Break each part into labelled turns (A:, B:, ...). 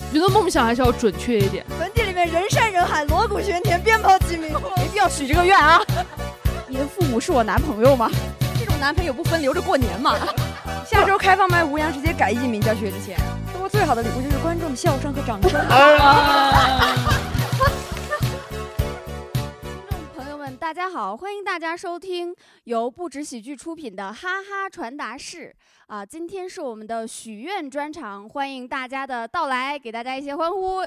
A: 觉得梦想还是要准确一点。
B: 坟地里面人山人海，锣鼓喧天，鞭炮齐鸣，没必要许这个愿啊。你的父母是我男朋友吗？这种男朋友不分留着过年嘛。下周开放麦吴阳直接改艺名叫薛之谦。给我最好的礼物就是观众的笑声和掌声。大家好，欢迎大家收听由不止喜剧出品的哈哈传达室啊！今天是我们的许愿专场，欢迎大家的到来，给大家一些欢呼。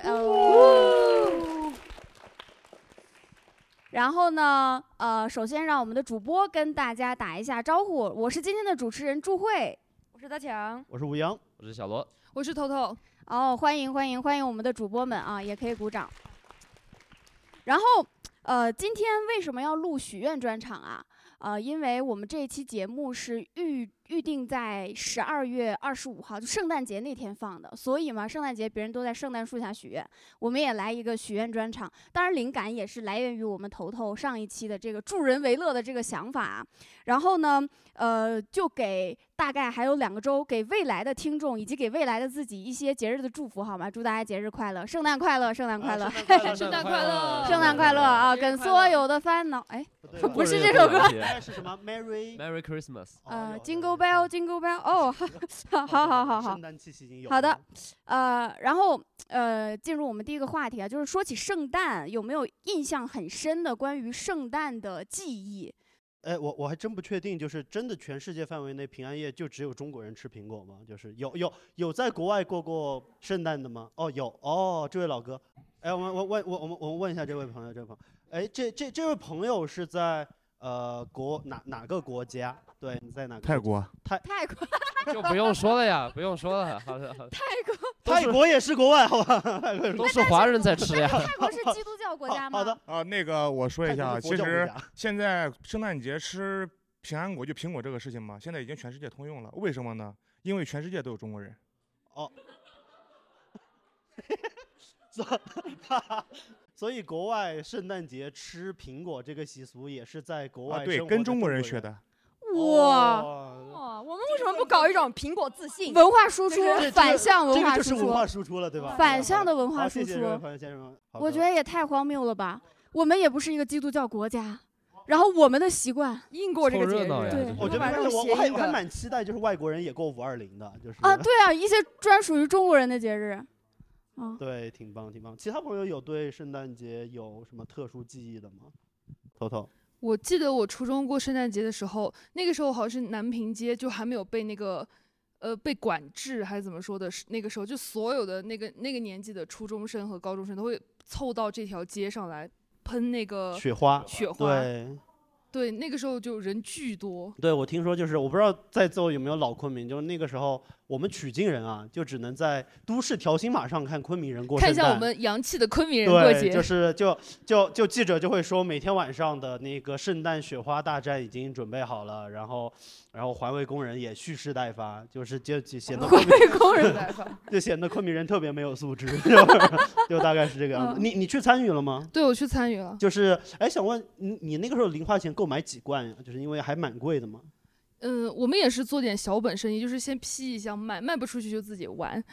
B: 然后呢，首先让我们的主播跟大家打一下招呼。我是今天的主持人祝慧，
C: 我是大强，
D: 我是吴阳，
E: 我是小罗，
A: 我是头头。
C: 哦，欢迎我们的主播们啊，也可以鼓掌。然后。今天为什么要录许愿专场啊？因为我们这一期节目是预定在12月25号，就圣诞节那天放的，所以嘛，圣诞节别人都在圣诞树下许愿，我们也来一个许愿专场。当然，灵感也是来源于我们头头上一期的这个助人为乐的这个想法啊。然后呢，就给大概还有2个周，给未来的听众以及给未来的自己一些节日的祝福，好吗？祝大家节日快乐，圣诞快乐，圣诞快乐，
A: 圣诞快乐，
C: 圣诞快乐啊！跟所有的烦恼，哎，不是这首歌，
D: 是什么
E: ？Merry Christmas。
C: Jingle Bell Jingle Bell。哦，好。
D: 圣诞气息已经有。
C: 好的，然后进入我们第一个话题啊，就是说起圣诞，有没有印象很深的关于圣诞的记忆？
D: 哎，我还真不确定，就是真的全世界范围内平安夜就只有中国人吃苹果吗？就是有在国外过过圣诞的吗？哦，有哦，这位老哥，哎，我们问一下这位朋友，哎，这位朋友是在哪个国家？对，你在哪个？
F: 泰国。
C: 泰国
E: 就不用说了呀，不用说了，好的。
D: 泰国也是国外，好吧？
E: 都是华人在吃呀。
C: 泰国是基督教国家吗？
D: 好的
F: 啊，那个我说一下，其实现在圣诞节吃平安果就苹果这个事情嘛，现在已经全世界通用了。为什么呢？因为全世界都有中国人。
D: 哦。所以国外圣诞节吃苹果这个习俗也是在国外
F: 对，跟中国人学的。
C: 哇，
B: 我们为什么不搞一种苹果自信
C: 文化输出，反向文化输出？
D: 这就是文化输出了，对吧？
C: 反向的文化输出。
D: 谢谢朋友先生。
C: 我觉得也太荒谬了吧！我们也不是一个基督教国家，然后我们的习惯
B: 硬过这个节日，
C: 对，
D: 我觉得我还蛮期待，就是外国人也过520的，就是
C: 啊，对啊，一些专属于中国人的节日。
D: 对，挺棒。其他朋友有对圣诞节有什么特殊记忆的吗？头头。
A: 我记得我初中过圣诞节的时候，那个时候好像是南平街就还没有被那个被管制还是怎么说的，那个时候就所有的那个年纪的初中生和高中生都会凑到这条街上来喷那个
D: 雪花。
A: 对，那个时候就人巨多。
D: 对，我听说就是我不知道在座有没有老昆明，就是那个时候我们曲靖人啊，就只能在都市条形码上看昆明人过圣诞，
A: 看一下我们洋气的昆明人过节。
D: 对，就记者就会说，每天晚上的那个圣诞雪花大战已经准备好了，然后环卫工人也蓄势待发，就显得
C: 环卫工人
D: 就显得昆明人特别没有素质，就大概是这个样子。你去参与了吗？
A: 对，我去参与了。
D: 就是想问你那个时候零花钱够买几罐呀？就是因为还蛮贵的嘛。
A: 我们也是做点小本生意，就是先批一箱卖不出去就自己玩。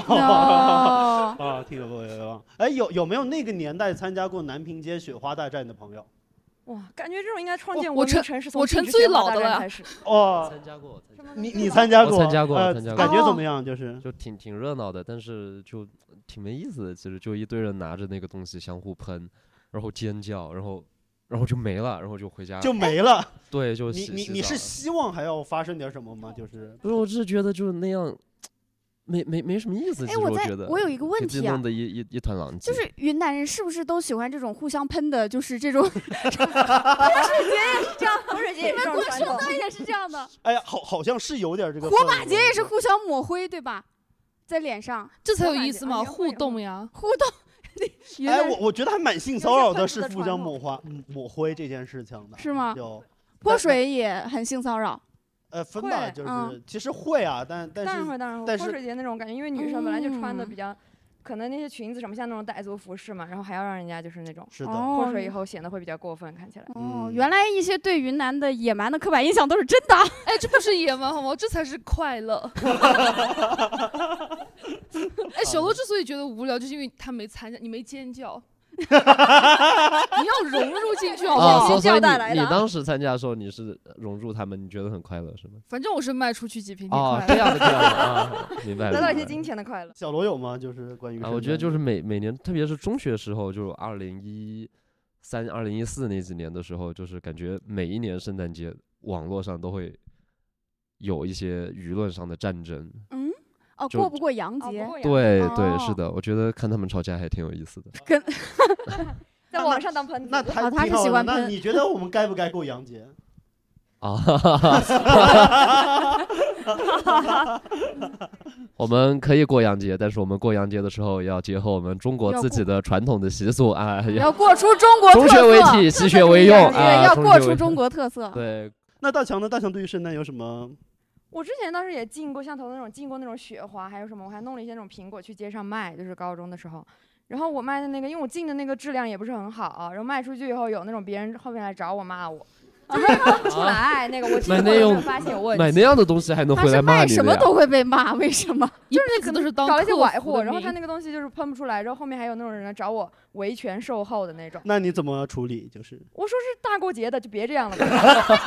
D: 挺有味。哎，有没有那个年代参加过南平街雪花大战的朋友？
B: 哇，感觉这种应该创建文明城市，
A: 我成最老的了。
D: 参
E: 加过。
D: 你参加过？
E: 参加过。
D: 感觉怎么样？就
E: 挺热闹的，但是就挺没意思的。其实就一堆人拿着那个东西相互喷，然后尖叫，然后就没了，然后就回家。
D: 就没了。
E: 对，就
D: 你是希望还要发生点什么吗？就是
E: 不是，我只是觉得就是那样。没什么意思。其实我觉得
C: 我有一个问题啊，
E: 弄得一团狼藉。
C: 就是云南人是不是都喜欢这种互相喷的？就是这种泼水节也是这样，
B: 泼水节也是这种传统，
C: 圣诞也是这样的。
D: 哎呀，好像是有点这个。
C: 火把节也是互相抹灰，对吧？在脸上，
A: 这才有意思嘛，互动呀，
C: 互动。
D: 哎，我觉得还蛮性骚扰的，是互相抹灰这件事情的，
C: 是吗？泼水也很性骚扰。
D: 分吧，就是其实会啊，但是
B: 当然会，泼水节那种感觉，因为女生本来就穿的比较可能那些裙子什么像那种傣族服饰嘛，然后还要让人家就是那种
D: 是的，
B: 泼水以后显得会比较过分，看起来。
C: 哦，原来一些对云南的野蛮的刻板印象都是真的。
A: 哎，这不是野蛮好吗？这才是快乐。哎，小罗之所以觉得无聊，就是因为他没参加，你没尖叫。你要融入进去好不好？
E: 所以
B: 你
E: 当时参加的时候，你是融入他们，你觉得很快乐是吗？
A: 反正我是迈出去几平米
E: 哦，
A: 快乐。
E: 这样的快乐啊，明白了。
B: 得到一些金钱的快乐。
D: 小罗有吗？就是关于
E: 我觉得就是每年，特别是中学时候，就2013、2014那几年的时候，就是感觉每一年圣诞节网络上都会有一些舆论上的战争。
C: 过不过洋节？
E: 对对，是的，我觉得看他们吵架还挺有意思的。
B: 在网上当喷子。
D: 那
C: 他是喜欢喷。
D: 那你觉得我们该不该过洋节？
E: 啊，我们可以过洋节，但是我们过洋节的时候要结合我们中国自己的传统的习俗啊，
C: 要过出中国特色，
E: 中学为体，西学为用啊，
C: 要过出中国特色。
E: 对。
D: 那大强呢？大强对于圣诞有什么？
B: 我之前当时也进过像头那种进过那种雪花，还有什么，我还弄了一些那种苹果去街上卖，就是高中的时候。然后我卖的那个，因为我进的那个质量也不是很好，然后卖出去以后有那种别人后面来找我骂我，就是卖不出来那个，我进货就发现有问题。
E: 买那样的东西还能回来骂你的呀？
C: 卖什么都会被骂，为什么？
A: 就是那可能是当
B: 搞了一些崴货，然后他那个东西就是喷不出来，然后后面还有那种人来找我维权售后的那种。
D: 那你怎么处理？就是
B: 我说是大过节的，就别这样了吧。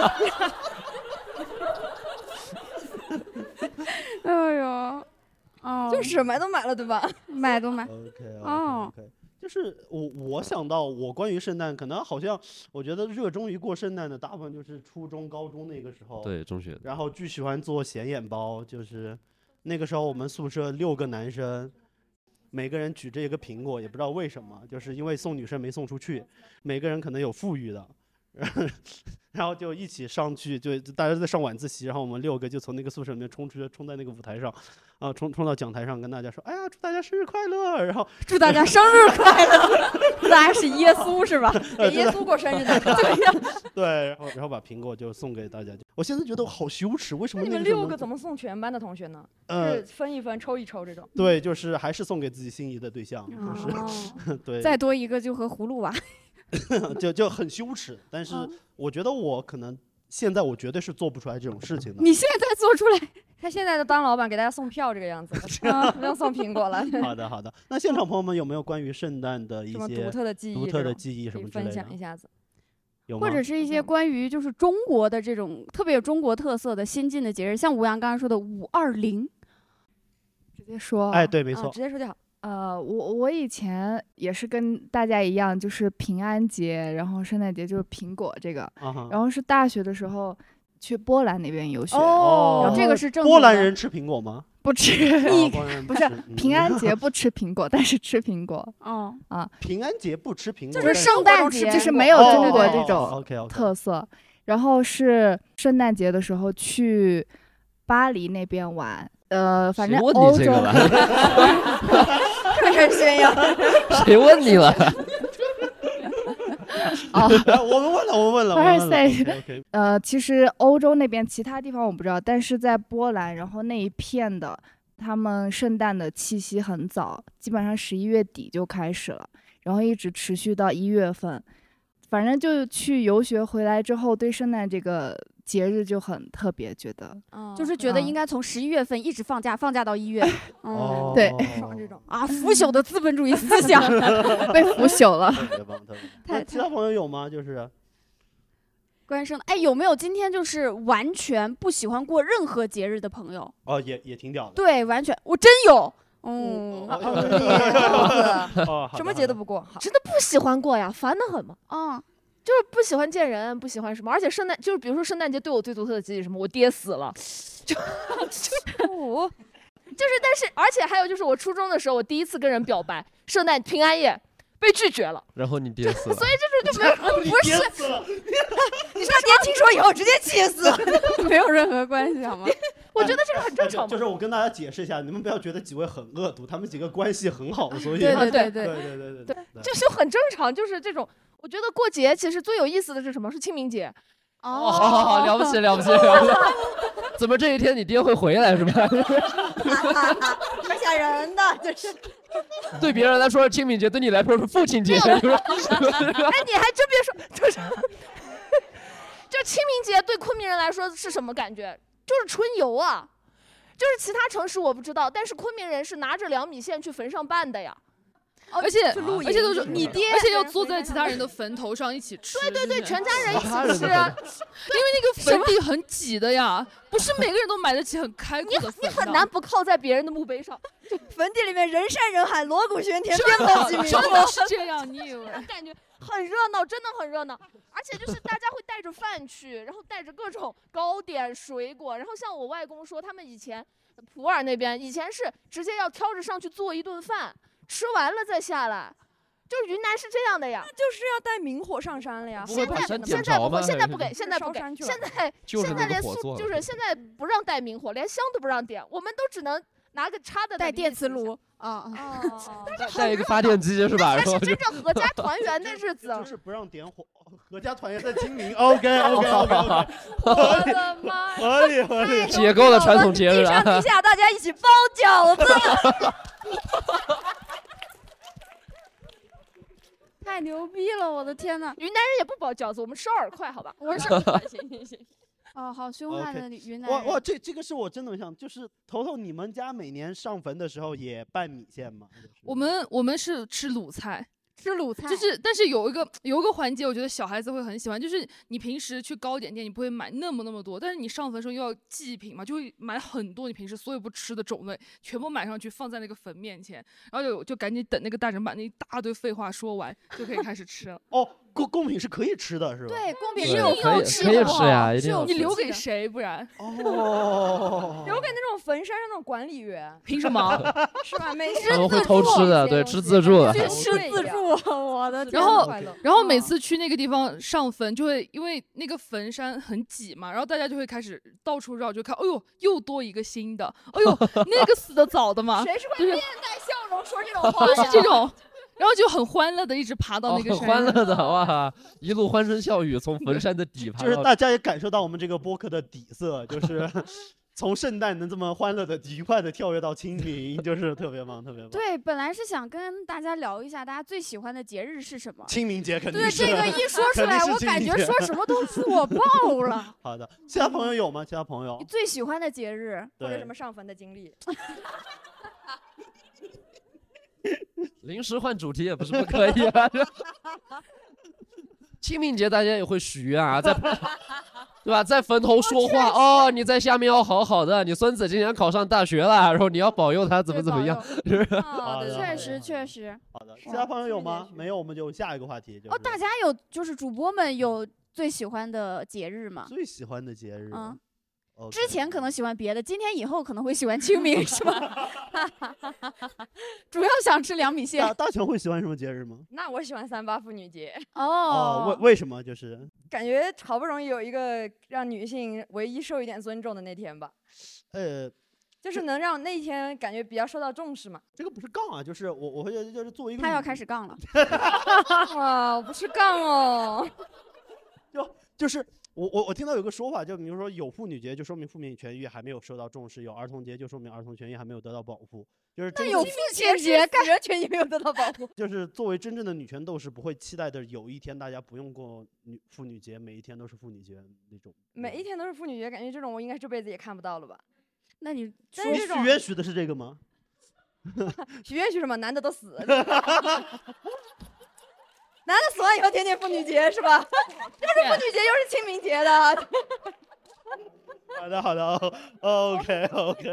C: 哎呦，
B: 就是买都买了，对吧？
C: 买都买。
D: OK。就是我想到我关于圣诞，可能好像我觉得热衷于过圣诞的大部分就是初中、高中那个时候。
E: 对，中学。
D: 然后巨喜欢做显眼包，就是那个时候我们宿舍6个男生，每个人举着一个苹果，也不知道为什么，就是因为送女生没送出去，每个人可能有富裕的。然后就一起上去，就大家在上晚自习，然后我们6个就从那个宿舍里面冲出去，冲在那个舞台上，冲到讲台上跟大家说：“哎呀，祝大家生日快乐！”然后
B: 祝大家生日快乐，祝大家是耶稣是吧？给耶稣过生日的，
D: 对，然后把苹果就送给大家。我现在觉得我好羞耻，为什么
B: 你们6个怎么送全班的同学呢？是分一分，抽一抽这种。
D: 对，就是还是送给自己心仪的对象，就是对。
C: 再多一个就和葫芦娃。
D: 就很羞耻，但是我觉得我可能现在我绝对是做不出来这种事情的。
C: 你现在做出来，
B: 他现在都当老板给大家送票这个样子，不用送苹果了。
D: 好的。那现场朋友们有没有关于圣诞的一些
B: 独特的记忆
D: 什么之类的？
B: 分享一下子。
D: 有吗？
C: 或者是一些关于就是中国的这种特别有中国特色的先进的节日，像吴阳刚刚说的520，
A: 直接说。
D: 哎，对，没错，
B: 直接说就好。
A: 我以前也是跟大家一样，就是平安节，然后圣诞节就是苹果这个，然后是大学的时候去波兰那边游学。
C: 然后这个是正
D: 波兰人吃苹果吗？
A: 不吃，不是平安节不吃苹果，但是吃苹果。
D: 平安节不吃苹果，
C: 就是圣诞节，
A: 就是没有中国这种特色。然后是圣诞节的时候去巴黎那边玩。反正欧洲。
B: 开始炫耀。
E: 谁问你了？
D: 我们问了。
A: 其实欧洲那边其他地方我不知道，但是在波兰，然后那一片的，他们圣诞的气息很早，基本上11月底就开始了，然后一直持续到1月份。反正就去游学回来之后，对圣诞这个节日就很特别，觉得，
C: 就是觉得应该从11月份一直放假到1月。
A: 对，
B: 这种
C: 腐朽的资本主义思想
A: 被腐朽了。
D: 那其他朋友有吗？就是
C: 关于圣诞，有没有今天就是完全不喜欢过任何节日的朋友？
D: 也挺屌的。
C: 对，完全，我真有。
B: 什么节都不过，
G: 真的不喜欢过呀，烦得很嘛。就是不喜欢见人，不喜欢什么，而且圣诞就是比如说圣诞节对我最独特的记忆是什么？我爹死了，但是而且还有就是我初中的时候，我第一次跟人表白，圣诞平安夜被拒绝了，
E: 然后你爹死了，
G: 所以这种就没有不是，
B: 你说爹听说以后直接气死，
C: 没有任何关系好吗？
G: 我觉得这个很正常。
D: 就是我跟大家解释一下，你们不要觉得几位很恶毒，他们几个关系很好，所以
C: 对，
G: 就是很正常，就是这种。我觉得过节其实最有意思的是什么？是清明节。
E: 好，了不起。怎么这一天你爹会回来是吧？
B: 蛮吓人的，就是
E: 对别人来说是清明节，对你来说是父亲节。哎，
G: 你还真别说，就是这清明节对昆明人来说是什么感觉？就是春游啊，就是其他城市我不知道，但是昆明人是拿着良米线去坟上办的呀。
A: 而且都是
G: 你爹，
A: 而且要坐在其他人的坟头上一起吃。
G: 对，全家人一起吃啊。
A: 因为那个坟地很挤的呀，不是每个人都买得起很开阔的坟。
G: 你很难不靠在别人的墓碑上。
B: 坟地里面人山人海，锣鼓喧天，鞭炮齐鸣。
A: 真的是这样，你以为？
G: 感觉很热闹，真的很热闹。而且就是大家会带着饭去，然后带着各种糕点、水果。然后像我外公说，他们以前普洱那边以前是直接要挑着上去做一顿饭。吃完了再下来，就是云南是这样的呀，
B: 那就是要带明火上山了呀。
E: 现
G: 在不会，现在不给，现在连
E: 就是
G: 现在不让带明火，连香都不让点，我们都只能拿个插的
C: 带电磁炉
E: 带一个发电机是吧？
G: 那是真正合家团圆的日子，
D: 就是不让点火，合家团圆在清明。OK，
G: 我的妈，
D: 合理，
E: 解构的传统节日啊！
B: 地上地下大家一起包饺子。
C: 太牛逼了！我的天哪，
G: 云南人也不包饺子，我们吃饵块，好吧？
C: 我是行。哦，好凶悍的云南人！
D: 哇，这个是我真的想，就是头，你们家每年上坟的时候也拌米线吗？
A: 我们是吃卤菜。
C: 吃卤菜，
A: 但是有一个环节，我觉得小孩子会很喜欢，就是你平时去糕点店，你不会买那么多，但是你上坟的时候又要祭品嘛，就会买很多你平时所有不吃的种类，全部买上去放在那个坟面前，然后就赶紧等那个大人把那一大堆废话说完，就可以开始吃了。
D: 哦，贡品是可以吃的，是吧？
C: 对，贡品
E: 是
C: 有
E: 吃的，可以吃呀，一定要吃。
A: 你留给谁？不然
B: 留给那种坟山上那种管理员。
A: 凭什么？
B: 是吧？每次
E: 他们会偷吃的，对，吃自助的。
B: 吃自助，我的天！
A: 然后每次去那个地方上坟，就会因为那个坟山很挤嘛，然后大家就会开始到处绕，就看，哎呦，又多一个新的，哎呦，那个死的早的嘛。
B: 谁是会面带笑容说这种话？
A: 就是这种。然后就很欢乐的一直爬到那个山，
E: 很欢乐的哇，一路欢声笑语从坟山的底爬。
D: 就是大家也感受到我们这个播客的底色，就是从圣诞能这么欢乐的、愉快的跳跃到清明，就是特别棒，特别棒。
C: 对，本来是想跟大家聊一下，大家最喜欢的节日是什么？
D: 清明节肯定是。
C: 对，这个一说出来，我感觉说什么都火爆了。
D: 好的，其他朋友有吗？其他朋友？
C: 你最喜欢的节日
B: 或者什么上坟的经历？
E: 临时换主题也不是不可以啊。清明节大家也会许愿啊，对吧？在坟头说话哦，你在下面要好好的，你孙子今年考上大学了，然后你要保佑他怎么样，是不是？
C: 好的，确实。
D: 好的，其他朋友有吗？没有，我们就下一个话题。
C: 大家有就是主播们有最喜欢的节日吗？
D: 最喜欢的节日。
C: 之前可能喜欢别的，今天以后可能会喜欢清明，是吗？主要想吃凉米线。
D: 大强会喜欢什么节日吗？
B: 那我喜欢3·8妇女节。
D: 为什么？就是
B: 感觉好不容易有一个让女性唯一受一点尊重的那天吧。就是能让那一天感觉比较受到重视嘛。
D: 这个不是杠啊，就是我会觉得就是作为一个
C: 他要开始杠了。
B: 哇，我不是杠哦。
D: 就是我听到有个说法，就比如说有妇女节，就说明妇女权益还没有受到重视；有儿童节，就说明儿童权益还没有得到保护。就是
B: 那有父亲节，感觉权益没有得到保护。
D: 就是作为真正的女权斗士，不会期待的有一天大家不用过妇女节，每一天都是妇女节那种。
B: 每一天都是妇女节，感觉这种我应该这辈子也看不到了吧？
C: 那你
D: 许愿许的是这个吗？
B: 许愿许什么？男的都死。男的死完以后天天妇女节是吧？又是妇女节又是清明节的。
D: 好的 ，OK，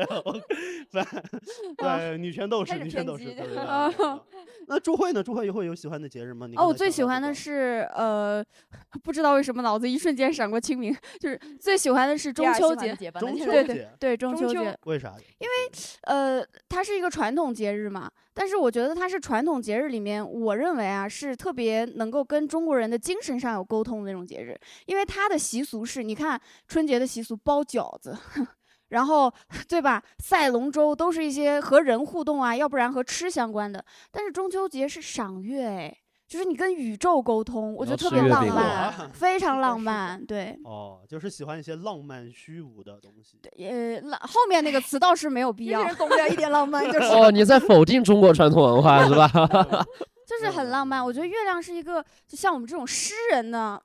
D: 对，女权斗士。那朱慧呢？朱慧会有喜欢的节日吗？
C: 我最喜欢的是不知道为什么脑子一瞬间闪过清明，就是最喜欢的是中秋节。对，中秋节。
D: 为啥？
C: 因为它是一个传统节日嘛，但是我觉得它是传统节日里面，我认为啊是特别能够跟中国人的精神上有沟通的那种节日，因为它的习俗是，你看春节的习俗包饺子。然后，对吧？赛龙舟都是一些和人互动啊，要不然和吃相关的。但是中秋节是赏月，哎， 就是你跟宇宙沟通，我觉得特别
E: 吃月饼
C: 浪漫
D: 啊，
C: 非常浪漫。对，
D: 哦，就是喜欢一些浪漫虚无的东西。
C: 后面那个词倒是没有必要，
B: 人懂不了一点浪漫，就是
E: 哦，你在否定中国传统文化是吧？
C: 就是很浪漫。我觉得月亮是一个，就像我们这种诗人呢。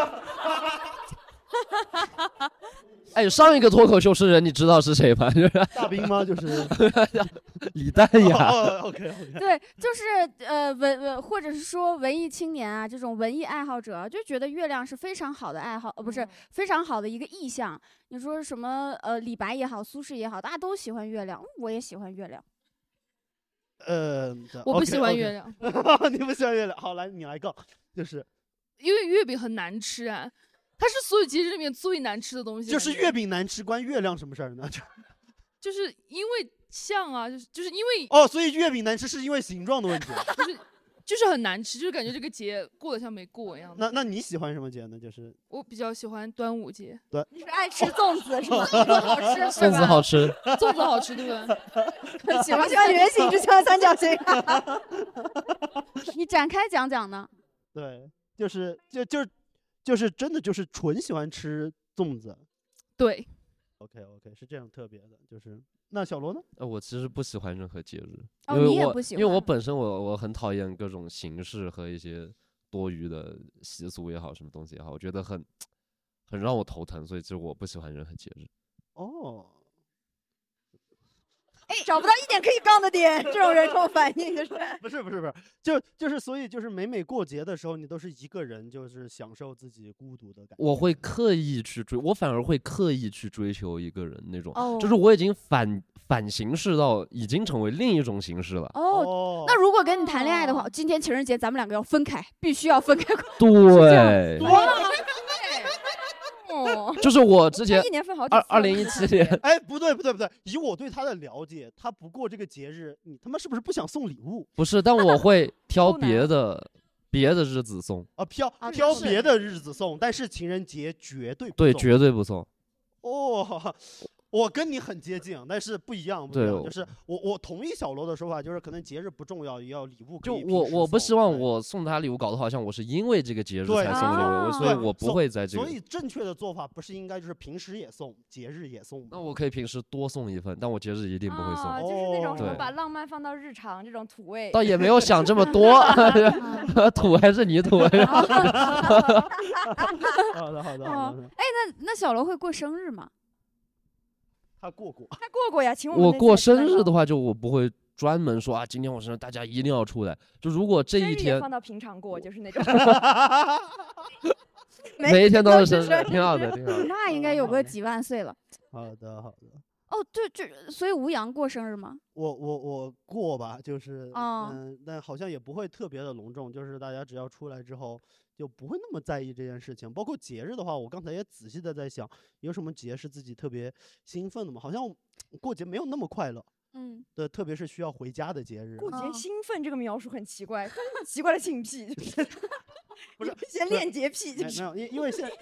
E: 哎，上一个脱口秀诗人你知道是谁吗？就是
D: 大兵吗？就是
E: 李诞呀。
D: OK。
C: 对，就是或者是说文艺青年啊，这种文艺爱好者，就觉得月亮是非常好的爱好，不是非常好的一个意象。你说什么李白也好，苏轼也好，大家都喜欢月亮，我也喜欢月亮。
A: 我不喜欢月亮。
D: 你不喜欢月亮？好，来你来杠，就是
A: 因为月饼很难吃啊。它是所有节日里面最难吃的东西。
D: 就是月饼难吃，关月亮什么事儿呢？
A: 就是因为像啊，就是因为
D: 哦，所以月饼难吃是因为形状的问题。
A: 就是很难吃，就是感觉这个节过得像没过一样。
D: 那你喜欢什么节呢？就是
A: 我比较喜欢端午节。
D: 对，
B: 你是爱吃粽子是吗？
C: 粽子好吃，
E: 粽子好吃，
A: 粽子好吃，对吧？
B: 喜欢圆形，就喜欢三角形。
C: 你展开讲讲呢？
D: 对，就是真的就是纯喜欢吃粽子。
A: 对。
D: OK，是这样特别的，就是那小罗呢？
E: 我其实不喜欢任何节日，
C: 哦，你也不喜欢，
E: 因为我本身我很讨厌各种形式和一些多余的习俗也好，什么东西也好，我觉得很让我头疼，所以就我不喜欢任何节日。
D: 哦。
B: 哎，找不到一点可以杠的点，这种人这种反应就是
D: 不是，就是所以就是每过节的时候，你都是一个人，就是享受自己孤独的感觉。
E: 我会刻意去我反而会刻意去追求一个人那种，
C: 哦，
E: 就是我已经反形式到已经成为另一种形式了。
C: 哦，那如果跟你谈恋爱的话，今天情人节咱们两个要分开，必须要分开。
E: 对。就是我之前
B: 一年分好几次
E: 2017年，
D: 哎，不对，以我对他的了解，他不过这个节日，你他妈是不是不想送礼物？
E: 不是，但我会挑别的日子送
D: 啊，挑别的日子送，但是情人节绝对不送。
E: 对，绝对不送。
D: 哦。我跟你很接近，但是不一样，就是我同意小罗的说法，就是可能节日不重要，也要礼物可以。
E: 就我不希望我送他礼物搞得好像我是因为这个节日才送礼物，所以我不会在这个。
D: 所以正确的做法不是应该就是平时也送，节日也送吗？
E: 那我可以平时多送一份，但我节日一定不会送。
B: 就是那种什么把浪漫放到日常这种土味。
E: 倒也没有想这么多，土还是你土。
D: 好的。
C: 哎，那小罗会过生日吗？
D: 他过
B: 呀，请我
E: 过生日的话，就我不会专门说啊，今天我生日，大家一定要出来。就如果这一天
B: 放到平常过，就是那种
E: 每一天都是生日，挺好的。
C: 那应该有个几万岁了。
D: 好的。
C: 哦，对，所以吴阳过生日吗？
D: 我过吧，就是但好像也不会特别的隆重，就是大家只要出来之后。就不会那么在意这件事情，包括节日的话，我刚才也仔细的在想，有什么节是自己特别兴奋的吗？好像过节没有那么快乐，对，特别是需要回家的节日。
B: 过节兴奋这个描述很奇怪，很奇怪的性癖，就是
D: 不是
B: 一些恋洁癖，就是
D: 没有，因为现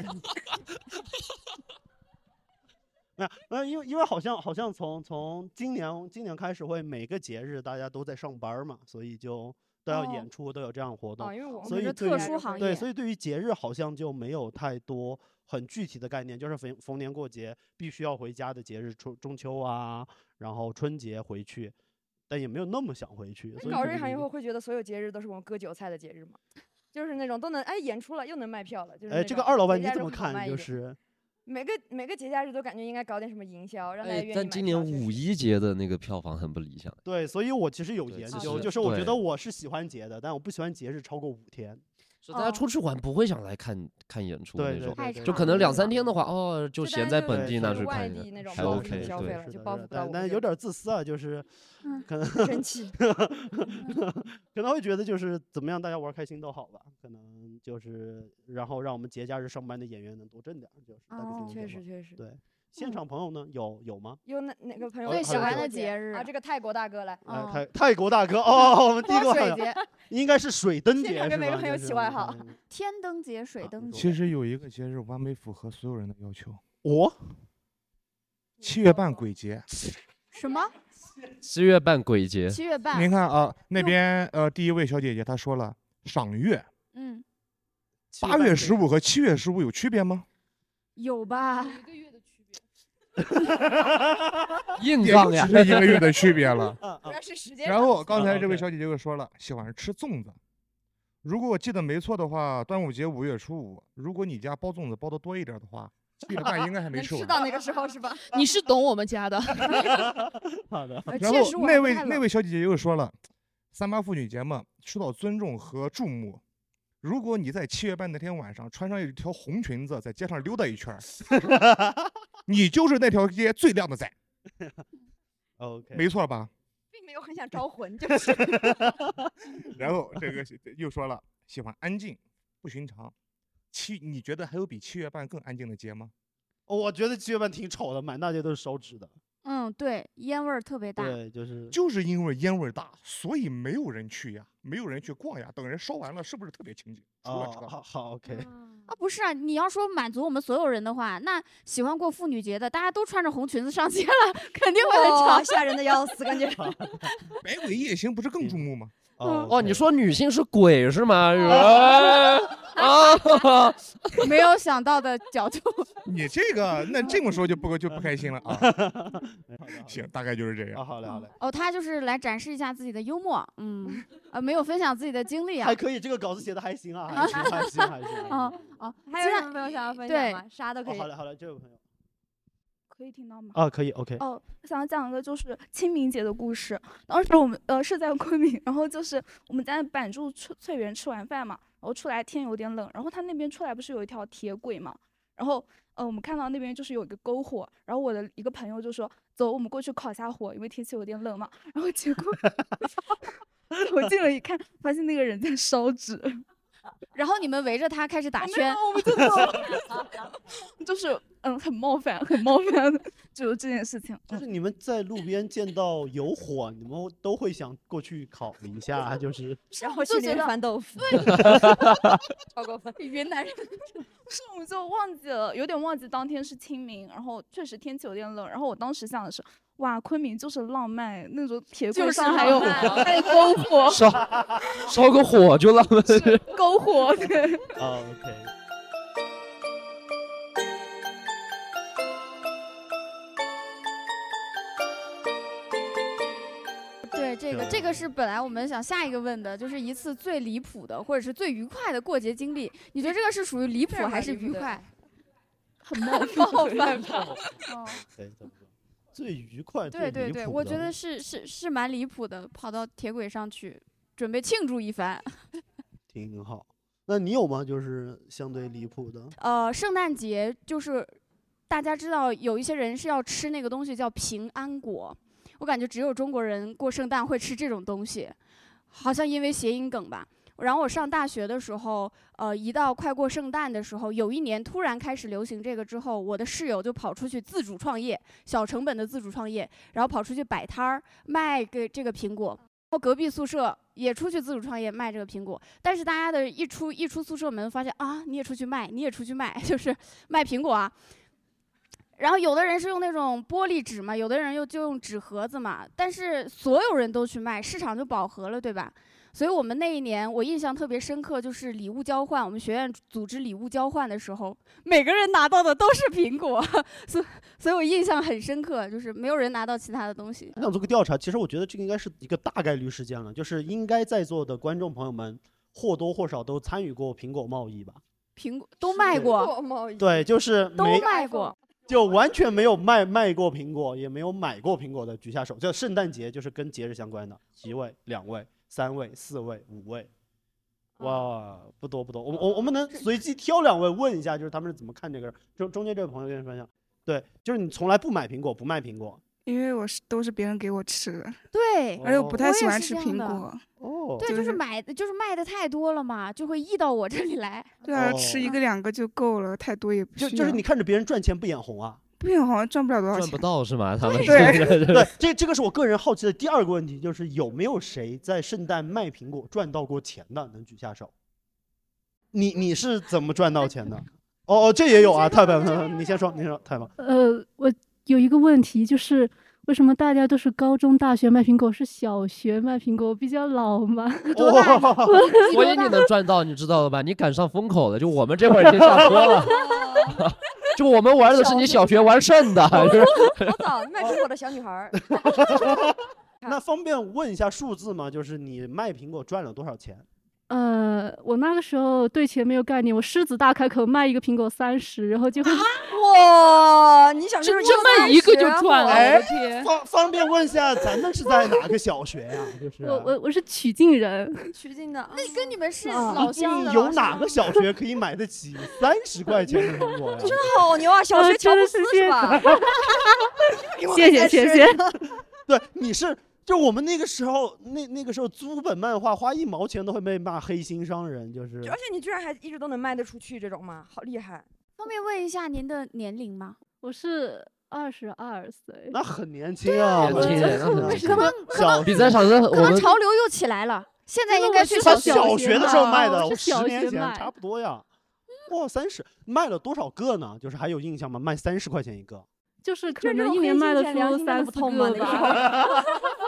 D: 没有，因为好像从今年开始会每个节日大家都在上班嘛，所以就。都要演出，都有这样的活动，
B: 因为我们
C: 是特殊行业，
D: 对，所以对于节日好像就没有太多很具体的概念，就是逢年过节必须要回家的节日，中秋啊，然后春节回去，但也没有那么想回去。
B: 搞这行业后会觉得所有节日都是我们割韭菜的节日吗？就是那种都能演出了又能卖票了，就是
D: 这个二老板你怎么看？就是
B: 每个节假日都感觉应该搞点什么营销，让大家愿意买票。
E: 但今年五一节的那个票房很不理想。
D: 对，所以我其实有研究，就是我觉得我是喜欢节的，但我不喜欢节日超过5天。
E: 大家出去玩不会想来看演出那种，就可
C: 能
E: 2-3天的话，就闲在本地那去看一
B: 下，
E: 还 OK。
B: 对，就包袱到
D: 但有点自私啊，就是可能
B: 生气，
D: 可能会觉得就是怎么样，大家玩开心都好吧，可能就是然后让我们节假日上班的演员能多挣点，就是
B: 确实
D: 对。现场朋友呢？有吗？
B: 有哪个朋友
C: 最喜欢的节日
B: 啊？这个泰国大哥来，
D: 泰国大哥哦，我们第一个
B: 水节
D: 应该是水灯节，
B: 跟每个朋友喜欢好。
C: 天灯节、水灯节。
F: 其实有一个节日完美符合所有人的要求。7月半鬼节。
C: 什么
E: ？7月半鬼节。
C: 7月半。
F: 您看啊，那边第一位小姐姐她说了， 赏月。
C: 嗯
F: ，8月15和7月15有区别吗？
C: 有吧？
E: 硬杠呀，
F: 是1个月的区别了。
C: 主要是时间。
F: 然后刚才这位小姐姐又说了，喜欢吃粽子。如果我记得没错的话，端午节5月初5，如果你家包粽子包的多一点的话，7月半应该还没吃完。
B: 吃到那个时候是吧？
A: 你是懂我们家的。
D: 好的。
F: 然后那位小姐姐又说了，3八妇女节嘛，受到尊重和注目。如果你在7月半那天晚上穿上一条红裙子，在街上溜达一圈，你就是那条街最靓的仔。
D: OK，
F: 没错吧？
B: 并没有很想招魂，就是。
F: 然后这个又说了，喜欢安静，不寻常。你觉得还有比7月半更安静的节吗？
D: 我觉得7月半挺丑的，满大街都是烧纸的。
C: 嗯，对，烟味儿特别大。
D: 对，
F: 就是因为烟味大，所以没有人去呀，没有人去逛呀。等人烧完了，是不是特别清静？
D: 好 ，OK。
C: 啊，不是啊，你要说满足我们所有人的话，那喜欢过妇女节的，大家都穿着红裙子上街了，肯定会很吵，
B: 吓人的要死，感觉。
F: 百鬼夜行不是更注目吗？
E: 哦，你说女性是鬼是吗？
C: 没有想到的角度。
F: 你那这么说就不开心了啊。行，大概就是这样。
D: 好嘞。
C: 哦，他就是来展示一下自己的幽默，没有分享自己的经历啊。
D: 还可以，这个稿子写的还行啊，还行。
B: 还有什么朋友想要分享吗？啥都可以。
D: 好嘞，这位朋友。
H: 可以听到吗？
D: 可以 ，OK。
H: 我想讲一个就是清明节的故事。当时我们是在昆明，然后就是我们在板柱翠园吃完饭嘛，然后出来天有点冷，然后他那边出来不是有一条铁轨嘛，然后我们看到那边就是有一个篝火，然后我的一个朋友就说走，我们过去烤下火，因为天气有点冷嘛，然后结果我进了一看，发现那个人在烧纸。
C: 然后你们围着他开始打圈，
H: 我们就是很冒犯的，就是这件事情。
D: 就是你们在路边见到有火，你们都会想过去烤一下，就是
B: 然后去里面翻豆腐，
C: 超过分，云南人。
H: 是我们就忘记了，有点忘记当天是清明，然后确实天气有点冷，然后我当时想的是，哇，昆明就是浪漫，那种铁轨上还有篝火，
E: 烧个火就浪漫，
H: 篝火，对。
D: OK。
C: 对，这个是本来我们想下一个问的，就是一次最离谱的或者是最愉快的过节经历。你觉得这个是属于离谱还是愉快？
H: 很冒犯
C: 吧。
D: 最愉快。
C: 对，我觉得是蛮离谱的，跑到铁轨上去准备庆祝一番。
D: 挺好。那你有吗？就是相对离谱的。
C: 圣诞节就是大家知道有一些人是要吃那个东西叫平安果。我感觉只有中国人过圣诞会吃这种东西，好像因为谐音梗吧。然后我上大学的时候，一到快过圣诞的时候，有一年突然开始流行这个之后，我的室友就跑出去自主创业，小成本的自主创业，然后跑出去摆摊儿卖这个苹果。然后隔壁宿舍也出去自主创业卖这个苹果，但是大家的一出宿舍门，发现啊，你也出去卖，就是卖苹果啊。然后有的人是用那种玻璃纸嘛，有的人就用纸盒子嘛，但是所有人都去卖，市场就饱和了，对吧？所以我们那一年我印象特别深刻，就是礼物交换，我们学院组织礼物交换的时候，每个人拿到的都是苹果，所以我印象很深刻，就是没有人拿到其他的东西。
D: 我想做个调查，其实我觉得这个应该是一个大概率事件了，就是应该在座的观众朋友们或多或少都参与过苹果贸易吧？
C: 苹果都卖过，
D: 对，就是
C: 都卖过。
D: 就完全没有卖过苹果，也没有买过苹果的举下手。就圣诞节就是跟节日相关的，1位、2位、3位、4位、5位，哇，不多。我们能随机挑2位问一下，就是他们是怎么看这个？中间这位朋友跟你分享，对，就是你从来不买苹果，不卖苹果。
I: 因为都是别人给我吃的，
C: 对，
I: 而且我不太喜欢吃苹果。
C: 对，就是卖的太多了嘛，就会溢到我这里来。
I: 对啊，吃1个2个就够了，太多也不需要。
D: 就是你看着别人赚钱不眼红啊？
I: 不眼红，赚不了多少钱。
E: 赚不到是吗？他们
D: 对，这个是我个人好奇的第2个问题，就是有没有谁在圣诞卖苹果赚到过钱的？能举下手？你是怎么赚到钱的？这也有啊，太棒了！你先说，太棒。
J: 我有一个问题，就是为什么大家都是高中、大学卖苹果，是小学卖苹果比较老吗？
C: 你多大？
E: 所以你能赚到，你知道了吧？你赶上风口了，就我们这会儿已经下坡了。就我们玩的是你小学玩剩的，
B: 好早卖苹果的小女孩儿。
D: 那方便问一下数字吗？就是你卖苹果赚了多少钱？
J: 我那个时候对钱没有概念，我狮子大开口卖一个苹果30，然后就会
B: 哇，你想
A: 这卖一个就赚了，我的天！
D: 方便问一下，咱们是在哪个小学呀？就是
J: 我是曲靖人，
B: 曲靖的，
C: 那跟你们是老乡的。
D: 有哪个小学可以买得起30块钱的苹果呀？
B: 真的好牛啊！小学乔布斯是吧？
J: 谢谢。
D: 对，你是。就我们那个时候，那个时候租本漫画花1毛钱都会被骂黑心商人，就是。
B: 而且你居然还一直都能卖得出去，这种吗？好厉害！
C: 方便问一下您的年龄吗？
J: 我是22岁。
D: 那很年轻啊，
E: 年轻人，
C: 可能
E: 比在场的
C: 可能潮流又起来了，现在应该去
D: 小学的时候卖的，
J: 我
D: 10年前差不多呀。哇，30卖了多少个呢？就是还有印象吗？卖30块钱一个。
J: 就是可能一年卖得出3、4个吧。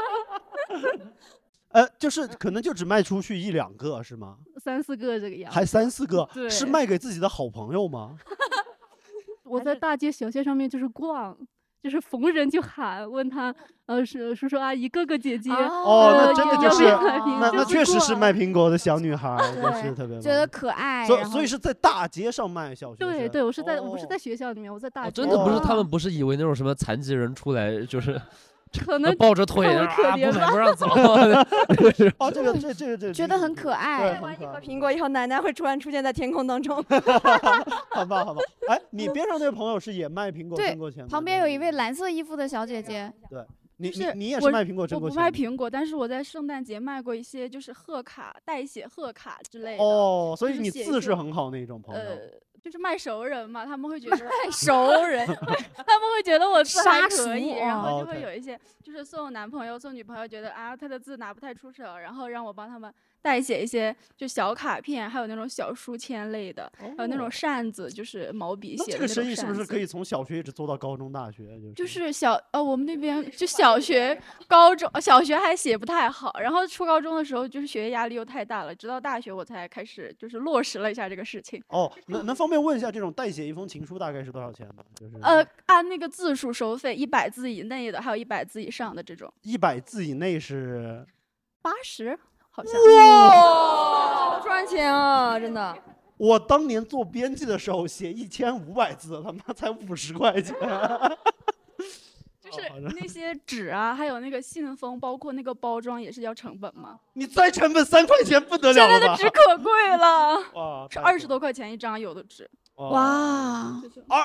D: 就是可能就只卖出去1、2个是吗
J: ？3、4个这个样子。
D: 还3、4个？
J: 对。
D: 是卖给自己的好朋友吗？
J: 我在大街小巷上面就是逛，就是逢人就喊，问他叔叔阿姨哥哥姐姐。
D: 那真的就是那确实是卖苹果的小女孩，就是特别
C: 觉得可爱。
D: 所以是在大街上卖小学生。
J: 对，我是在学校里面，我在大街。
E: 真的不是他们不是以为那种什么残疾人出来就是。
J: 可能
E: 抱着腿不让走。
D: 哦，这个
C: 觉得很可爱。
B: 玩一盒苹果以后，奶奶会突然出现在天空当中。
D: 好吧。哎，你边上那位朋友是也卖苹果挣过钱的？
C: 旁边有一位蓝色衣服的小姐姐。
D: 对，你也是卖苹果挣过钱？
I: 我不卖苹果，但是我在圣诞节卖过一些就是贺卡、代写贺卡之类的。
D: 哦，所以你字是很好那种朋友。
I: 就是卖熟人嘛，他们会觉得
B: 卖熟人，
I: 他们会觉得我字还可以，然后就
D: 哦
I: 会有一些就是送男朋友、送女朋友，觉得啊他的字拿不太出手，然后让我帮他们代写一些就小卡片，还有那种小书签类的，还有那种扇子，就是毛笔写的那种扇子。
D: 那这个生意是不是可以从小学一直做到高中、大学？
I: 就是我们那边就小学、高中，小学还写不太好，然后初高中的时候就是学业压力又太大了，直到大学我才开始就是落实了一下这个事情。
D: 哦，能方便问一下，这种代写一封情书大概是多少钱吗？就是
I: 按那个字数收费，100字以内的，还有100字以上的这种。
D: 100字以内是
I: 80，好像。
B: 哇，好赚钱啊，真的。
D: 我当年做编辑的时候写1500字，他妈才50块钱。
I: 就是那些纸啊，还有那个信封，包括那个包装也是要成本吗？
D: 你再成本3块钱不得了了吧？
I: 现在的纸可贵了，
D: 哇
I: ，20多块钱一张有的纸。
C: 哇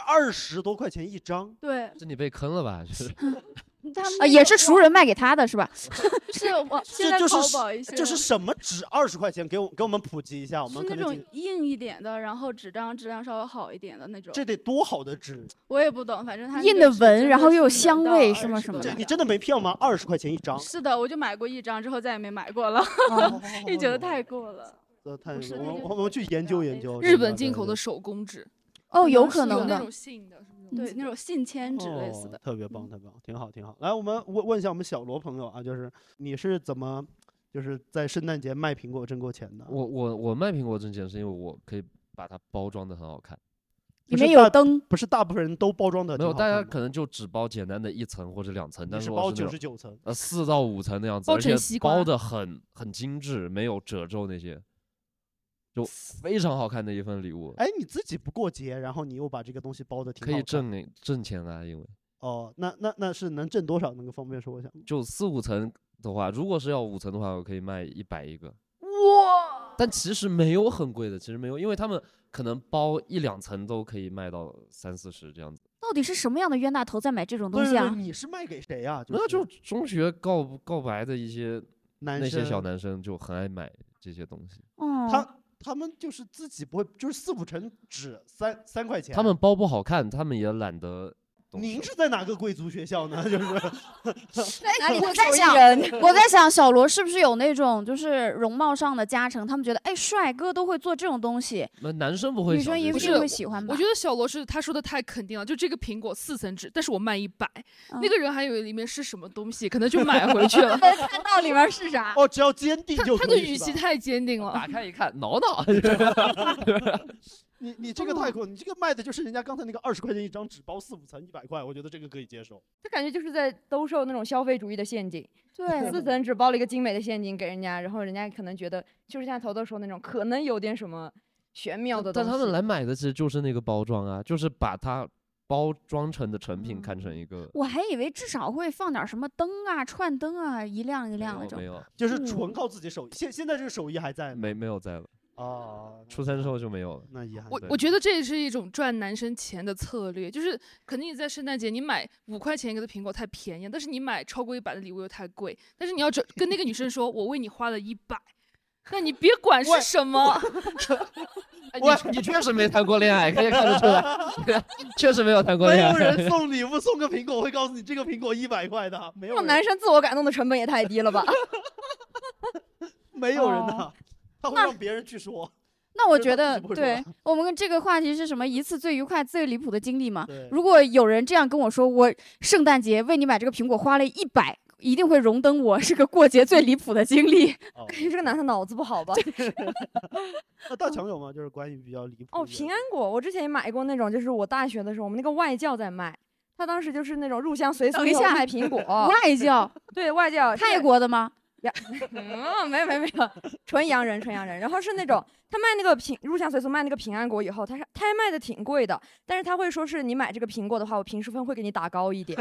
D: ，20多块钱一张。
I: 对，
E: 这你被坑了吧？就是
C: 也是熟人卖给他的是吧？
I: 是我现在淘宝一些。
D: 这是什么纸？20块钱，给我们普及一下，我们可能
I: 是那种硬一点的，然后纸张质量稍微好一点的那种。
D: 这得多好的纸？
I: 我也不懂，反正它
C: 印的纹，然后又有香味，什么什么的。
D: 你真的没骗吗？20块钱一张？
I: 是的，我就买过一张，之后再也没买过了，因为觉得太过了。
D: 我们去研究研究。
A: 日本进口的手工纸。
C: 哦，有可能
A: 的。那种信的，
I: 对，那种信签纸类似的。
D: 特别棒，特别棒，挺好，挺好。来，我们问一下我们小罗朋友啊，就是你是怎么，就是在圣诞节卖苹果挣过钱的？
E: 我卖苹果挣钱是因为我可以把它包装的很好看。
C: 里面有灯，
D: 不是大部分人都包装的
E: 没有，大家可能就只包简单的1层或者2层，但
D: 是包99层
E: ，4到5层那样子，而且包的很精致，没有褶皱那些。就非常好看的一份礼物。
D: 哎，你自己不过节，然后你又把这个东西包的挺好看，
E: 可以挣钱啊，因为。
D: 哦，那是能挣多少？能够方便说一下？
E: 就4、5层的话，如果是要5层的话，我可以卖100一个。
B: 哇！
E: 但其实没有很贵的，其实没有，因为他们可能包1、2层都可以卖到30、40这样子。
C: 到底是什么样的冤大头在买这种东西啊？
D: 你是卖给谁啊？
E: 那就中学告白的一些
D: 那
E: 些小男生就很爱买这些东西。
C: 哦。
D: 他们就是自己不会，就是4、5层纸3块钱。
E: 他们包不好看，他们也懒得
D: 您是在哪个贵族学校呢？就是
C: 哪里我在想，我在想小罗是不是有那种就是容貌上的加成，他们觉得哎帅哥都会做这种东西，
E: 那男生不会，
C: 女生一定会喜欢吧？
A: 我觉得小罗是他说的太肯定了，就这个苹果4层纸，但是我卖100，那个人还以为里面是什么东西，可能就买回去了。
C: 看到里面是啥？
D: 哦，只要坚定就可以。
A: 他的语气太坚定了。
E: 打开一看，挠挠。
D: 你这个太酷，你这个卖的就是人家刚才那个20块钱一张纸包4、5层100块，我觉得这个可以接受。
B: 这感觉就是在兜售那种消费主义的陷阱。
C: 对
B: ，4层纸包了一个精美的陷阱给人家，然后人家可能觉得就是像头头说那种，可能有点什么玄妙的东西。
E: 但他们来买的其实就是那个包装啊，就是把它包装成的成品看成一个。
C: 我还以为至少会放点什么灯啊、串灯啊，一亮一亮的这种。
E: 没有，
D: 就是纯靠自己手艺。现在这个手艺还在吗？
E: 没有在了。
D: 哦，
E: 出餐之后就没有了。
D: 那遗憾。
A: 我觉得这也是一种赚男生钱的策略，就是可能你在圣诞节你买5块钱一个的苹果太便宜，但是你买超过100的礼物又太贵，但是你要跟那个女生说，我为你花了100，那你别管是什么。
E: 你确实没谈过恋爱，可以看得出来，确实没有谈过恋爱。
D: 没有人送礼物送个苹果，我会告诉你这个苹果100块的，没有人。
B: 男生自我感动的成本也太低了吧？
D: 没有人的。他会让别人去说。
C: 那我觉得，对我们这个话题是什么？一次最愉快、最离谱的经历嘛。如果有人这样跟我说，我圣诞节为你买这个苹果花了100，一定会荣登我是个过节最离谱的经历。
B: 感觉这个男生脑子不好吧？
D: 那大强有吗？就是关于比较离谱。
B: 哦，平安果，我之前也买过那种，就是我大学的时候，我们那个外教在卖。他当时就是那种入乡随俗一下卖苹果。
C: 外教？
B: 对，外教。
C: 泰国的吗？
B: 呀，没有，纯洋人。然后是那种他卖那个入乡随俗卖那个平安果以后，他还卖的挺贵的，但是他会说是你买这个苹果的话，我平时分会给你打高一点。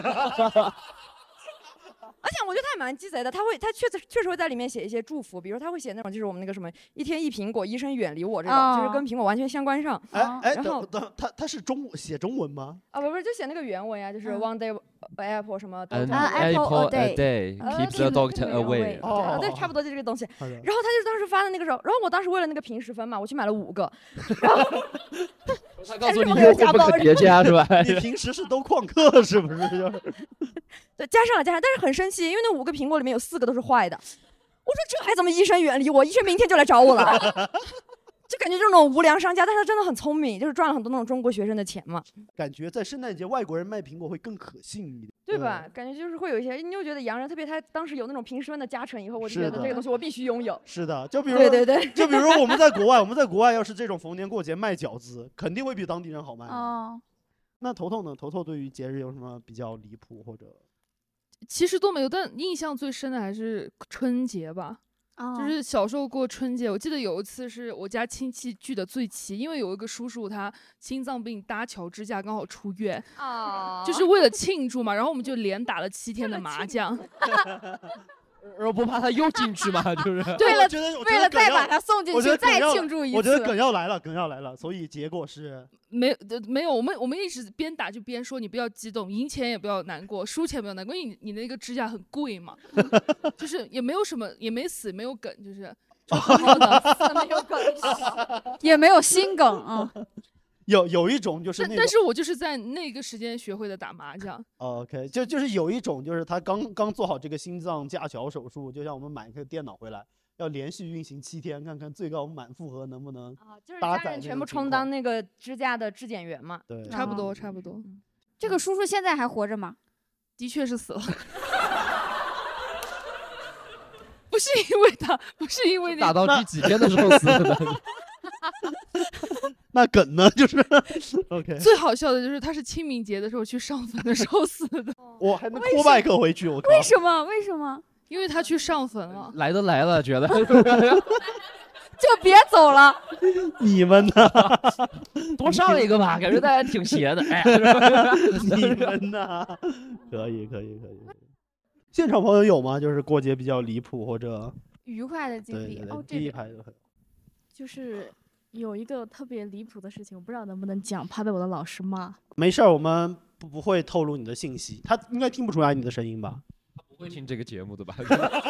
B: 而且我觉得他还蛮鸡贼的，他确实会在里面写一些祝福，比如他会写那种就是我们那个什么1天1苹果，医生远离我这种，就是跟苹果完全相关上。
D: 然后他是写中文吗？
B: 啊，不是，就写那个原文呀，就是 one day apple 什么
E: An apple a day keeps the doctor away。
B: 对，差不多就这个东西。然后他就当时发的那个时候，然后我当时为了那个平时分嘛，我去买了5个。然后
E: 他告诉你又不可叠加是吧？
D: 你平时是都旷课是不是？
B: 对，加上了，但是很生气，因为那5个苹果里面有4个都是坏的。我说这还怎么医生远离我？医生明天就来找我了。就感觉就是那种无良商家，但是他真的很聪明，就是赚了很多那种中国学生的钱嘛。
D: 感觉在圣诞节外国人卖苹果会更可信一点，
B: 对吧？感觉就是会有一些，你就觉得洋人，特别他当时有那种平时分的加成以后，我就觉得这个东西我必须拥有。
D: 是的，就比如
B: 对，
D: 就比如我们在国外要是这种逢年过节卖饺子，肯定会比当地人好卖。
C: 哦。
D: 那头头呢？头头对于节日有什么比较离谱或者？
A: 其实都没有，但印象最深的还是春节吧。就是小时候过春节，我记得有一次是我家亲戚聚的最齐，因为有一个叔叔他心脏病搭桥支架刚好出院，就是为了庆祝嘛，然后我们就连打了7天的麻将。
E: 然后不怕他又进去吗？就是
C: 为了再把他送进去，再庆祝一次。
D: 我觉得梗要来了，所以结果是
A: 没有，我们一直边打就边说，你不要激动，赢钱也不要难过，输钱不要难过，因为你那个指甲很贵嘛，就是也没有什么，也没死，没有梗，就是好好的，
B: 没有梗，
C: 也没有心梗啊。
D: 有一种就是那种，
A: 但是我就是在那个时间学会的打麻将。
D: OK， 就是有一种就是他刚做好这个心脏架桥手术，就像我们买一个电脑回来，要连续运行7天，看看最高满负荷能不能
B: 就是家人全部充当那个支架的质检员嘛。
D: 对，
A: 差不多。
C: 这个叔叔现在还活着吗？
A: 的确是死了。不是因为他，不是因为
E: 打到第几天的时候死的。
D: 那梗呢？就是 OK。
A: 最好笑的就是他是清明节的时候去上坟的时候死的。
D: 我还能拖麦克回去，我靠！
C: 为什么？为什么？
A: 因为他去上坟了。
E: 来都来了，觉得
C: 就别走了。
D: 你们呢？
E: 多上一个吧，感觉大家挺邪的。哎，
D: 你们呢？可以。现场朋友有吗？就是过节比较离谱或者
C: 愉快的经历。
D: 对，第一排的。
I: 就是有一个特别离谱的事情，我不知道能不能讲，怕被我的老师骂。
D: 没事儿，我们不会透露你的信息，他应该听不出来你的声音吧？
E: 他不会听这个节目的吧？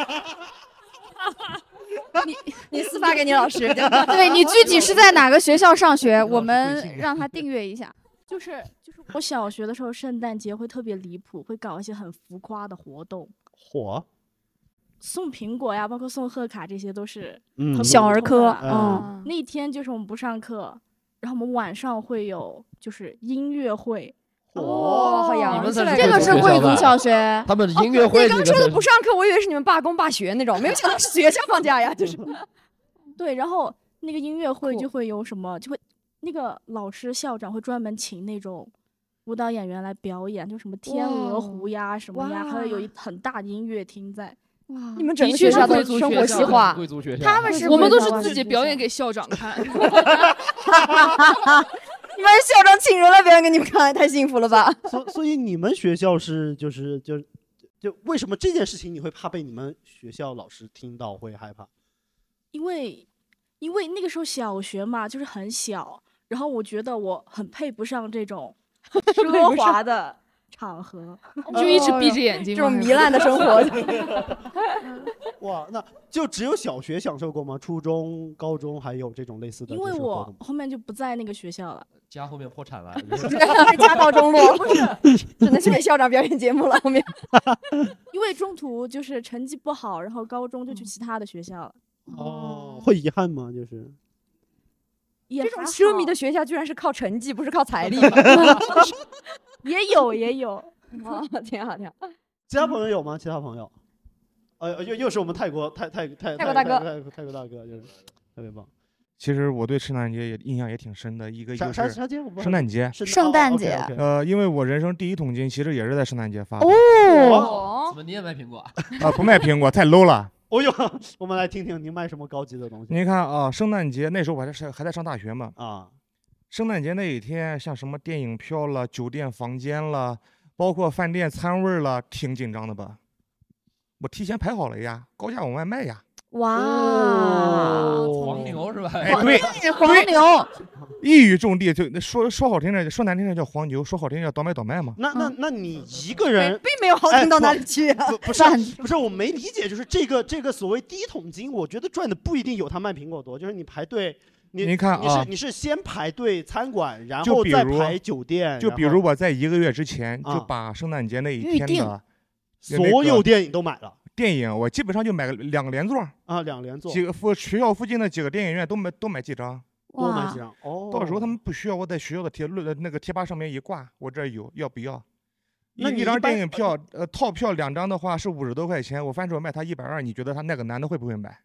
B: 你私发给你老师，
C: 对你具体是在哪个学校上学，我们让他订阅一下。
K: 就是我小学的时候，圣诞节会特别离谱，会搞一些很浮夸的活动，
D: 火
K: 送苹果呀，包括送贺卡，这些都是
B: 小儿科。
K: 那天就是我们不上课，然后我们晚上会有就是音乐会。
B: 好洋气！
C: 这个是贵族小学，
E: 他们音乐会。
B: 你刚说的不上课，我以为是你们罢工罢学那种，没有想到是学校放假呀，就是。
K: 对，然后那个音乐会就会有什么，就会那个老师校长会专门请那种舞蹈演员来表演，就什么天鹅湖呀什么呀，还有一很大的音乐厅在。
B: 哇，你们整个学校的生活细化，
E: 贵族学校，
A: 我们都是自己表演给校长看。
B: 你们校长请人来表演给你们看，太幸福了吧？
D: 所以你们学校是就为什么这件事情你会怕被你们学校老师听到会害怕？
K: 因为那个时候小学嘛，就是很小，然后我觉得我很配不上这种奢华的场合，
A: 就一直闭着眼睛，
B: 这种糜烂的生活。
D: 哇，那就只有小学享受过吗？初中、高中还有这种类似的？
K: 因为我后面就不在那个学校了，
E: 家后面破产了，
B: 家道中落，只能去给校长表演节目了。后面，
K: 因为中途就是成绩不好，然后高中就去其他的学校了。
D: 哦，会遗憾吗？就是
B: 这种奢靡的学校居然是靠成绩，不是靠财力吗？
K: 也有，
B: 哦，挺好。
D: 其他朋友有吗？其他朋友？又是我们泰国大哥，就是特别棒。
F: 其实我对圣诞节也印象也挺深的，一个就是
D: 啥节？
F: 圣诞节。
B: 圣诞节。
F: 因为我人生第一桶金其实也是在圣诞节发的。
E: 哦，怎么你也卖苹果？
F: 不卖苹果，太 low 了。
D: 哦呦，我们来听听您卖什么高级的东西。
F: 您看啊，圣诞节那时候我还在上大学嘛。
D: 啊，
F: 圣诞节那一天，像什么电影票了、酒店房间了，包括饭店餐位了，挺紧张的吧？我提前排好了呀，高价往外卖呀。
B: 哇，
E: 黄牛是吧？
F: 哎，对，
B: 黄牛，
F: 一语中的，就说好听点，说难听点叫黄牛，说好听叫倒卖嘛。
D: 那你一个人
B: 并没有好听到哪里去。
D: 不是，我没理解，就是这个所谓第一桶金，我觉得赚的不一定有他卖苹果多，就是你排队。
F: 你看啊，
D: 你是先排队餐馆，然后再排酒店。
F: 就比如我在1个月之前就把圣诞节那一天的
D: 所有电影都买了。
F: 电影我基本上就买了2个连座
D: 啊，2连座。
F: 几个学校附近的几个电影院都买几张。
D: 多买几张哦。
F: 到时候他们不需要，我在学校的那个贴吧上面一挂，我这有，要不要？
D: 那
F: 一张电影票，套票2张的话是50多块钱，我翻手卖他120，你觉得他那个男的会不会买？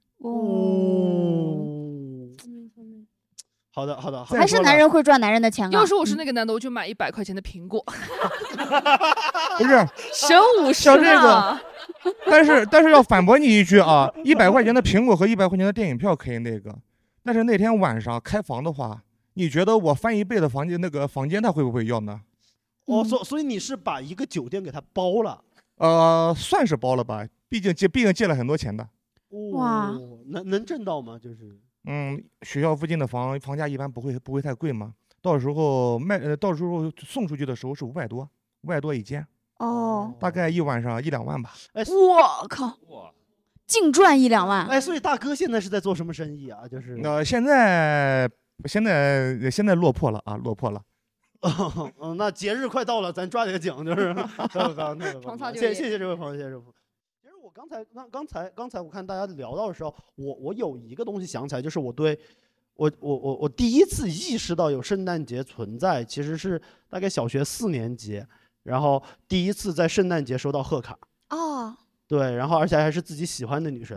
D: 好的。
C: 还是男人会赚男人的钱啊！
A: 要是我是那个男的，我就买100块钱的苹果。
F: 不是，
A: 神武
F: 像这个，但是要反驳你一句啊，100块钱的苹果和100块钱的电影票可以那个，但是那天晚上开房的话，你觉得我翻1倍的房间他会不会要呢？
D: 哦，所以你是把一个酒店给他包了？
F: 算是包了吧，毕竟借了很多钱的。
C: 哇，
D: 能挣到吗？就是。
F: 学校附近的房价一般不会太贵嘛，到时候送出去的时候是500多一间。
C: 哦，
F: 大概一晚上1-2万吧。
D: 哎，
C: 我靠，净赚1-2万。
D: 哎，所以大哥现在是在做什么生意啊？就是
F: 现在落魄了啊，落魄了。
D: 那节日快到了，咱抓这个景，就是谢谢这位朋友，谢谢这位朋友。其实我刚才我看大家聊到的时候，我有一个东西想起来，就是我第一次意识到有圣诞节存在，其实是大概小学4年级，然后第一次在圣诞节收到贺卡。
C: 哦。
D: 对，然后而且还是自己喜欢的女生。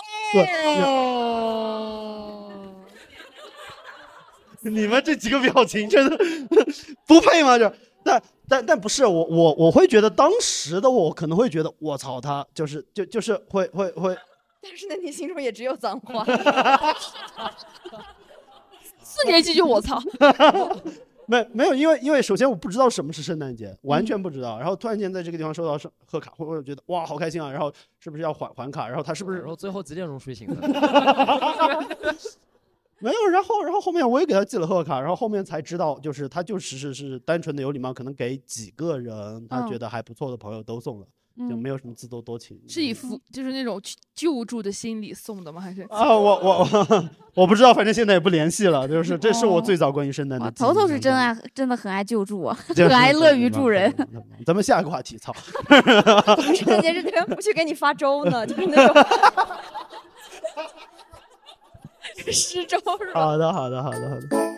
D: 你们这几个表情真的不配吗？但不是我会觉得当时的我可能会觉得我操他就是会。
B: 但是那你心中也只有脏话。
A: 4年级就我操。
D: 没有，因为首先我不知道什么是圣诞节，完全不知道。然后突然间在这个地方收到贺卡，会觉得哇好开心啊！然后是不是要还卡？然后他是不是？
E: 然后最后几点钟睡醒的？
D: 没有，然后后面我也给他寄了贺卡，然后后面才知道，就是他是单纯的有礼貌，可能给几个人他觉得还不错的朋友都送了，就没有什么自作多情。
A: 是以就是那种救助的心理送的吗？还是
D: 啊，我我不知道，反正现在也不联系了。就是这是我最早关于圣诞的记忆。
C: 头头是真的很爱救助我，
D: 就是
C: 很爱乐于助人。
D: 咱们下一个话题，操！
B: 圣诞节这天不去给你发粥呢，就是那种湿粥是吧？
D: 好的，好的，好的，好的。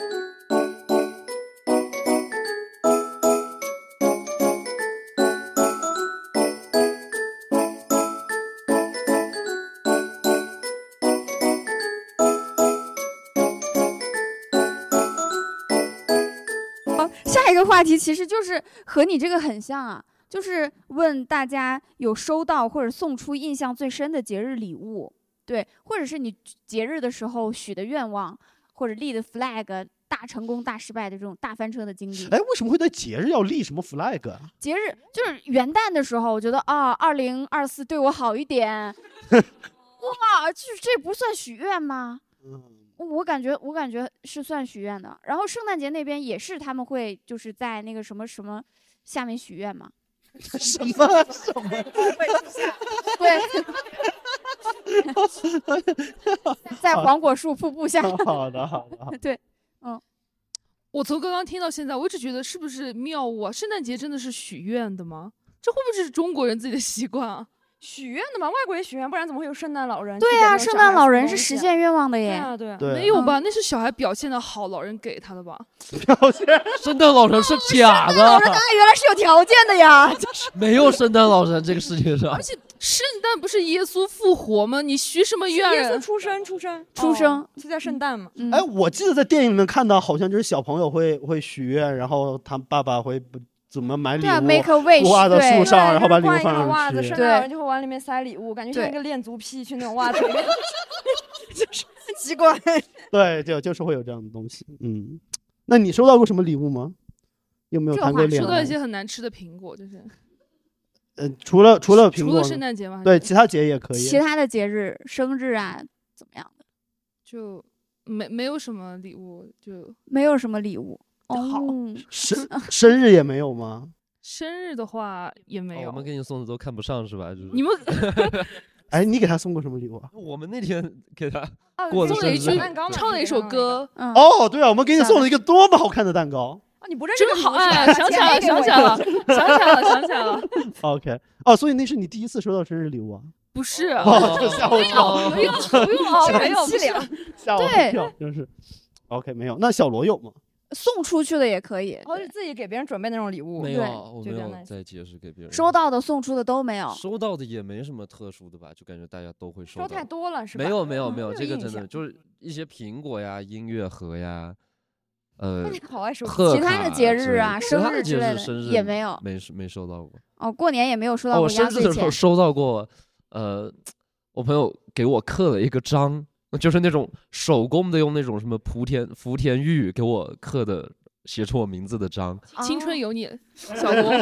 C: 下一个话题其实就是和你这个很像啊，就是问大家有收到或者送出印象最深的节日礼物，对，或者是你节日的时候许的愿望，或者立的 flag， 大成功大失败的这种大翻车的经历。
D: 哎，为什么会在节日要立什么 flag 啊？
C: 节日就是元旦的时候，我觉得啊，2024对我好一点，哇，这不算许愿吗？我感觉是算许愿的。然后圣诞节那边也是，他们会就是在那个什么什么下面许愿嘛。
D: 什么？
C: 对，在黄果树瀑布下。
D: 好的，好的。
C: 对，
A: 我从刚刚听到现在，我一直觉得是不是谬误啊？圣诞节真的是许愿的吗？这会不会是中国人自己的习惯啊？
B: 许愿的嘛，外国人许愿，不然怎么会有圣诞老人？
C: 对呀，圣诞老人是实现愿望的耶。
B: 对啊，
D: 对，
A: 没有吧？那是小孩表现的好，老人给他的吧？
D: 表现，
E: 圣诞老人是假的。
B: 圣诞老人当然原来是有条件的呀，
E: 没有圣诞老人这个世界上。
A: 而且圣诞不是耶稣复活吗？你许什么愿？
B: 耶稣出生，就叫圣诞嘛。
D: 哎，我记得在电影里面看到，好像就是小朋友会许愿，然后他爸爸会怎么买礼物，挂到树上，然后把礼物放上去。
B: 袜子，圣诞老人就会往里面塞礼物，感觉像一个恋足癖去那种袜子里面，就是很奇怪。
D: 对，就是会有这样的东西。嗯，那你收到过什么礼物吗？有没有谈过恋爱？
A: 收到一些很难吃的苹果，就是。
D: 除了苹果，除
A: 了圣诞节吗？
D: 对，其他节也可以。
C: 其他的节日，生日啊，怎么样的？
A: 就没有什么礼物，就
C: 没有什么礼物。
A: 好，
D: 生日也没有吗？
A: 生日的话也没有。
E: 我们给你送的都看不上是吧？就是
A: 你们，
D: 哎，你给他送过什么礼物啊？
E: 我们那天给他过的
A: 生日，唱了一首歌。
D: 哦，对啊，我们给你送了一个多么好看的蛋糕。
B: 你不认识
A: 真好哎！想起来了。
D: OK， 哦，所以那是你第一次收到生日礼物啊？
A: 不是，
D: 吓我一跳，
A: 不用，没有，
D: 吓我一跳，真是。OK， 没有。那小罗有吗？
C: 送出去的也可以，
B: 或者自己给别人准备那种礼物。
E: 没有，我没有在节日给别人。
C: 收到的、送出的都没有。
E: 收到的也没什么特殊的吧，就感觉大家都会收到。
B: 收太多了是吧？
E: 没有，这个真的就是一些苹果呀、音乐盒呀，
B: 好爱收。
C: 其他的节日啊、生日之类的也没有，
E: 没收到过。
C: 哦，过年也没有收到过压岁钱。
E: 我生日的时候收到过，我朋友给我刻了一个章。就是那种手工的，用那种什么福田玉给我刻的，写出我名字的章。
A: 青春有你，小罗。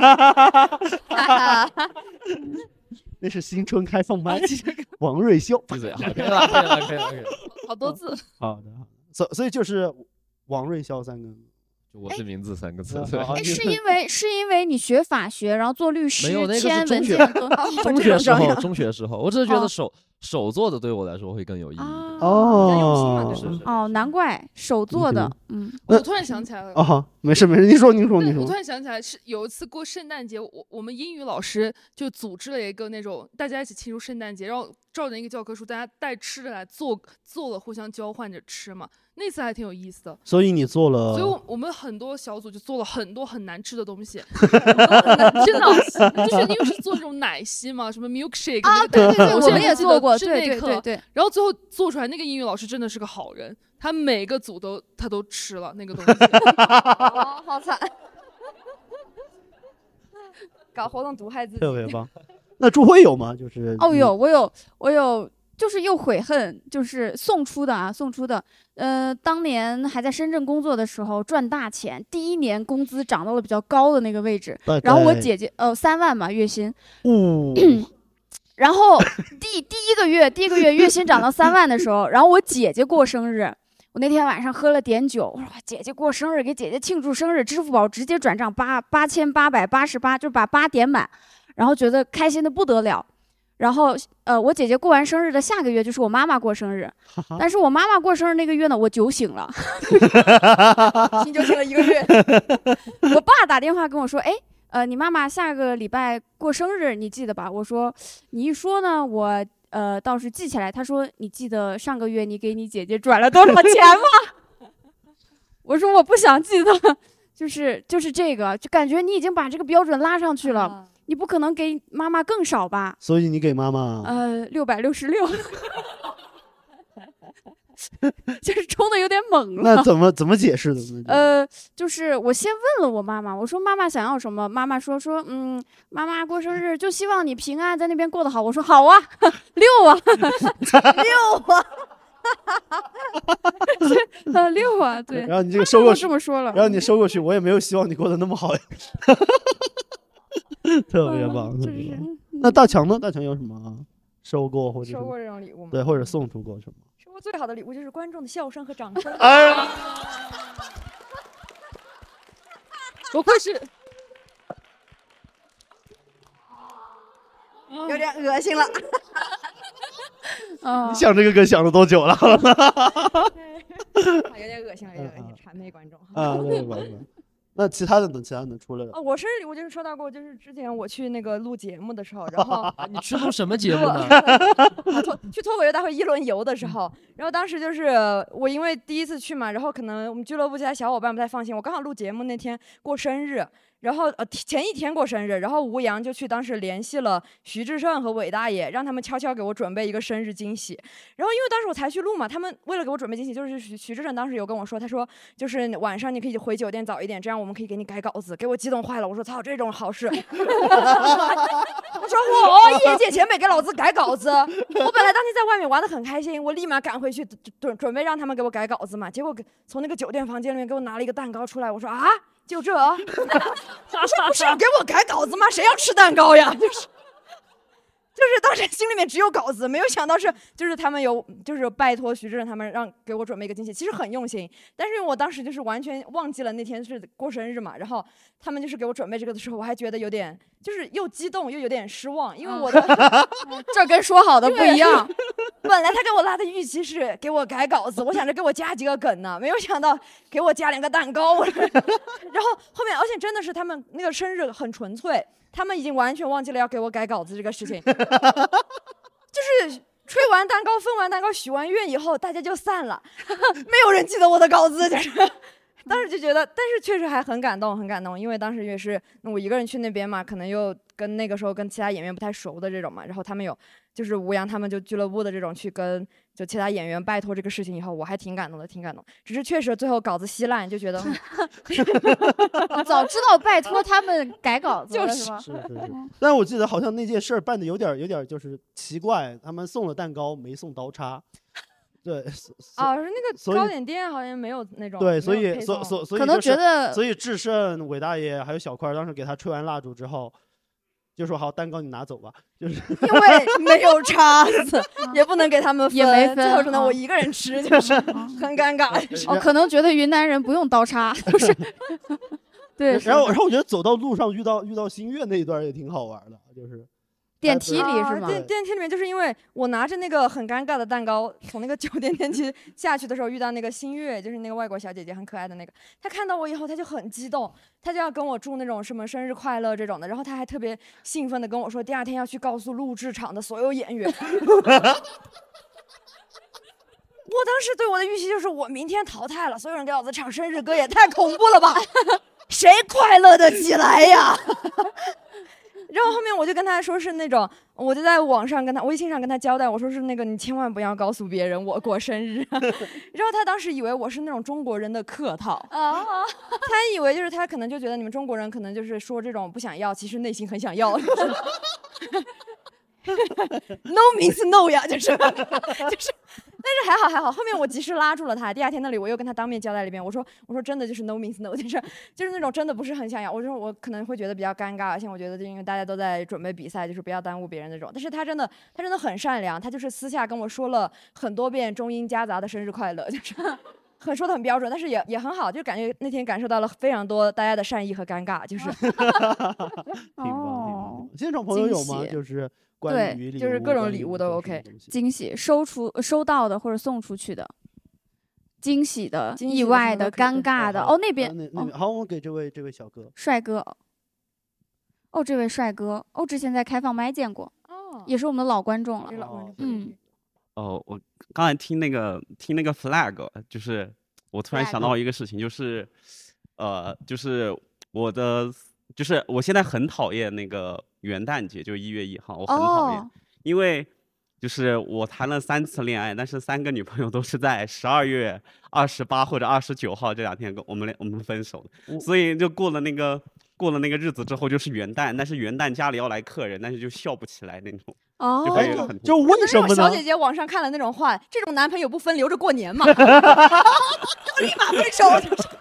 D: 那是新春开放麦，王瑞秀。
E: 闭嘴，可以了。
A: 好多字。
D: 好的，所以就是王瑞潇3个。
E: 我是名字3个字。
C: 哎，是因为你学法学，然后做律师，
E: 没有，那个
C: 签文件。
E: 中学时候，我只是觉得手做的对我来说会更有意义。
C: 哦，难怪手做的。
A: 我突然想起来了。
D: 哦，没事，您说。
A: 我突然想起来，是有一次过圣诞节，我们英语老师就组织了一个那种大家一起庆祝圣诞节，然后照着一个教科书，大家带吃的来做了，互相交换着吃嘛。那次还挺有意思的。
D: 所以你做了？
A: 所以我们很多小组就做了很多很难吃的东西，真的，就是因为是做那种奶昔嘛，什么 milkshake
C: 啊，对，我们也做过，对。
A: 然后最后做出来，那个英语老师真的是个好人，他每个组他都吃了那个东西。
B: 好惨，搞活动毒害自己，
D: 特别棒。那朱辉有吗？就是
C: 有，我有。就是又悔恨，就是送出的。当年还在深圳工作的时候赚大钱，第1年工资涨到了比较高的那个位置，然后我姐姐3万嘛月薪，然后第一个月月薪涨到3万的时候，然后我姐姐过生日，我那天晚上喝了点酒，我说姐姐过生日，给姐姐庆祝生日，支付宝直接转账8888，就把8点满，然后觉得开心的不得了。 然后我姐姐过完生日的下个月就是我妈妈过生日，但是我妈妈过生日那个月呢，我酒醒了，
B: 你酒醒了1个月。
C: 我爸打电话跟我说，哎，你妈妈下个礼拜过生日，你记得吧？我说你一说呢，我倒是记起来。他说你记得上个月你给你姐姐转了多少钱吗？我说我不想记得，就是这个，就感觉你已经把这个标准拉上去了。你不可能给妈妈更少吧？
D: 所以你给妈妈
C: 666，就是冲的有点猛了。
D: 那怎么解释的？
C: 就是我先问了我妈妈，我说妈妈想要什么？妈妈说妈妈过生日就希望你平安在那边过得好。我说好啊，6啊
B: ，6啊。
C: 6啊，对。
D: 然后你这个收过去，
C: 这么说了。
D: 然后你收过去，我也没有希望你过得那么好呀。特别棒，特别棒。那大强呢？大强有什么收过或者
B: 收过这种礼物吗？
D: 对，或者送出过什么？
B: 收过最好的礼物就是观众的笑声和掌声。
A: 哎呀，不愧是，
B: 有点恶心了。
D: 你想这个梗想了多久了？
B: 有点恶心了，有点恶心，谄媚观众。
D: 对吧？那其他的呢？其他的除了
B: 我生日礼物就是收到过，就是之前我去那个录节目的时候，然后
E: 你去录什么节目呢？
B: 去脱口秀大会1轮游的时候，然后当时就是我因为第一次去嘛，然后可能我们俱乐部其他小伙伴不太放心，我刚好录节目那天过生日。然后前一天过生日，然后吴阳就去当时联系了徐志胜和伟大爷，让他们悄悄给我准备一个生日惊喜。然后因为当时我才去录嘛，他们为了给我准备惊喜，就是徐志胜当时有跟我说，他说就是晚上你可以回酒店早一点，这样我们可以给你改稿子，给我激动坏了。我说操，这种好事！我说我业界前辈给老子改稿子，我本来当天在外面玩得很开心，我立马赶回去准备让他们给我改稿子嘛，结果从那个酒店房间里面给我拿了一个蛋糕出来，我说啊。就这，我说不是要给我改稿子吗？谁要吃蛋糕呀？就是当时心里面只有稿子，没有想到就是他们就是拜托徐志胜他们让给我准备一个惊喜，其实很用心，但是因为我当时就是完全忘记了那天是过生日嘛，然后他们就是给我准备这个的时候，我还觉得有点就是又激动又有点失望，因为我的
C: 这跟说好的不一样。
B: 本来他给我拉的预期是给我改稿子，我想着给我加几个梗呢，没有想到给我加2个蛋糕。然后后面，而且真的是他们那个生日很纯粹，他们已经完全忘记了要给我改稿子这个事情，就是吹完蛋糕、分完蛋糕、许完愿以后，大家就散了，没有人记得我的稿子，就是。当时就觉得，但是确实还很感动，很感动，因为当时也是我一个人去那边嘛，可能又跟那个时候跟其他演员不太熟的这种嘛，然后他们有就是吴阳他们就俱乐部的这种去跟就其他演员拜托这个事情以后，我还挺感动的，挺感动。只是确实最后稿子稀烂，就觉得
C: 早知道拜托他们改稿子了是吗？
D: 是。但我记得好像那件事儿办的有点就是奇怪，他们送了蛋糕没送刀叉。对，是
B: 那个糕点店好像没有那种。
D: 对，所以
C: 可能觉得，
D: 所以志胜、伟大爷还有小块当时给他吹完蜡烛之后，就说好，蛋糕你拿走吧，就是
B: 因为没有叉子，也不能给他们分，
C: 也没分，
B: 最后只能我一个人吃，就是很尴尬。
C: 可能觉得云南人不用刀叉，就是对。
D: 然后我觉得走到路上遇到新月那一段也挺好玩的，就是。
C: 电梯里是吗？
B: 电梯里面，就是因为我拿着那个很尴尬的蛋糕从那个酒店电梯下去的时候，遇到那个新月，就是那个外国小姐姐，很可爱的那个。她看到我以后，她就很激动，她就要跟我祝那种什么生日快乐这种的。然后她还特别兴奋的跟我说，第2天要去告诉录制场的所有演员。我当时对我的预期就是，我明天淘汰了，所有人给老子唱生日歌，也太恐怖了吧！谁快乐得起来呀？然后后面我就跟他说是那种，我就在网上跟他微信上跟他交代，我说是那个你千万不要告诉别人我过生日。然后他当时以为我是那种中国人的客套，他以为就是他可能就觉得你们中国人可能就是说这种不想要，其实内心很想要。No means no 呀，就是，但是还好，后面我及时拉住了他。第2天那里我又跟他当面交代了一遍，我说真的就是 no means no， 就是那种真的不是很想要。我说我可能会觉得比较尴尬，而且我觉得就因为大家都在准备比赛，就是不要耽误别人那种。但是他真的很善良，他就是私下跟我说了很多遍中英夹杂的生日快乐，就是说的很标准，但是也很好，就感觉那天感受到了非常多大家的善意和尴尬，就是。
D: 挺棒。现场朋友有吗？就是关于
B: 对，就是各种礼物都 OK。
C: 惊喜收到的或者送出去的，惊喜的、意外的、尴尬的。哦，那边
D: 好，我给这位小哥，
C: 帅哥。哦，这位帅哥，哦，之前在开放麦见过，也是我们的老观众了。
L: 我刚才听那个 flag， 就是我突然想到一个事情，就是我现在很讨厌那个元旦节，就是1月1号，我很讨厌，因为就是我谈了3次恋爱，但是3个女朋友都是在12月28或者29号这2天我们分手的，所以就过了那个日子之后就是元旦，但是元旦家里要来客人，但是就笑不起来那种。
B: 就为什么呢？小姐姐网上看了那种话，这种男朋友不分留着过年嘛，就立马分手。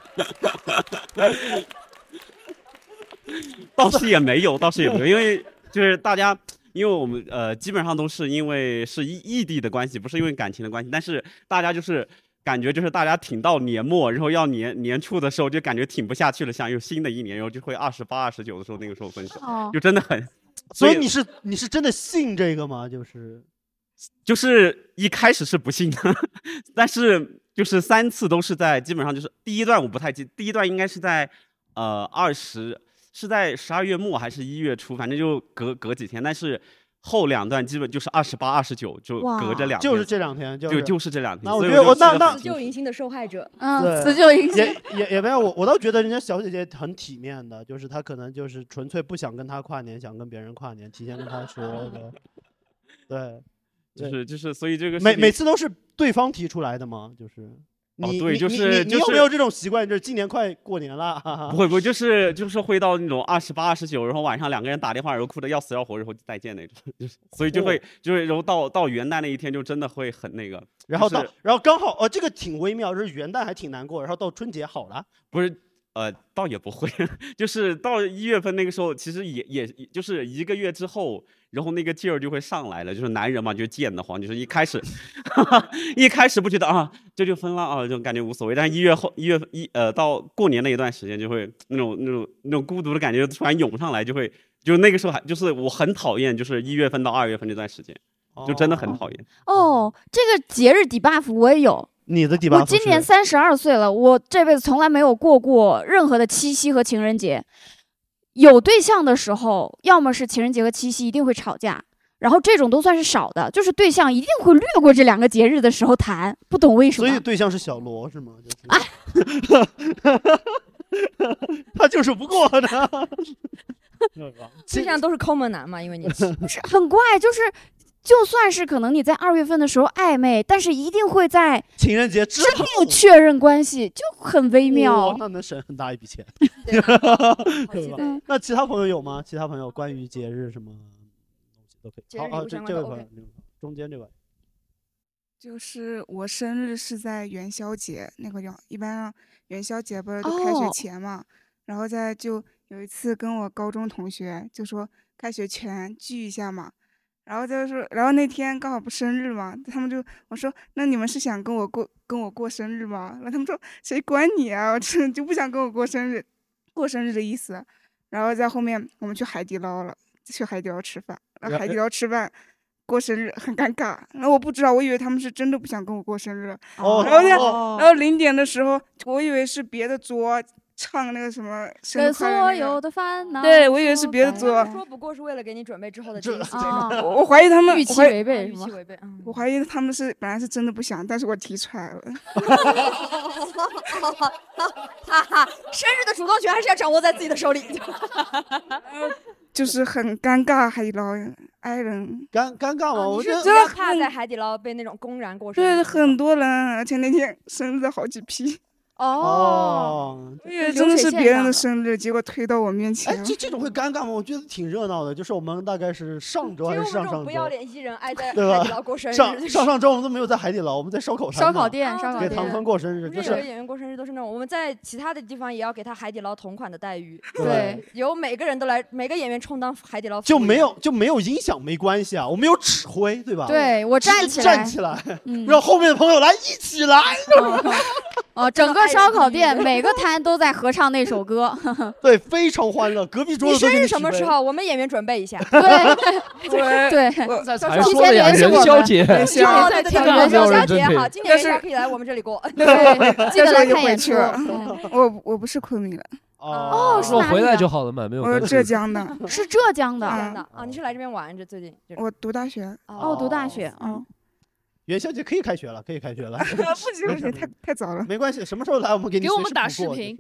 L: 倒是也没有，因为就是大家，因为我们基本上都是因为是异地的关系，不是因为感情的关系，但是大家就是感觉就是大家挺到年末，然后要年初的时候就感觉挺不下去了，想有新的一年，然后就会28、29的时候那个时候分手，就真的很。
D: 所以你是真的信这个吗？
L: 就是一开始是不信的，但是就是3次都是在基本上就是第一段我不太记，第一段应该是在是在12月末还是1月初，反正就隔几天，但是后2段基本就是28、29，就隔着2天，
D: 就是这2天，
L: 就是这2天。
D: 那我觉得那
B: 辞旧迎新的受害者，
C: 辞旧迎新
D: 也没有，我倒觉得人家小姐姐很体面的，就是她可能就是纯粹不想跟他跨年，想跟别人跨年，提前跟他说的，对，
L: 就是，所以这个
D: 每次都是对方提出来的吗？就是。你有没有这种习惯？就是今年快过年了，
L: 不会，就是会到那种28、29，然后晚上2个人打电话，然后哭得要死要活，然后再见那种，所以就会然后到元旦那一天就真的会很那个，
D: 然后刚好这个挺微妙，就是元旦还挺难过，然后到春节好了，
L: 不是。倒也不会，就是到1月份那个时候，其实也就是1个月之后，然后那个劲儿就会上来了，就是男人嘛，就贱得慌，就是一开始不觉得这就分了就感觉无所谓，但是1月到过年那一段时间，就会那种孤独的感觉突然涌上来，就那个时候就是我很讨厌，就是1月份到2月份这段时间，就真的很讨厌。
C: 这个节日底 buff 我也有。
D: 你的底 buff
C: 我今年32岁了，我这辈子从来没有过任何的七夕和情人节。有对象的时候，要么是情人节和七夕一定会吵架，然后这种都算是少的，就是对象一定会略过这2个节日的时候谈，不懂为什么。
D: 所以对象是小罗是吗？他就是不过的。
B: 对象都是抠门男嘛，因为你
C: 不是很怪，就算是可能你在2月份的时候暧昧，但是一定会在
D: 情人节之后
C: 确认关系，就很微妙。
D: 那能省很大一笔钱。那其他朋友有吗？其他朋友关于节日什么东西都可以。好，这位朋友，中间这位。
M: 就是我生日是在元宵节那个地方，一般元宵节不是都开学前嘛，然后就有一次跟我高中同学就说开学前聚一下嘛。然后那天刚好不生日嘛，我说那你们是想跟我过生日吗？然后他们说谁管你啊，我就不想跟我过生日的意思。然后在后面我们去海底捞了，去海底捞吃饭，然后海底捞吃饭过生日很尴尬，然后我不知道，我以为他们是真的不想跟我过生日，然后0点的时候我以为是别的桌。唱那个什么生日快乐，
C: 所有的烦恼。
M: 对，我以为是别的桌。
B: 说不过是为了给你准备之后的惊喜。
M: 我怀疑他们
C: 预期违背，
M: 我怀疑他们本来是真的不想，但是我提出来了。
B: 生日的主动权还是要掌握在自己的手里。
M: 就是很尴尬，海底捞挨人。
D: 尴尬吗？我觉得
B: 真的怕在海底捞被那种公然过生日。
M: 对，很多人，而且那天生日的好几批。真的是别人的生日，结果推到我面前。
D: 这种会尴尬吗？我觉得挺热闹的。就是我们大概是上周还是上周，
B: 不要脸艺人爱在海底捞过生日。
D: 上周我们都没有在海底捞，我们在烧烤
C: 店
D: 给唐僧过生日。
B: 就是演员过生日都是那种，我们在其他的地方也要给他海底捞同款的待遇。
D: 对，
B: 由每个人都来，每个演员充当海底捞。
D: 就没有音响没关系啊，我们有指挥，对吧？
C: 对，我站起来，
D: 然后后面的朋友来一起来。
C: 整个烧烤店每个摊都在合唱那首歌。
D: 对，非常欢乐。隔壁桌子都给
B: 你生日什么
D: 起飞
B: 时候？我们演员准备一下。
C: 对，
E: 才说了呀，元宵节，
B: 元宵节好，今年元宵可以来我们这里过。
C: 对，记得来看演出。
M: 我不是昆明的。
C: 哦，是哪里的？
E: 我回来就好了嘛，没有关系。
M: 我是浙江的。
C: 是浙江的
B: 啊，你是来这边玩？这最近？
M: 我读大学。
C: 哦，读大学，
D: 元宵节可以开学了，可以开学了。
M: 不行不行，太早了。
D: 没关系，什么时候来我们给你
A: 给我们打视频。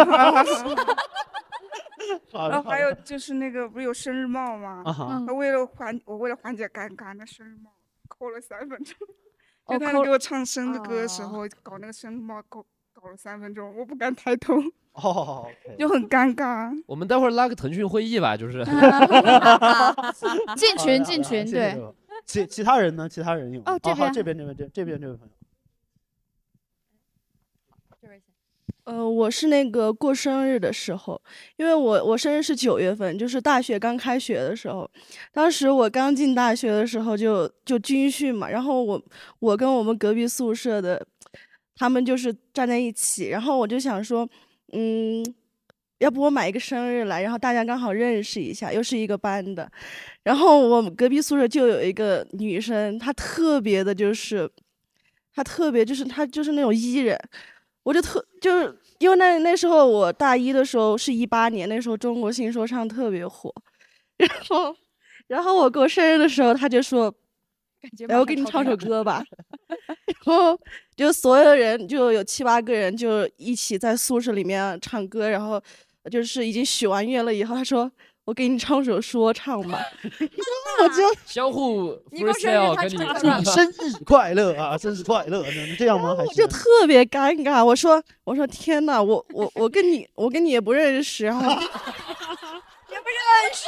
M: 然后还有就是那个不是有生日帽吗？我为了缓解尴尬，那生日帽扣了3分钟。就他给我唱生日歌的时候，搞那个生日帽搞了3分钟，我不敢抬头。就很尴尬。
E: 我们待会儿拉个腾讯会议吧，就是
C: 进群，对。
D: 其他人呢？其他人有
C: 哦，这边
D: 这位朋友。
N: 我是那个过生日的时候，因为我生日是9月份，就是大学刚开学的时候。当时我刚进大学的时候就军训嘛，然后我跟我们隔壁宿舍的他们就是站在一起，然后我就想说，要不我买一个生日来，然后大家刚好认识一下，又是一个班的。然后我们隔壁宿舍就有一个女生，她就是那种 E 人，就是因为那时候我大一的时候是18年，那时候中国新说唱特别火，然后我过生日的时候，她就说，哎，我给你唱首歌吧。然后就所有人就有7、8个人就一起在宿舍里面唱歌，然后就是已经许完愿了以后，他说我给你唱首说唱吧。我就
E: 相互 freestyle 跟你
D: 祝生日快乐啊，生日快乐，能这样吗？
N: 我就特别尴尬，我说天哪，我跟你也不认识，然后
B: 也不认识。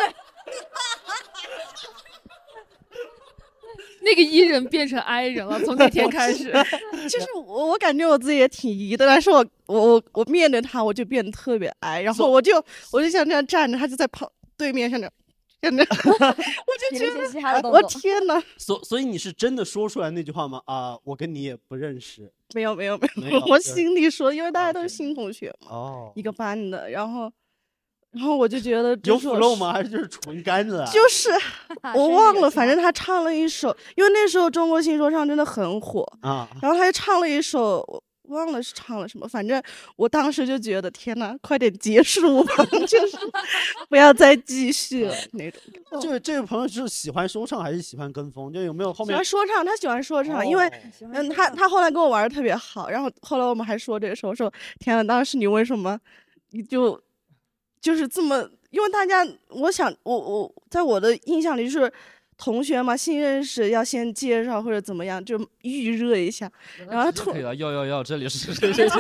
A: 那个 E 人变成 I 人了，从那天开始。
N: 就是我感觉我自己也挺 E 的，但是我面对他我就变得特别 I， 然后我就像这样站着，他就在对面像这样。我就觉得我天哪！
D: 所以你是真的说出来那句话吗？我跟你也不认识。
N: 没有，我心里说，因为大家都是新同学嘛，一个班的，然后我就觉得
D: 有腐漏吗？还是就是纯干的？
N: 就是我忘了，反正他唱了一首，因为那时候中国新说唱真的很火啊，然后他就唱了一首。忘了是唱了什么，反正我当时就觉得天哪，快点结束吧，就是不要再继续了那种。
D: 这位朋友是喜欢说唱还是喜欢跟风？就有没有后面
N: 喜欢说唱？他喜欢说唱，因为他后来跟我玩的特别好，然后后来我们还说这个事，我说天哪，当时你为什么你就是这么？因为大家，我想我在我的印象里就是。同学嘛，新认识要先介绍或者怎么样，就预热一下，然后
E: 可以了，要，这里是。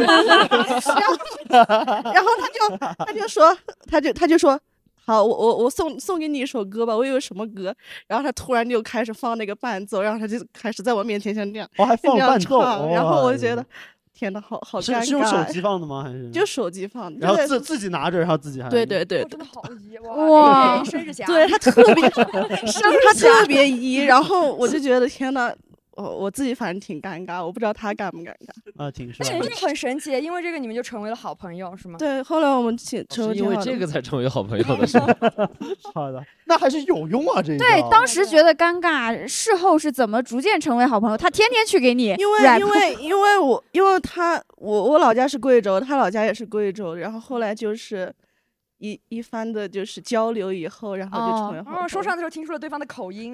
N: 然后他就说，好，我送给你一首歌吧，我有什么歌？然后他突然就开始放那个伴奏，然后他就开始在我面前像这样，
D: 还放伴奏，
N: 然后我就觉得。天呐，好尴尬！
D: 是用手机放的吗？还是
N: 就手机放的？
D: 然后自己拿着，然后自己还
N: 对，
B: 真的好一
N: 哇！
B: 生日侠，
N: 对他特别一，然后我就觉得天呐，我自己反正挺尴尬，我不知道他尴不尴尬
D: 啊，挺
B: 帅。但是很神奇，因为这个你们就成为了好朋友，是吗？
N: 对，后来我们成为
E: 因为这个才成为好朋友的是吗？
D: 好的，那还是有用啊，这个。
C: 对，当时觉得尴尬，事后是怎么逐渐成为好朋友？他天天去给你，
N: 因为我老家是贵州，他老家也是贵州，然后后来就是一番的就是交流以后，然后就成为好朋友。
B: 说唱的时候听出了对方的口音。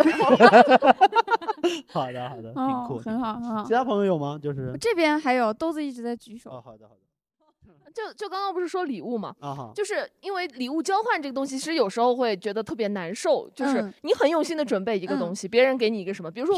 D: 好的，挺酷，
C: 很好。
D: 其他朋友有吗？就是
C: 这边还有豆子一直在举手。
D: 好的。
G: 就刚刚不是说礼物嘛，就是因为礼物交换这个东西，其实有时候会觉得特别难受，就是你很用心的准备一个东西，别人给你一个什么，比如说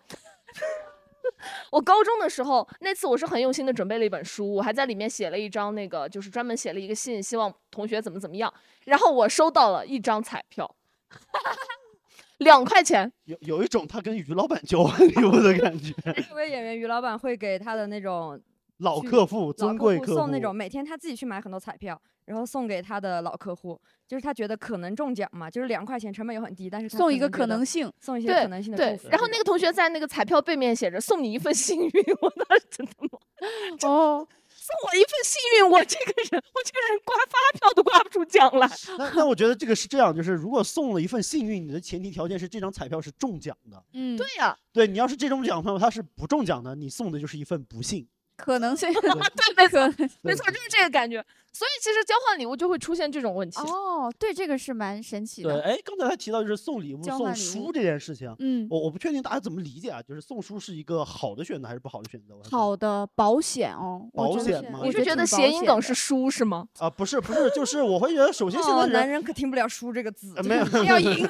G: 我高中的时候，那次我是很用心的准备了一本书，我还在里面写了一张那个，就是专门写了一个信，希望同学怎么样。然后我收到了一张彩票，2块钱。
D: 有一种他跟于老板交换礼物的感觉。
B: 作为演员，于老板会给他的那种
D: 老客户、尊贵客户
B: 送那种每天他自己去买很多彩票，然后送给他的老客户。就是他觉得可能中奖嘛，就是2块钱成本又很低，但是他
C: 送一个可能性，
B: 送一些可能性的祝福。
G: 然后那个同学在那个彩票背面写着"送你一份幸运"，我当时真的
C: 哦，
G: 我一份幸运，我这个人刮发票都刮不出奖来。
D: 那我觉得这个是这样，就是如果送了一份幸运，你的前提条件是这张彩票是中奖的。
G: 对呀。
D: 对，你要是这种奖票它是不中奖的，你送的就是一份不幸。
C: 可能性
G: 对，没错，没错，就是这个感觉。所以其实交换礼物就会出现这种问题。
C: 哦，对，这个是蛮神奇的。
D: 对，哎，刚才还提到就是送礼物、送书这件事情，我不确定大家怎么理解啊，就是送书是一个好的选择还是不好的选择？
C: 好的，保险哦，
D: 保险吗？
G: 你是觉得谐音梗是书是吗？
D: 啊，不是，就是我会觉得，首先现在
B: 男人可听不了书这个字，
D: 没有
B: 要赢。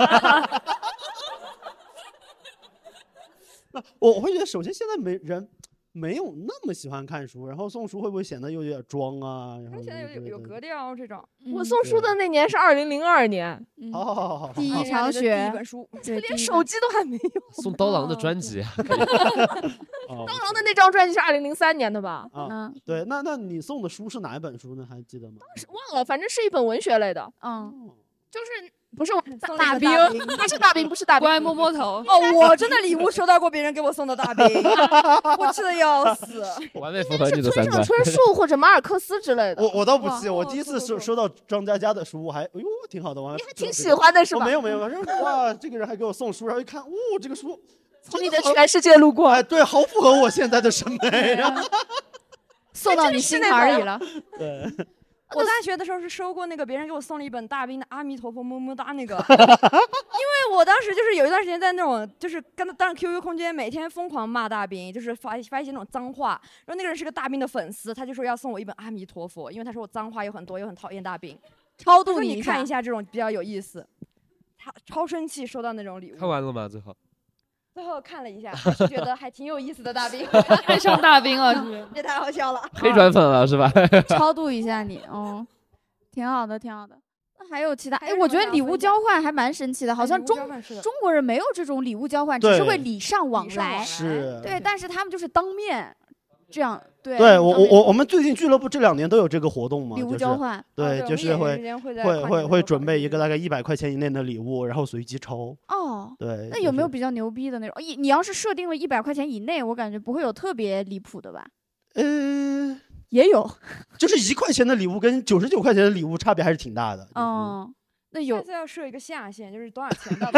D: 那我会觉得，首先现在人没有那么喜欢看书，然后送书会不会显得有点装啊？然后
B: 现在有格调这种。
G: 我送书的那年是2002年，
D: 好，
C: 第一场雪，
B: 第一本书，
G: 连手机都还没有。
E: 送刀郎的专辑。
G: 刀郎的那张专辑是2003年的吧？
D: 对，那你送的书是哪一本书呢？还记得吗？
G: 忘了，反正是一本文学类的。就是不是
B: 大兵，
G: 不是大兵，不是大兵，
A: 乖摸摸头。
B: 哦，我真的礼物收到过别人给我送的大兵，我气得要死。
E: 完美符合你的三观。
G: 春树或者马尔克斯之类的。
D: 我倒不气，我第一次收到张嘉佳的书，我还哎呦挺好的，我还
G: 挺喜欢的是吧？
D: 没有，反正哇，这个人还给我送书，然后一看，这个书
G: 从你的全世界路过，
D: 哎，对，好符合我现在的审美，
C: 送到你心坎里了。
D: 对。
B: 我大学的时候是收过那个别人给我送了一本大兵的《阿弥陀佛么么哒》那个，因为我当时就是有一段时间在那种就是当 QQ 空间每天疯狂骂大兵，就是发一些那种脏话，然后那个人是个大兵的粉丝，他就说要送我一本《阿弥陀佛》，因为他说我脏话又很多，又很讨厌大兵，
C: 超度
B: 你看一下这种比较有意思。他超生气收到那种礼物。
E: 看完了吗？
B: 最后看了一下，还是觉得还挺有意思的大兵，
A: 爱上大兵了，是不是？
B: 这太好笑了。
E: 黑转粉了是吧？
C: 超度一下你，挺好的，挺好的。那还有其他？哎，我觉得礼物交换还蛮神奇的，好像中国人没有这种礼物交换，只是会礼尚往来。
D: 是。
C: 对，但是他们就是当面这样。
D: 对，我们最近俱乐部这2年都有这个活动嘛，
C: 礼物交换。
D: 对，就是会准备一个大概100块钱以内的礼物，然后随机抽。对。
C: 那有没有比较牛逼的那种？你要是设定了100块钱以内，我感觉不会有特别离谱的吧？也有，
D: 就是1块钱的礼物跟99块钱的礼物差别还是挺大的。
C: 那有。
B: 下次要设一个下限，就是多少钱到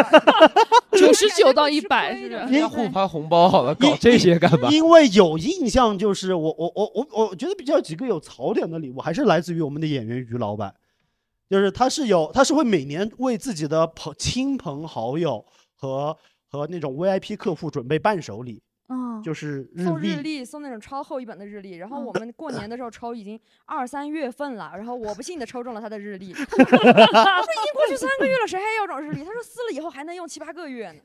A: 99到100，是不是？
E: 要互发红包好了，搞这些干嘛？
D: 因为有印象，就是我觉得比较几个有槽点的礼物，还是来自于我们的演员于老板，就是他是会每年为自己的亲朋好友和那种 VIP 客户准备伴手礼。就是
B: 送日历，送那种超厚一本的日历，然后我们过年的时候抽已经2、3月份了，然后我不幸的抽中了他的日历。我说已经过去3个月了，谁还要这种日历？他说撕了以后还能用7、8个月呢。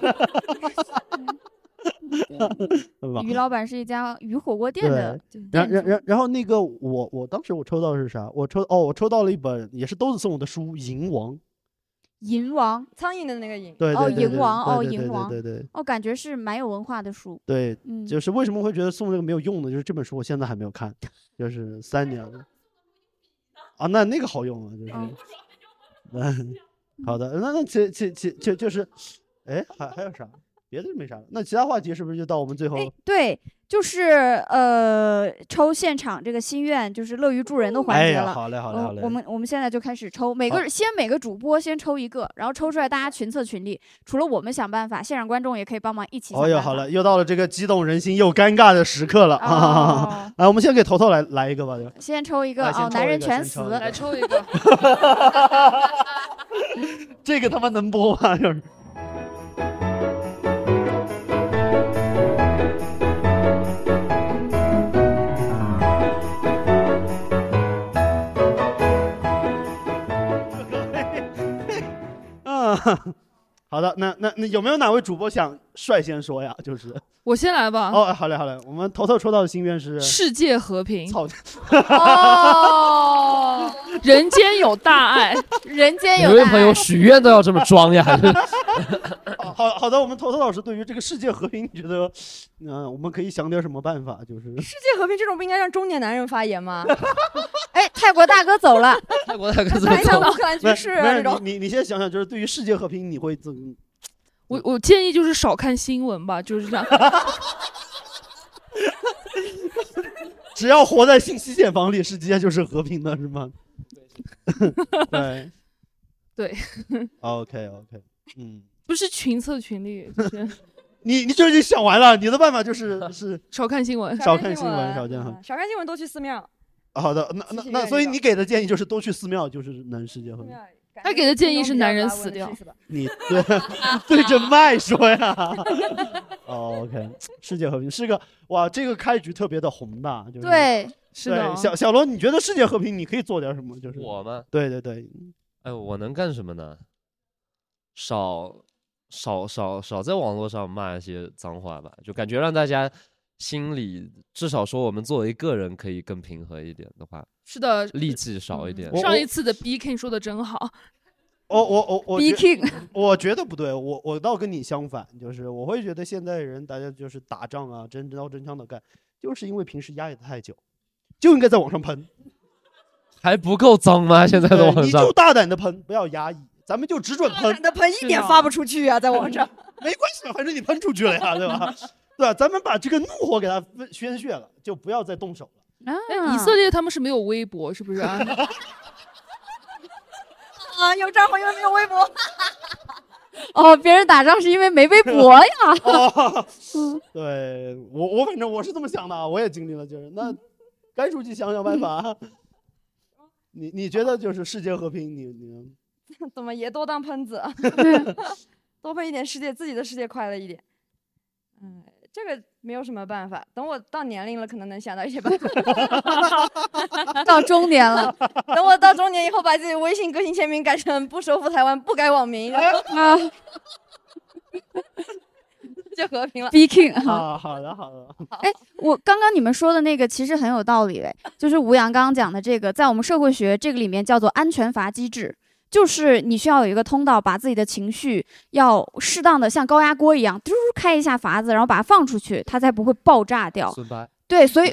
C: 于老板是一家鱼火锅店的。
D: 然后那个我当时我抽到是啥？我抽到了一本也是豆子送我的书《银王》。
C: 银王，
B: 苍蝇的那个银。
D: 对，
C: 银王，银王，
D: 对，
C: 感觉是蛮有文化的书。
D: 对，就是为什么会觉得送这个没有用呢？就是这本书我现在还没有看，就是3年了。那个好用啊，就是，好的，那就是，哎，还有啥？别的没啥了。那其他话题是不是就到我们最后？
C: 对，就是抽现场这个心愿，就是乐于助人的环节了。
D: 好嘞。
C: 我们现在就开始抽，每个主播先抽一个，然后抽出来大家群策群力。除了我们想办法，现场观众也可以帮忙一起想办法。
D: 好了，又到了这个激动人心又尴尬的时刻了。来，我们先给头来一个吧。
C: 先抽一个男人全死。
A: 来抽一个。
D: 这个他妈能播吗？就是。好的，那有没有哪位主播想率先说呀？就是
A: 我先来吧。
D: 好嘞，我们头抽到的心愿是
A: 世界和平。
D: 操！
A: 人间有大爱，
C: 人间有大爱。
E: 有位朋友许愿都要这么装呀。
D: 好的，我们头老师对于这个世界和平，你觉得，我们可以想点什么办法？就是
B: 世界和平这种不应该让中年男人发言吗？
C: 哎，泰国大哥走了，
E: 泰国大哥走
B: 了，乌克兰局势这种。
D: 你先想想，就是对于世界和平，你会怎么？
A: 我建议就是少看新闻吧，就是这样。
D: 只要活在信息茧房里，世界就是和平的，是吗？对，
A: 对。
D: OK，
A: 不是群策群力，就是
D: 你就已经想完了，你的办法就是
A: 少看新闻，
D: 少看新闻，少见哈。
B: 少看新闻，多去寺庙。
D: 好的，那所以你给的建议就是多去寺庙，就是能世界和平。
A: 他给的建议是男人死掉。
D: 你对着麦说呀。OK， 世界和平是个哇，这个开局特别的宏大，就是
C: 对，
A: 是的。
D: 小罗，你觉得世界和平你可以做点什么？就是
E: 我吗？
D: 对，
E: 哎，我能干什么呢？少在网络上骂一些脏话吧，就感觉让大家心里至少说我们作为个人可以更平和一点的话，
A: 是的，
E: 戾气少一点。
A: 上一次的 B King 说的真好。
D: 我
A: B King，
D: 我觉得不对，我倒跟你相反，就是我会觉得现在人大家就是打仗啊，真刀真枪的干，就是因为平时压抑的太久，就应该在网上喷。
E: 还不够脏吗？现在的网上
D: 你就大胆的喷，不要压抑。咱们就只准喷，
B: 的喷一点发不出去啊，在网上。
D: 没关系嘛，反正你喷出去了呀，对吧？对吧？咱们把这个怒火给它宣泄了，就不要再动手了。
A: 以色列他们是没有微博，是不是啊？
B: 有账号因为没有微博。
C: 哦，别人打仗是因为没微博呀。
D: 对我反正我是这么想的，我也经历了，就是那该出去想想办法。你觉得就是世界和平，你
B: 怎么也多当喷子，多喷一点自己的世界快乐一点。这个没有什么办法，等我到年龄了，可能能想到一些办法。
C: 到中年了，
B: 等我到中年以后，把自己微信个性签名改成不收复台湾，不改网名啊，就和平了。
C: B King
D: 好的。
C: 哎，我刚刚你们说的那个其实很有道理嘞，就是吴阳刚刚讲的这个，在我们社会学这个里面叫做安全阀机制。就是你需要有一个通道，把自己的情绪要适当的像高压锅一样，嘟开一下阀子，然后把它放出去，它才不会爆炸掉。对，所以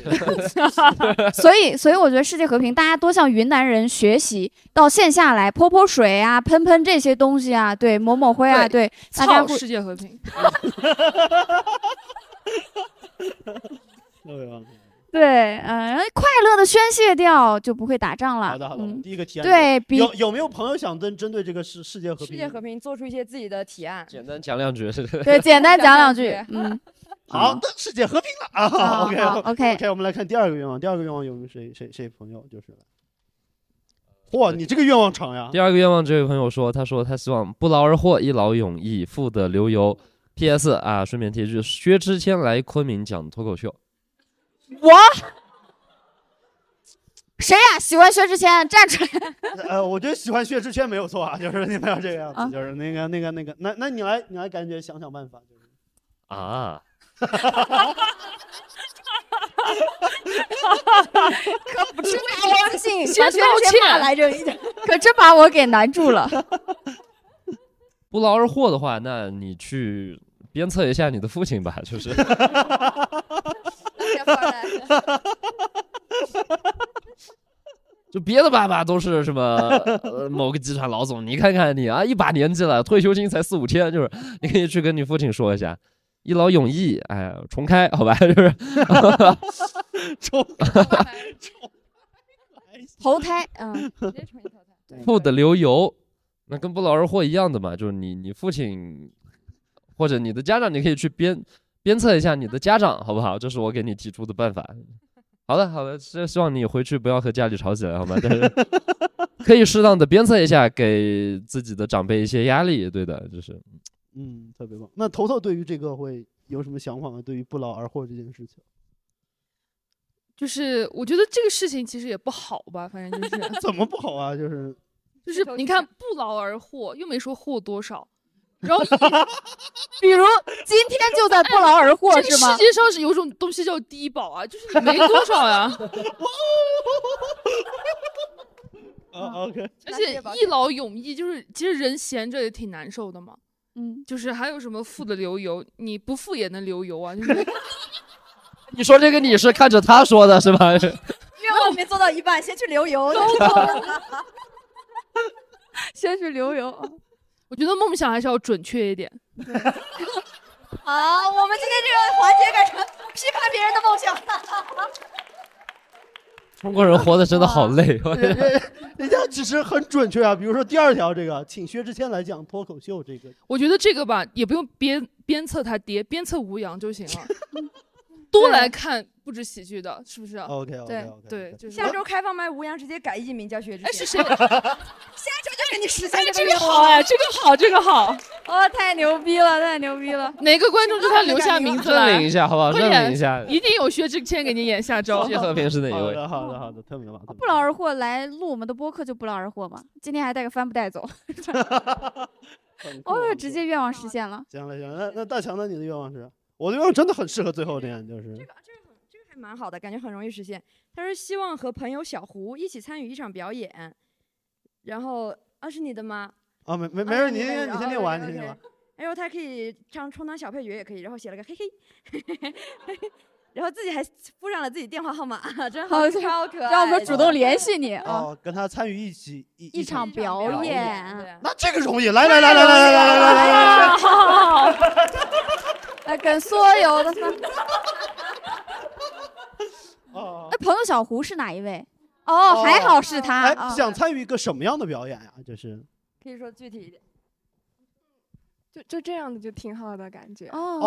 C: 我觉得世界和平，大家多向云南人学习，到线下来泼水啊，喷这些东西啊，对，抹灰啊，对，大家会
A: 世界和平。
C: 对，快乐的宣泄掉，就不会打仗了。
D: 好的，第一个提案。
C: 对，
D: 有没有朋友想针对这个世界和平
B: 做出一些自己的提案？
E: 简单讲两句，
C: 对，简单讲两句。
D: 好的，世界和平了啊。OK， 我们来看第二个愿望。第二个愿望有没有谁朋友就是？哇，你这个愿望长呀！
E: 第二个愿望，这位朋友说，他希望不劳而获，一劳永逸，富得流油。PS 啊，顺便提一句，薛之谦来昆明讲脱口秀。
C: 我谁呀？喜欢薛之谦，站出来。
D: 我觉得喜欢薛之谦没有错啊，就是你们要这个样子，就是那个，那你来感觉想办法，就是
E: 啊。
B: 可不是高兴，
C: 先
B: 道歉来着，
C: 可真把我给难住了。
E: 不劳而获的话，那你去鞭策一下你的父亲吧，就是。就别的爸爸都是什么某个集团老总，你看看你啊，一把年纪了，退休金才4-5千，就是你可以去跟你父亲说一下，一劳永逸，哎，重开，好吧，就是
C: 投胎，
E: 富得流油，那跟不劳而获一样的嘛，就是你父亲或者你的家长，你可以去鞭策一下你的家长，好不好？这是我给你提出的办法。好的，希望你回去不要和家里吵起来，好吗？但是可以适当的鞭策一下，给自己的长辈一些压力，对的，就是。
D: 特别棒。那头对于这个会有什么想法吗？对于不劳而获这件事情，
A: 就是我觉得这个事情其实也不好吧，反正就是
D: 怎么不好啊？就是
A: 你看不劳而获，又没说获多少。然后，
C: 比如今天就在不劳而获是吗？
A: 世界上是有种东西叫低保啊，就是你没多少呀。
D: OK，
A: 而且一劳永逸，就是其实人闲着也挺难受的嘛。就是还有什么富得流油，你不富也能流油啊。就是
E: 你说这个你是看着他说的是吧？
B: 愿望没做到一半，先去流油。
C: 先去流油。
A: 我觉得梦想还是要准确一点。
B: 好，我们今天这个环节改成批判别人的梦想。
E: 中国人活得真的好累。
D: 人家其实很准确啊。比如说第2条，这个请薛之谦来讲脱口秀这个。
A: 我觉得这个吧，也不用鞭策他爹，鞭策吴阳就行了。多来看不止喜剧的，是不是
D: ？OK，
A: 对，就是
B: 下周开放麦，吴阳直接改艺名叫薛之谦。
A: 哎，是谁？
B: 下周就给你实现
A: 这个好哎，这个好，这个好。
C: 哦，太牛逼了，太牛逼了！
A: 哪个观众就他留下名字来，
E: 证明一下好不好？证明一下，
A: 一定有薛之谦给你演下周。
E: 谢和平是哪一位？
D: 好的，特别棒。
C: 不劳而获来录我们的播客就不劳而获嘛。今天还带个帆布袋走。哦，直接愿望实现了。
D: 行了，那大强呢？你的愿望是？我的愿望真的很适合最后这样，就是
B: 这个还蛮好的，感觉很容易实现。他说希望和朋友小胡一起参与一场表演，然后是你的吗？
D: 啊，没事，你先念完，你先念完。
B: 然后他可以充当小配角也可以，然后写了个嘿嘿，然后自己还附上了自己电话号码，真好，超可爱。
C: 让我们主动联系你
D: 哦，跟他参与一
C: 场表演。
D: 那这个容易，来，
C: 好，来跟所有的。哎，朋友小胡是哪一位？哦，还好是他。
D: 哎，想参与一个什么样的表演呀？就是
B: 可以说具体一点。
O: 就这样的就挺好的感觉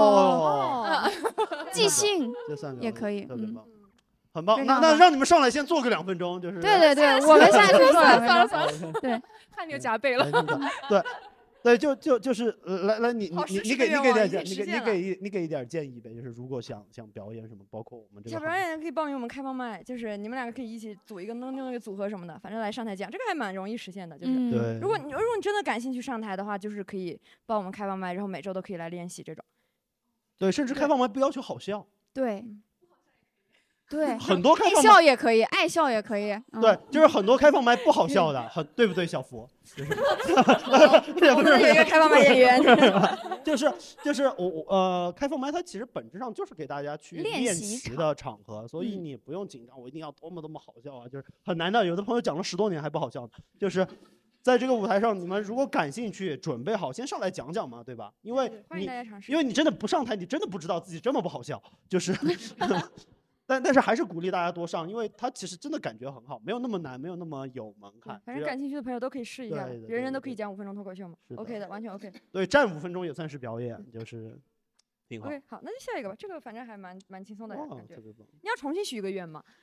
C: 即兴也可以，
D: 特别棒，很棒。那让你们上来先做个2分钟，就是
C: 对，我们下去做2
O: 分钟，
C: 对，
O: 汗流浃背了。
D: 对，就是来，你给一点建议呗，就是如果想表演什么，包括我们这个
B: 想表演可以报名我们开放麦，就是你们2个可以一起组一个弄一个组合什么的，反正来上台讲，这个还蛮容易实现的。就是
D: 对，
B: 如果你真的感兴趣上台的话，就是可以报我们开放麦，然后每周都可以来练习这种。
D: 对，甚至开放麦不要求好笑。
C: 对，
D: 很多开放麦
C: 爱笑也可以，爱笑也可以。
D: 对，就是很多开放麦不好笑的，对不对，小福？
B: 我们有一个开放麦演员。
D: 就是我开放麦它其实本质上就是给大家去练习的场合，所以你不用紧张，我一定要多么好笑啊，就是很难的。有的朋友讲了10多年还不好笑呢，就是在这个舞台上，你们如果感兴趣，准备好先上来讲讲嘛，对吧？因为你真的不上台，你真的不知道自己这么不好笑，就是。但是还是鼓励大家多上，因为它其实真的感觉很好，没有那么难，没有那么有门槛。
B: 反正感兴趣的朋友都可以试一下，人人都可以讲5分钟脱口秀嘛 ，OK 的，完全 OK。
D: 对，站5分钟也算是表演，就是挺好。
B: OK， 好，那就下一个吧，这个反正还蛮轻松的感觉。
D: 特别棒。
B: 你要重新许一个愿吗？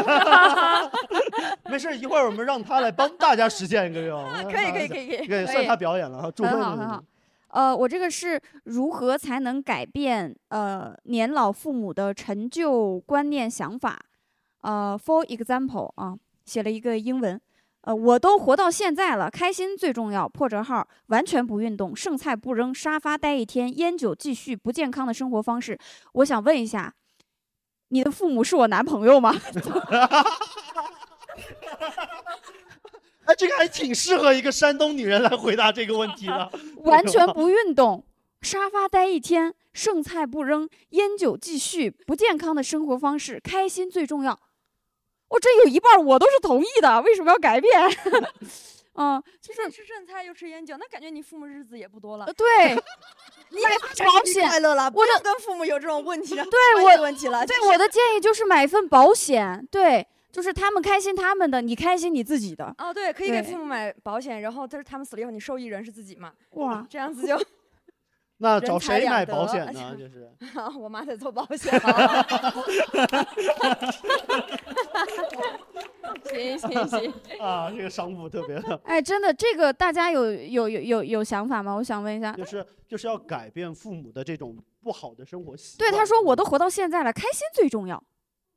D: 没事，一会儿我们让他来帮大家实现一个愿望。
B: 可以，
D: 算他表演了，祝贺你。
C: 很好。我这个是如何才能改变年老父母的陈旧观念想法？For example 写了一个英文，我都活到现在了，开心最重要。破折号，完全不运动，剩菜不扔，沙发待一天，烟酒继续，不健康的生活方式。我想问一下，你的父母是我男朋友吗？
D: 哎，这个还挺适合一个山东女人来回答这个问题的。
C: 完全不运动，沙发待一天，剩菜不扔，烟酒继续，不健康的生活方式，开心最重要。我这有一半我都是同意的，为什么要改变？
B: 就是吃剩菜又吃烟酒，那感觉你父母日子也不多了。
C: 对，
B: 你买保险快乐了，不要跟父母有这种问题了。
C: 对，
B: 问题了。
C: 对，我的建议就是买一份保险，对。就是他们开心他们的，你开心你自己的。
B: 哦，对，可以给父母买保险，然后他们死了以后，你受益人是自己嘛？
C: 哇，
B: 这样子就。
D: 那找谁买保险呢？就是。
B: 我妈在做保险。行。
D: 啊，这个商务特别的。
C: 哎，真的，这个大家有想法吗？我想问一下。
D: 就是要改变父母的这种不好的生活习
C: 惯。对，他说我都活到现在了，开心最重要。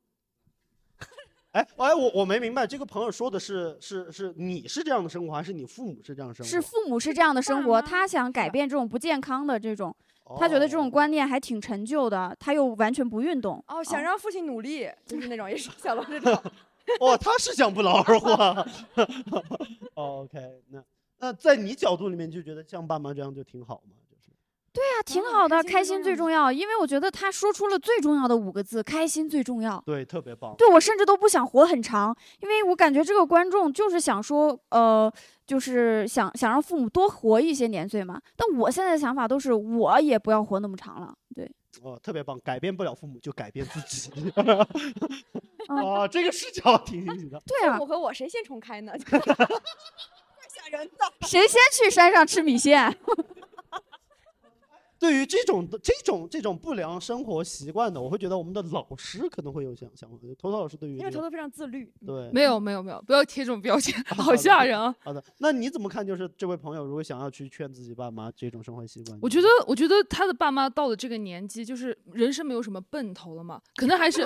D: 哎，我没明白，这个朋友说的是你是这样的生活，还是你父母是这样的生活？
C: 是父母是这样的生活，他想改变这种不健康的这种，他觉得这种观念还挺陈旧的，他又完全不运动。
B: 想让父亲努力，就是那种也是小龙这种。
D: 他是想不劳而获。OK， 那在你角度里面就觉得像爸妈这样就挺好吗？
C: 对啊，挺好的，开心最重要。因为我觉得他说出了最重要的5个字，开心最重要。
D: 对，特别棒。
C: 对，我甚至都不想活很长，因为我感觉这个观众就是想说，就是想让父母多活一些年岁嘛。但我现在的想法都是，我也不要活那么长了。对。
D: 特别棒，改变不了父母就改变自己。 哦，这个视角挺新奇的。
C: 对啊
B: 父母和我谁先重开呢？太吓人了。
C: 谁先去山上吃米线？
D: 对于这种不良生活习惯的，我会觉得我们的老师可能会有想法。头头老师对于
B: 因为头头非常自律。
D: 对，
A: 没有，不要贴这种标签，好吓人啊！
D: 好的，那你怎么看？就是这位朋友如果想要去劝自己爸妈这种生活习惯，
A: 我觉得他的爸妈到了这个年纪，就是人生没有什么奔头了嘛，可能还是。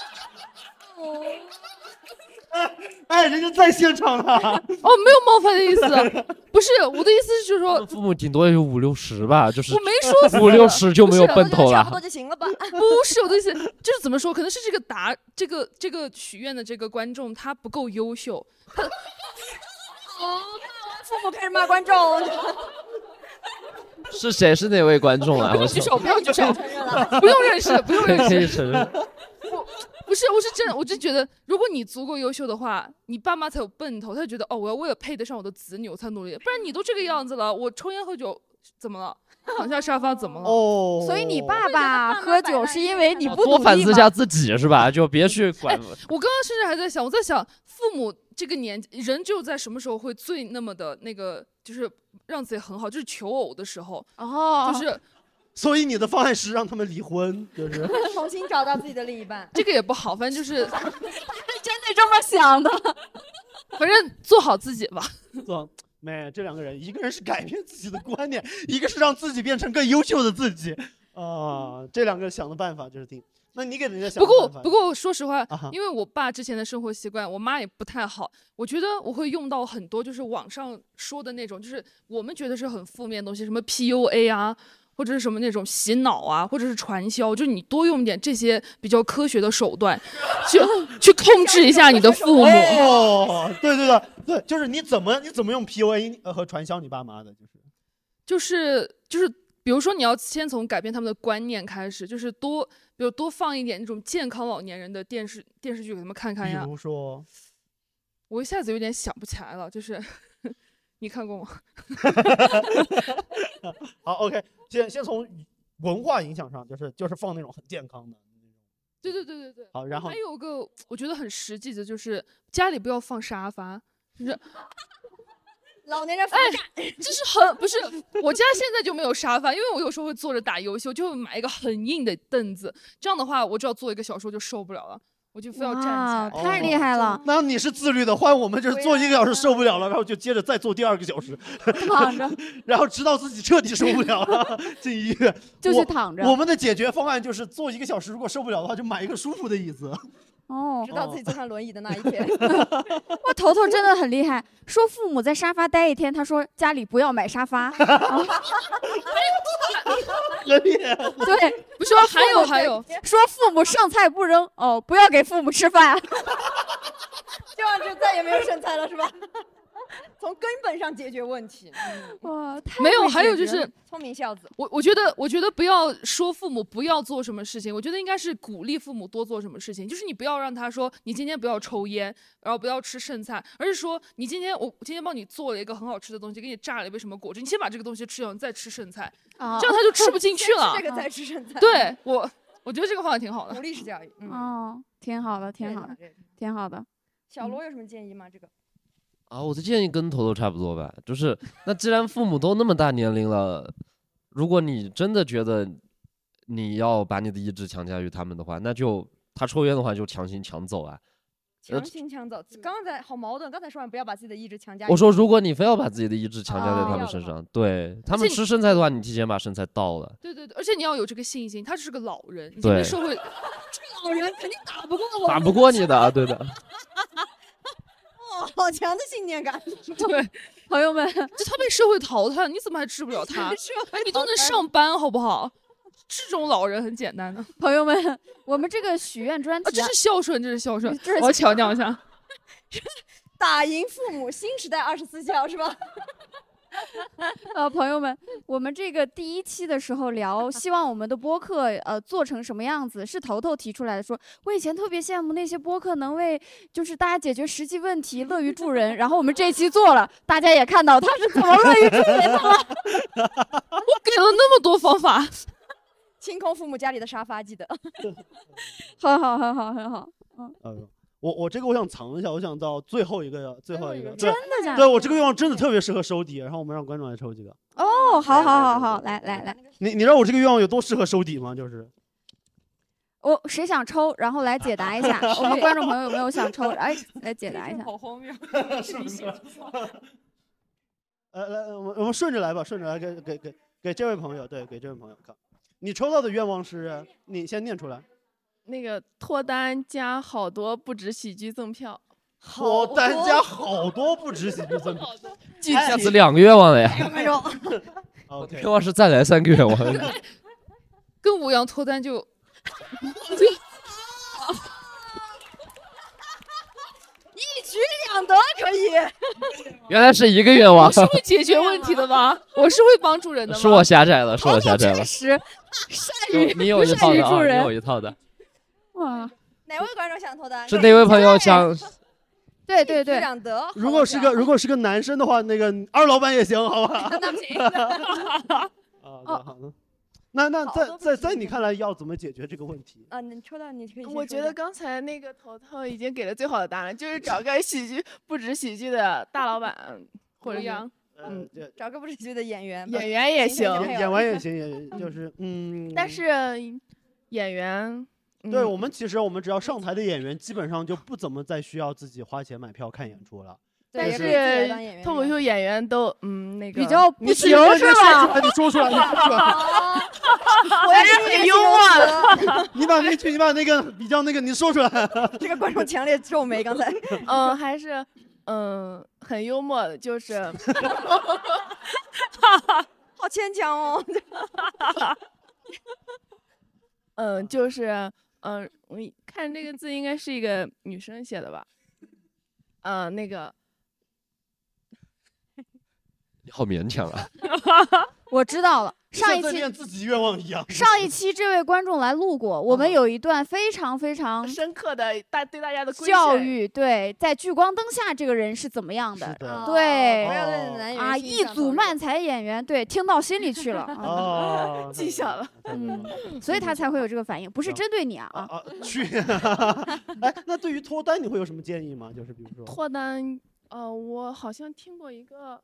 D: 哎，人家在现场了。
A: 哦，没有冒犯的意思，不是我的意思是，就是说
E: 父母顶多也就50、60吧，就是
A: 我没说
E: 50、60就没有奔头了。
B: 差不多就行了吧？
A: 不是我的意思，就是怎么说，可能是这个许愿的这个观众他不够优秀，他
B: 父母开始骂观众。
E: 是谁？是哪位观众啊？
A: 不用举手，不用举手，不用认识，不用认识。
E: 可以承认。
A: 不是，我是真的，我就觉得，如果你足够优秀的话，你爸妈才有奔头，他就觉得哦，我要为了配得上我的子女，我才努力。不然你都这个样子了，我抽烟喝酒怎么了？躺下沙发怎么了？
D: 哦，
C: 所以你爸爸喝酒是因为你不努力
E: 多反思一下自己是吧？就别去管。
A: 我刚刚甚至还在想，我在想，父母这个年纪，人就在什么时候会最那么的那个，就是让自己很好，就是求偶的时候，就是。
D: 所以你的方案是让他们离婚，就是
B: 重新找到自己的另一半。
A: 这个也不好，反正就是
C: 真的这么想的。
A: 反正做好自己吧。
D: 这两个人，一个人是改变自己的观念，一个是让自己变成更优秀的自己。这两个想的办法就是挺。那你给人家想的办法。
A: 不过说实话，因为我爸之前的生活习惯，我妈也不太好，我觉得我会用到很多就是网上说的那种，就是我们觉得是很负面的东西，什么 PUA 啊。或者是什么那种洗脑啊，或者是传销，就是你多用点这些比较科学的手段，去控制一下你的父母。
D: 哦，对，就是你怎么用 PUA 和传销你爸妈的，
A: 就是，比如说你要先从改变他们的观念开始，就是比如多放一点那种健康老年人的电视剧给他们看看呀。
D: 比如说，
A: 我一下子有点想不起来了，就是。你看过吗？
D: 好 ，OK， 先从文化影响上，就是放那种很健康的那种。
A: 对。
D: 好，然后
A: 还有个我觉得很实际的，就是家里不要放沙发，就是
B: 老年人罚站。
A: 这是不是？我家现在就没有沙发，因为我有时候会坐着打游戏，就会买一个很硬的凳子，这样的话我只要坐1个小时我就受不了了。我就非要站起来，
C: 太厉害了。
D: 那你是自律的，换我们就是坐1个小时受不了了，然后就接着再坐第2个小时，
C: 躺着，
D: 然后直到自己彻底受不了了进医院。
C: 就去躺着。
D: 我们的解决方案就是坐1个小时，如果受不了的话，就买一个舒服的椅子。
C: 哦，
B: 直到自己坐上轮椅的那一天。
C: 哇，头头真的很厉害，说父母在沙发待1天，他说家里不要买沙发。对，
A: 不是还有，
C: 说父母剩菜不扔，不要给父母吃饭。
B: 这样就再也没有剩菜了，是吧？从根本上解决问题。
C: 哇，
A: 没有，还有就是
B: 聪明孝子。
A: 我觉得不要说父母不要做什么事情，我觉得应该是鼓励父母多做什么事情。就是你不要让他说你今天不要抽烟，然后不要吃剩菜，而是说我今天帮你做了一个很好吃的东西，给你榨了一杯什么果汁，你先把这个东西吃完，再吃剩菜，这样他就吃不进去了。
B: 这个再吃剩菜。
A: 对我觉得这个方法挺好的。
B: 鼓励式教育。
C: 挺好的，挺好的。
B: 小罗有什么建议吗？这个？
E: 我的建议跟头头差不多吧，就是那既然父母都那么大年龄了，如果你真的觉得你要把你的意志强加于他们的话，那就他抽烟的话就强行抢走啊。
B: 强行抢走，刚才好矛盾。刚才说完不要把自己的意志强加。
E: 我说如果你非要把自己的意志强加在他们身上，对他们吃剩菜的话，你提前把剩菜倒了。
A: 对，而且你要有这个信心，他是个老人，已经被社会。
B: 这老人肯定打不过我。
E: 打不过你的，对的。
B: 好强的信念感。
A: 对，
C: 朋友们，
A: 就他被社会淘汰了，你怎么还治不了他？你都能上班，好不好？这种老人很简单的。
C: 朋友们，我们这个许愿专题，
A: 这是孝顺，我要强调一下。
B: 打赢父母，新时代24孝是吧？
C: 朋友们，我们这个第1期的时候聊，希望我们的播客做成什么样子，是头头提出来的，说我以前特别羡慕那些播客能为就是大家解决实际问题，乐于助人。然后我们这期做了，大家也看到他是怎么乐于助人的了。
A: 我给了那么多方法，
B: 清空父母家里的沙发，记得。
C: 很好。
D: 我这个我想藏一下，我想到最后一个。
C: 真的假的？
D: 对，我这个愿望真的特别适合收底，然后我们让观众来抽几个。
C: 哦，好，来。
D: 你知道我这个愿望有多适合收底吗？就是。
C: 谁想抽，然后来解答一下。我们观众朋友有没有想抽？哎，来解答一下。
A: 好荒谬，
D: 是不是？来，我们顺着来吧，顺着来，给这位朋友，对，给这位朋友看。你抽到的愿望是，你先念出来。
O: 那个脱单加好多不止喜剧赠票。
D: 脱单加好多不止喜剧赠票。
E: 下次2个愿望了呀。
D: 我
E: 愿望是再来3个愿望。
A: 跟吴阳脱单就。
B: 一举2得可以。
E: 原来是1个愿望。
A: 我是会解决问题的吗？我是会帮助人的吗？
E: 是我狭窄了，是我狭窄了。
C: 确实善于
E: 你有一套的啊，你有一套的。
B: 哇，哪位观众想脱单？
E: 是哪位朋友想？
C: 对。
B: 2得。
D: 如果是个男生的话，那个2老板也行，好吧？
B: 那不行。
D: 好的。那在你看来要怎么解决这个问题
B: 啊？你抽到你可以。
O: 我觉得刚才那个头头已经给了最好的答案，就是找个不止喜剧的大老板或者
A: 杨，
B: 找个不止喜剧的演员
O: 也行，
D: 演完也行，就是
O: 但是演员。
D: 对我们其实只要上台的演员，基本上就不怎么再需要自己花钱买票看演出了。
O: 但是脱口秀演员都那个
C: 比较不行是吧？
D: 你说出来，
O: 我还是很幽默的。
D: 你把那个比较那个你说出来。
B: 这个观众强烈皱眉，刚才。
O: 还是很幽默的，就是。
B: 好牵强哦。
O: 就是我看这个字应该是一个女生写的吧？那个。
E: 你好勉强啊！
C: 我知道了，上一
D: 期念自己愿望一样。
C: 上一期这位观众来录过，我们有一段非常非常
O: 深刻的对大家的
C: 教育。对，在聚光灯下这个人是怎么样的？对啊，一组漫才演员，对，听到心里去了。
O: 记下了。
C: 所以他才会有这个反应，不是针对你啊。
D: 去。哎，那对于脱单你会有什么建议吗？就是比如说
O: 脱单，我好像听过一个。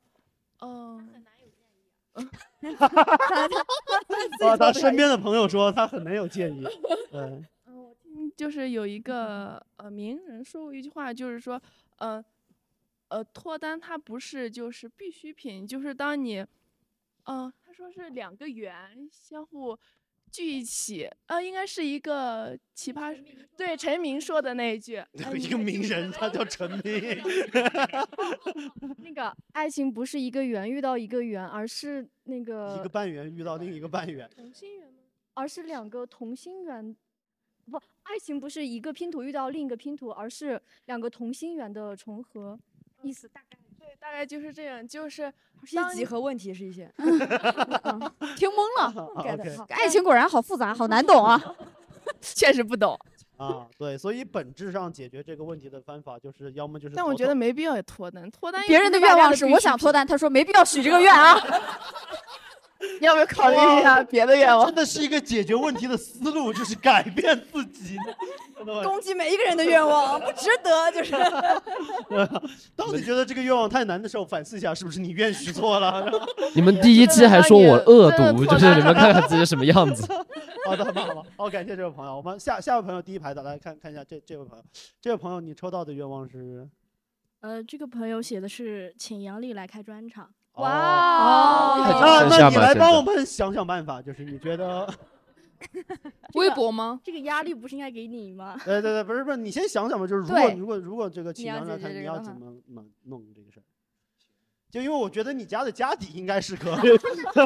D: 他身边的朋友说他很难有建议。
O: 我听就是有一个名人说过一句话，就是说脱单它不是就是必需品，就是当你他说是2个圆相互聚一起，应该是一个奇葩，对陈明说的那一句。
D: 一个名人，他叫陈明。
C: 那个爱情不是一个圆遇到一个圆，而是那个
D: 一个半圆遇到另一个半圆。
O: 同心圆吗？
C: 而是2个同心圆，不，爱情不是一个拼图遇到另一个拼图，而是2个同心圆的重合，意思大概。
O: 对，大概就是这样，就是
B: 一几何问题是一些。
C: 听懵了。爱情果然好复杂，好难懂啊。
O: 确实不懂。
D: 对，所以本质上解决这个问题的方法就是要么就是。
O: 但我觉得没必要脱单，
C: 别人的愿望是我想脱单，他说没必要许这个愿啊。
O: 你要不要考虑一下别的愿望？
D: 真的是一个解决问题的思路，就是改变自己。
B: 攻击每一个人的愿望，不值得，就是。
D: 当你觉得这个愿望太难的时候，反思一下，是不是你愿许错了？
E: 你们第1期还说我恶毒，就是你们看看自己什么样子。
D: 好的，好，感谢这位朋友。我们下位朋友第1排的来看一下这位朋友，这位朋友你抽到的愿望是？
K: 这个朋友写的是请杨笠来开专场。
C: 哇！
D: 那你来帮我们想想办法，就是你觉得
A: 微博吗？
K: 这个压力不是应该给你吗？
D: 对，不是，你先想想吧，就是如果这个请杨笠来开，你要怎么弄这个事儿？就因为我觉得你家的家底应该是可以。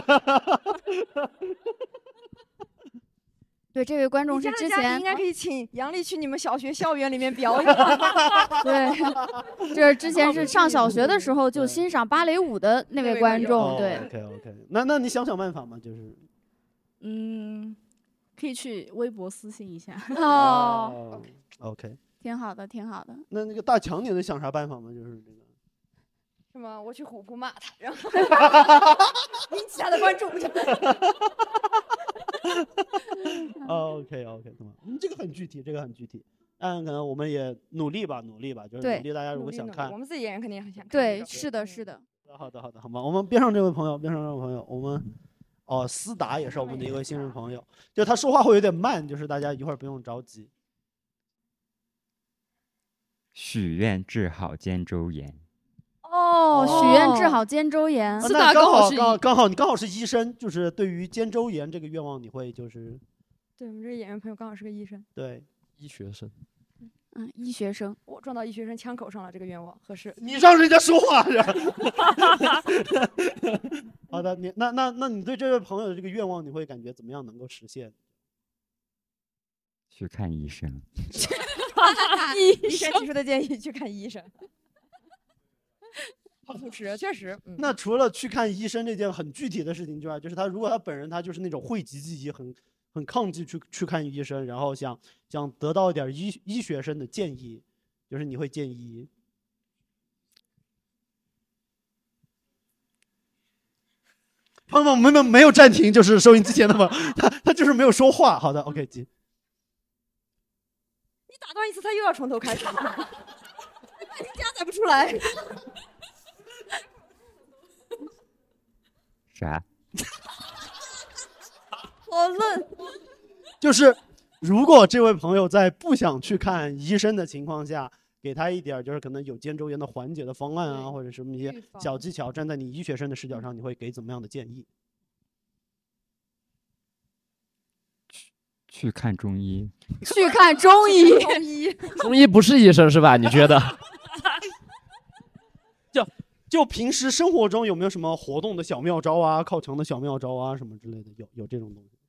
C: 对，这位观众是之前
B: 应该可以请杨笠去你们小学校园里面表演。
C: 对，这是之前是上小学的时候就欣赏芭蕾舞的那位观众。对
D: ，OK， 那你想想办法嘛，就是，
K: 可以去微博私信一下。
D: OK，
C: 挺好的，挺好的。
D: 那个大强，你能想啥办法吗？就是这个。
B: 是吗？我去虎扑骂他，然后引起他的关注。
D: OK，这个很具体， 但可能我们也努力吧，努力吧，就是
B: 对，
D: 努力。大家如果想看，
B: 我们自己演员肯定也很想看。
C: 对，是的，是的。
D: 好的，好的，好吧。我们边上这位朋友，我们思达也是我们的一位新人朋友，就他说话会有点慢，就是大家一会儿不用着急。
P: 许愿治好肩周炎。
C: 哦，许愿治好肩周炎。
D: 思达刚好是医生，就是对于肩周炎这个愿望，你会就是
B: 对我们这个演员朋友刚好是个医生。
D: 对，
E: 医学生。
C: 医学生，
B: 我撞到医学生枪口上了，这个愿望合适。
D: 你让人家说话是吧？好的，那你对这位朋友的这个愿望，你会感觉怎么样能够实现？
P: 去看医生。
B: 医生提出的建议，去看医生。好朴实，确实。
D: 那除了去看医生这件很具体的事情之外，就是如果他本人他就是那种讳疾忌医，很抗拒去看医生，然后想得到一点医学生的建议，就是你会建议？朋友们没有暂停，就是收音机前的嘛，他就是没有说话。好的 ，OK， 继。
B: 你打断一次，他又要从头开始，你加载不出来。
P: 啥？
B: 好论。
D: 就是如果这位朋友在不想去看医生的情况下，给他一点就是可能有肩周炎的缓解的方案啊，或者什么一些小技巧，站在你医学生的视角上，你会给怎么样的建议？
P: 去看中医。
C: 去看中医。
E: 中医不是医生是吧？你觉得？
D: 就平时生活中有没有什么活动的小妙招啊，靠墙的小妙招啊，什么之类的？有这种东西？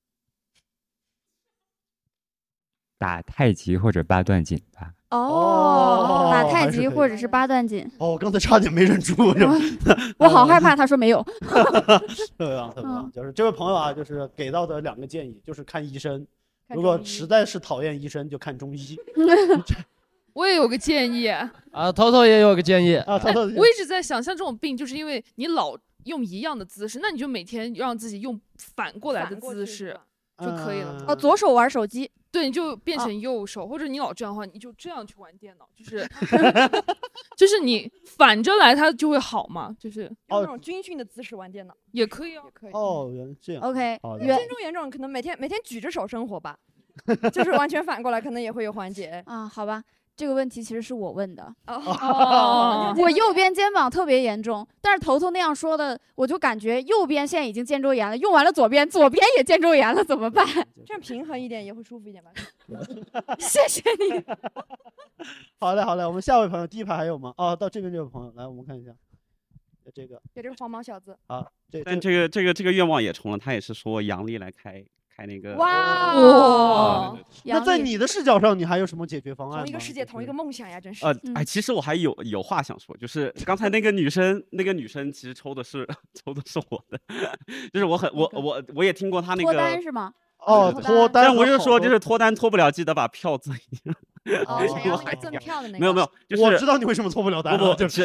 P: 打太极或者八段锦吧。
C: 打太极或者是八段锦。
D: 我刚才差点没忍住。
C: 我好害怕他说没有。
D: 特别棒，特别棒。就是这位朋友啊，就是给到的2个建议，就是看医生，如果实在是讨厌医生，就看中医。
A: 我也有个建议
E: 啊，头头也有个建议
D: 啊，头头。
A: 我一直在想，像这种病，就是因为你老用一样的姿势，那你就每天让自己用反过来的姿势就可以了。
C: 左手玩手机，
A: 对，你就变成右手，或者你老这样的话，你就这样去玩电脑，就是你反着来，它就会好嘛，就是
B: 用那种军训的姿势玩电脑
A: 也可以啊，
B: 也可以。
D: 哦，原来这样。
C: OK，
B: 肩周炎这种可能每天举着手生活吧，就是完全反过来，可能也会有缓解
C: 啊。好吧。这个问题其实是我问的。
B: 我
C: 右边肩膀特别严重，但是头头那样说的，我就感觉右边现在已经肩周炎了，用完了左边也肩周炎了，怎么办？
B: 这样平衡一点也会舒服一点吧。
C: 谢谢你。
D: 好嘞，好嘞，我们下位朋友第一排还有吗？哦，到这边这位朋友，来，我们看一下，这个。
B: 给这个黄毛小子。
D: 好，
L: 但这个愿望也重了，他也是说杨笠来开那个。
B: 哇！
D: 那在你的视角上，你还有什么解决方案吗？
B: 同一个世界，同一个梦想呀，真是。
L: 其实我还有话想说，就是刚才那个女生其实抽的是我的，就是我也听过她那个
C: 脱单是吗？
D: 脱单。
L: 但我就说，就是脱单脱不了，记得把票自己。
B: 想要那个赠票的那个。
L: 没有，就是
D: 我知道你为什么脱不了单了，就是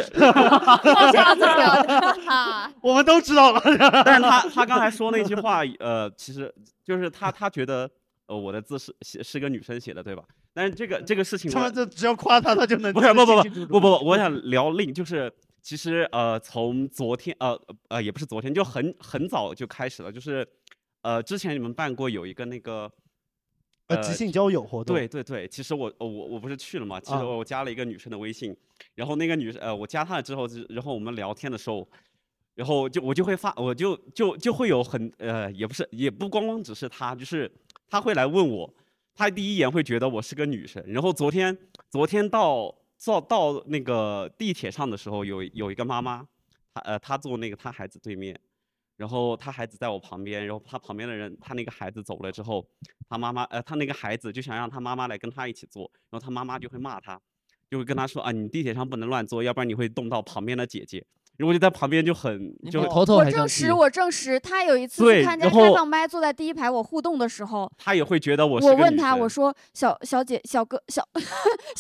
D: 我们都知道了。
L: 但是他刚才说那句话，其实就是他觉得我的字是个女生写的，对吧？但是这个事情，
D: 他们就只要夸他就能。
L: 不，我想聊就是其实从昨天也不是昨天，就很早就开始了，就是之前你们办过有一个那个。
D: 即兴交友活动。
L: 对，其实我不是去了嘛，其实我加了一个女生的微信，然后那个我加她了之后，然后我们聊天的时候，然后我就会就会有也不光只是她，就是她会来问我，她第一眼会觉得我是个女生，然后昨天到那个地铁上的时候，有一个妈妈，她坐那个她孩子对面。然后他孩子在我旁边，然后他旁边的人，他那个孩子走了之后，他那个孩子就想让他妈妈来跟他一起坐，然后他妈妈就会骂他，就会跟他说啊，你地铁上不能乱坐，要不然你会冻到旁边的姐姐。然后我就在旁边就
C: 我证实，他有一次去参加开放麦，坐在第一排，我互动的时候，
L: 他也会觉得我是个女生。
C: 我问他，我说小姐、小哥、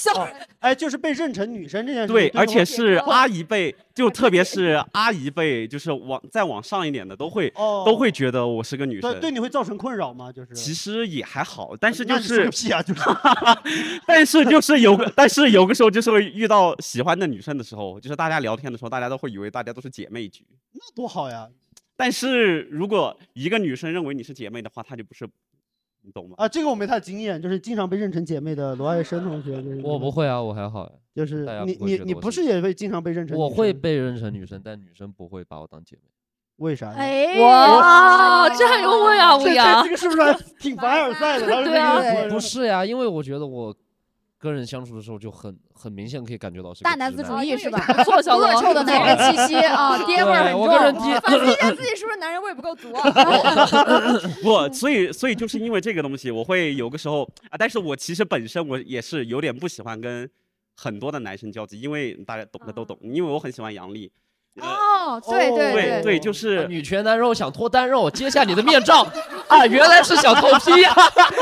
B: 笑。
D: 哎，就是被认成女生这件事情。
L: 对，而且是阿姨辈，就特别是阿姨辈，就是再往上一点的，都会觉得我是个女生。
D: 对，你会造成困扰吗？就是
L: 其实也还好，但是
D: 那你
L: 就是
D: 个屁啊，就是
L: 但是有个时候就是会遇到喜欢的女生的时候，就是大家聊天的时候，大家都会以为大家都是姐妹局。
D: 那多好呀！
L: 但是如果一个女生认为你是姐妹的话，她就不是，你懂吗？
D: 啊，这个我没太经验，就是经常被认成姐妹的罗爱生同学，就是
E: 我不会啊，我还好。
D: 就是
E: 大家不会觉得我
D: 你不是也会经常被认成？
E: 我会被认成女生，但女生不会把我当姐妹。
D: 为啥呀？
B: 哎，
A: 哇，这还用问啊，吴阳？
D: 这个是不是还挺凡尔赛的？
A: 对啊，
E: 不是呀，因为我觉得我跟人相处的时候就很明显可以感觉到是
B: 大男子主义是吧？
A: 不错，小
B: 恶臭的男人气息啊，爹味儿很重。
E: 我跟人
B: 反思一下自己是不是男人味不够足啊？
L: 不，所以就是因为这个东西，我会有个时候啊，但是我其实本身我也是有点不喜欢跟很多的男生交际，因为大家懂的都懂，因为我很喜欢杨笠。
B: 哦，对，
L: 就是
E: 女权男肉想脱单，让我揭下你的面罩啊，原来是小头皮呀！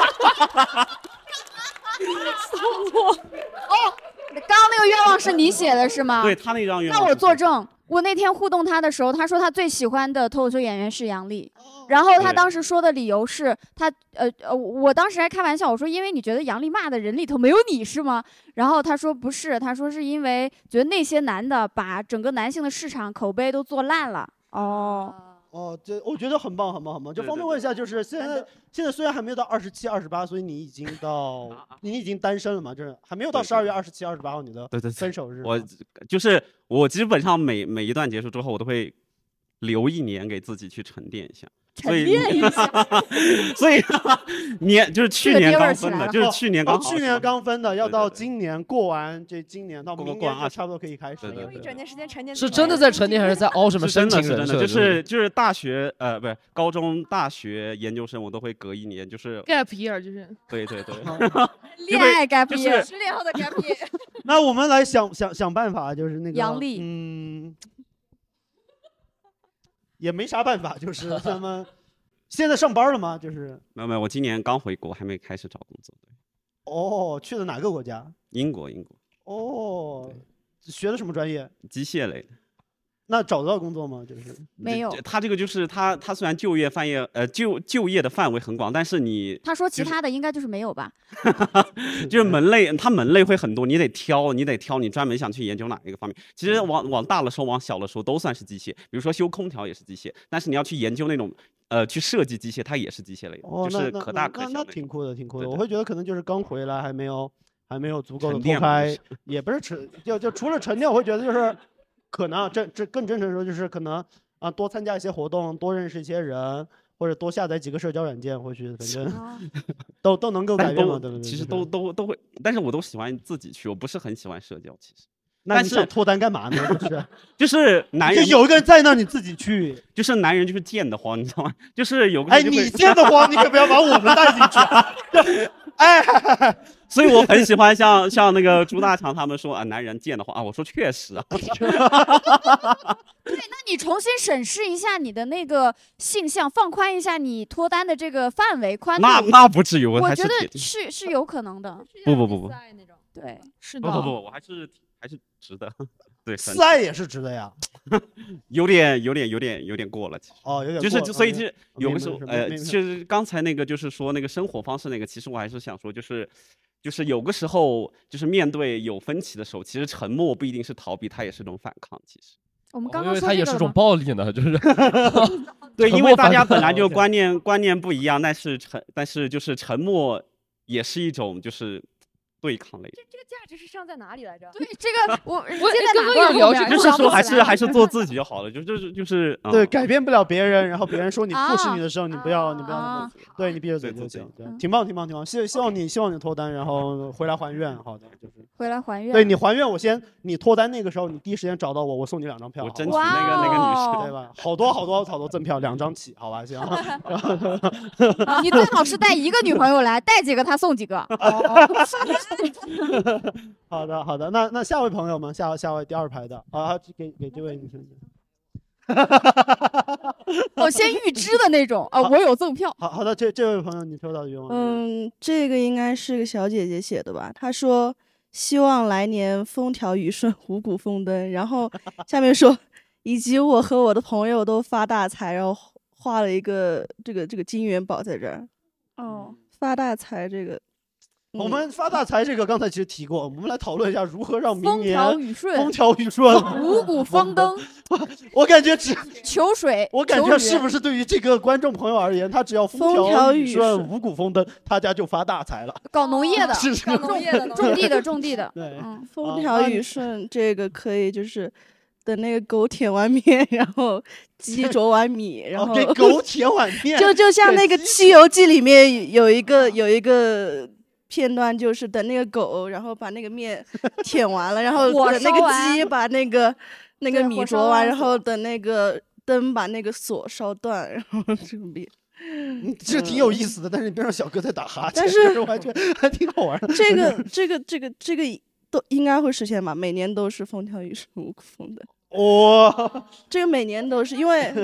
B: 哦，刚刚那个愿望是你写的是吗？
L: 对他那张愿望。
B: 那我作证，我那天互动他的时候，他说他最喜欢的脱口秀演员是杨笠，然后他当时说的理由是他我当时还开玩笑，我说因为你觉得杨笠骂的人里头没有你是吗？然后他说不是，他说是因为觉得那些男的把整个男性的市场口碑都做烂了。
D: 哦，这我觉得很棒，很棒，很棒。就方便问一下，就是现在虽然还没有到27、28，所以你已经单身了嘛？就是还没有到12月27、28号你的分手日。
L: 我基本上每一段结束之后，我都会留1年给自己去沉淀一下。
B: 沉淀一下，
L: 所以就是去年刚分的，就是去年
D: 刚分的，要到今年过完今年到明年差不多可以开始。
B: 用一整年时间沉淀。
E: 是真的在沉淀，还是在凹什么深情人设？
L: 就是大学不是高中、大学、研究生，我都会隔1年，就是
A: gap year 就是。
L: 对。
B: 恋爱 gap year，
L: 失
B: 恋后的 gap year。
D: 那我们来想办法，就是那个
B: 杨笠。
D: 也没啥办法，就是咱们现在上班了吗？就是
L: 没有，我今年刚回国，还没开始找工作。
D: 哦，去的哪个国家？
L: 英国。
D: 哦，学的什么专业？
L: 机械类的。
D: 那找得到工作吗？就是
B: 没有。
L: 他这个就是他虽然就业的范围很广，但是
B: 他说其他的应该就是没有吧？
L: 就是门类会很多，你得挑，你专门想去研究哪一个方面。其实往大了说，往小了说都算是机械。比如说修空调也是机械，但是你要去研究那种去设计机械，它也是机械类的，就是可大可小。
D: 那挺酷的。我会觉得可能就是刚回来，还没有足够的脱开，也不是就除了沉淀，我会觉得就是。可能这更真诚的说，就是可能啊，多参加一些活动，多认识一些人，或者多下载几个社交软件，或许反正都能够改变嘛，对不对？
L: 其实都会，但是我都喜欢自己去，我不是很喜欢社交。其实，
D: 那你想脱单干嘛呢？
L: 就是男人
D: 有一个人在那，你自己去。
L: 就是男人就是贱得慌，你知道吗？就是有个
D: 你贱得慌，你可不要把我们带进去。
L: 所以我很喜欢像那个朱大强他们说啊，男人贱的慌啊，我说确实啊。
B: 对，那你重新审视一下你的那个性向，放宽一下你脱单的这个范围宽度。
L: 那不至于，
B: 我觉得是有可能的。
L: 不，
B: 对，
A: 是的。
L: 不，我还是值得。对，
D: 私爱也是值得呀。
L: 有点过了，其实。
D: 哦，有点过了。
L: 就是所以就有个时候其实刚才那个就是说那个生活方式那个，其实我还是想说就是有个时候，就是面对有分歧的时候，其实沉默不一定是逃避，它也是一种反抗。其实
B: 我们刚刚
E: 说它也是种暴力呢，就是
L: 对，因为大家本来就观念不一样，但是就是沉默也是一种就是对抗类。
B: 这个价值是上在哪里来着？
A: 对，
B: 这个我现在
A: 刚刚有聊这个，
L: 就是说还是做自己就好了，就是
D: 对，改变不了别人，然后别人说你不使你的时候，你不要对你闭着嘴就行，挺棒。希望你脱单，然后回来还愿。好的，就是
B: 回来还愿。
D: 对你还愿，你脱单那个时候，你第一时间找到我送你2张票，
L: 我争取那个女士，
D: 对吧？好多赠票，2张起，好吧，行。
B: 你最好是带1个女朋友来，带几个他送几个。
D: 好的，那下位朋友们，下位第2排的啊，给这位女生。
B: 我先预支的那种啊，我有赠票。
D: 好的，这位朋友你抽到的愿望。
N: 这个应该是个小姐姐写的吧？她说希望来年风调雨顺，五谷丰登。然后下面说，以及我和我的朋友都发大财，然后画了一个这个金元宝在这儿。
H: 哦，
N: 发大财这个。
D: 我们发大财这个刚才其实提过，我们来讨论一下如何让明年
C: 风调雨顺
D: 五谷丰登。我感觉
C: 求水，
D: 我感觉是不是对于这个观众朋友而言，他只要风调雨顺、五谷丰登，他家就发大财了。
C: 搞农业的，
D: 搞
C: 农业的，种地的。
D: 对，
N: 风调雨顺这个可以就是等那个狗舔完面，然后鸡啄完米，然后
D: 给狗舔碗面，
N: 就像那个《西游记》里面有一个片段，就是等那个狗，然后把那个面舔完了，然后等那个鸡把那个米啄完，然后等那个灯把那个锁烧断，然后这个面。
D: 这挺有意思的，但是你别让小哥在打哈欠，
N: 但是
D: 我觉得还挺好玩的。
N: 这个都应该会实现吧？每年都是风调雨顺，五谷丰登。
D: 哇，
N: 这个每年都是因为，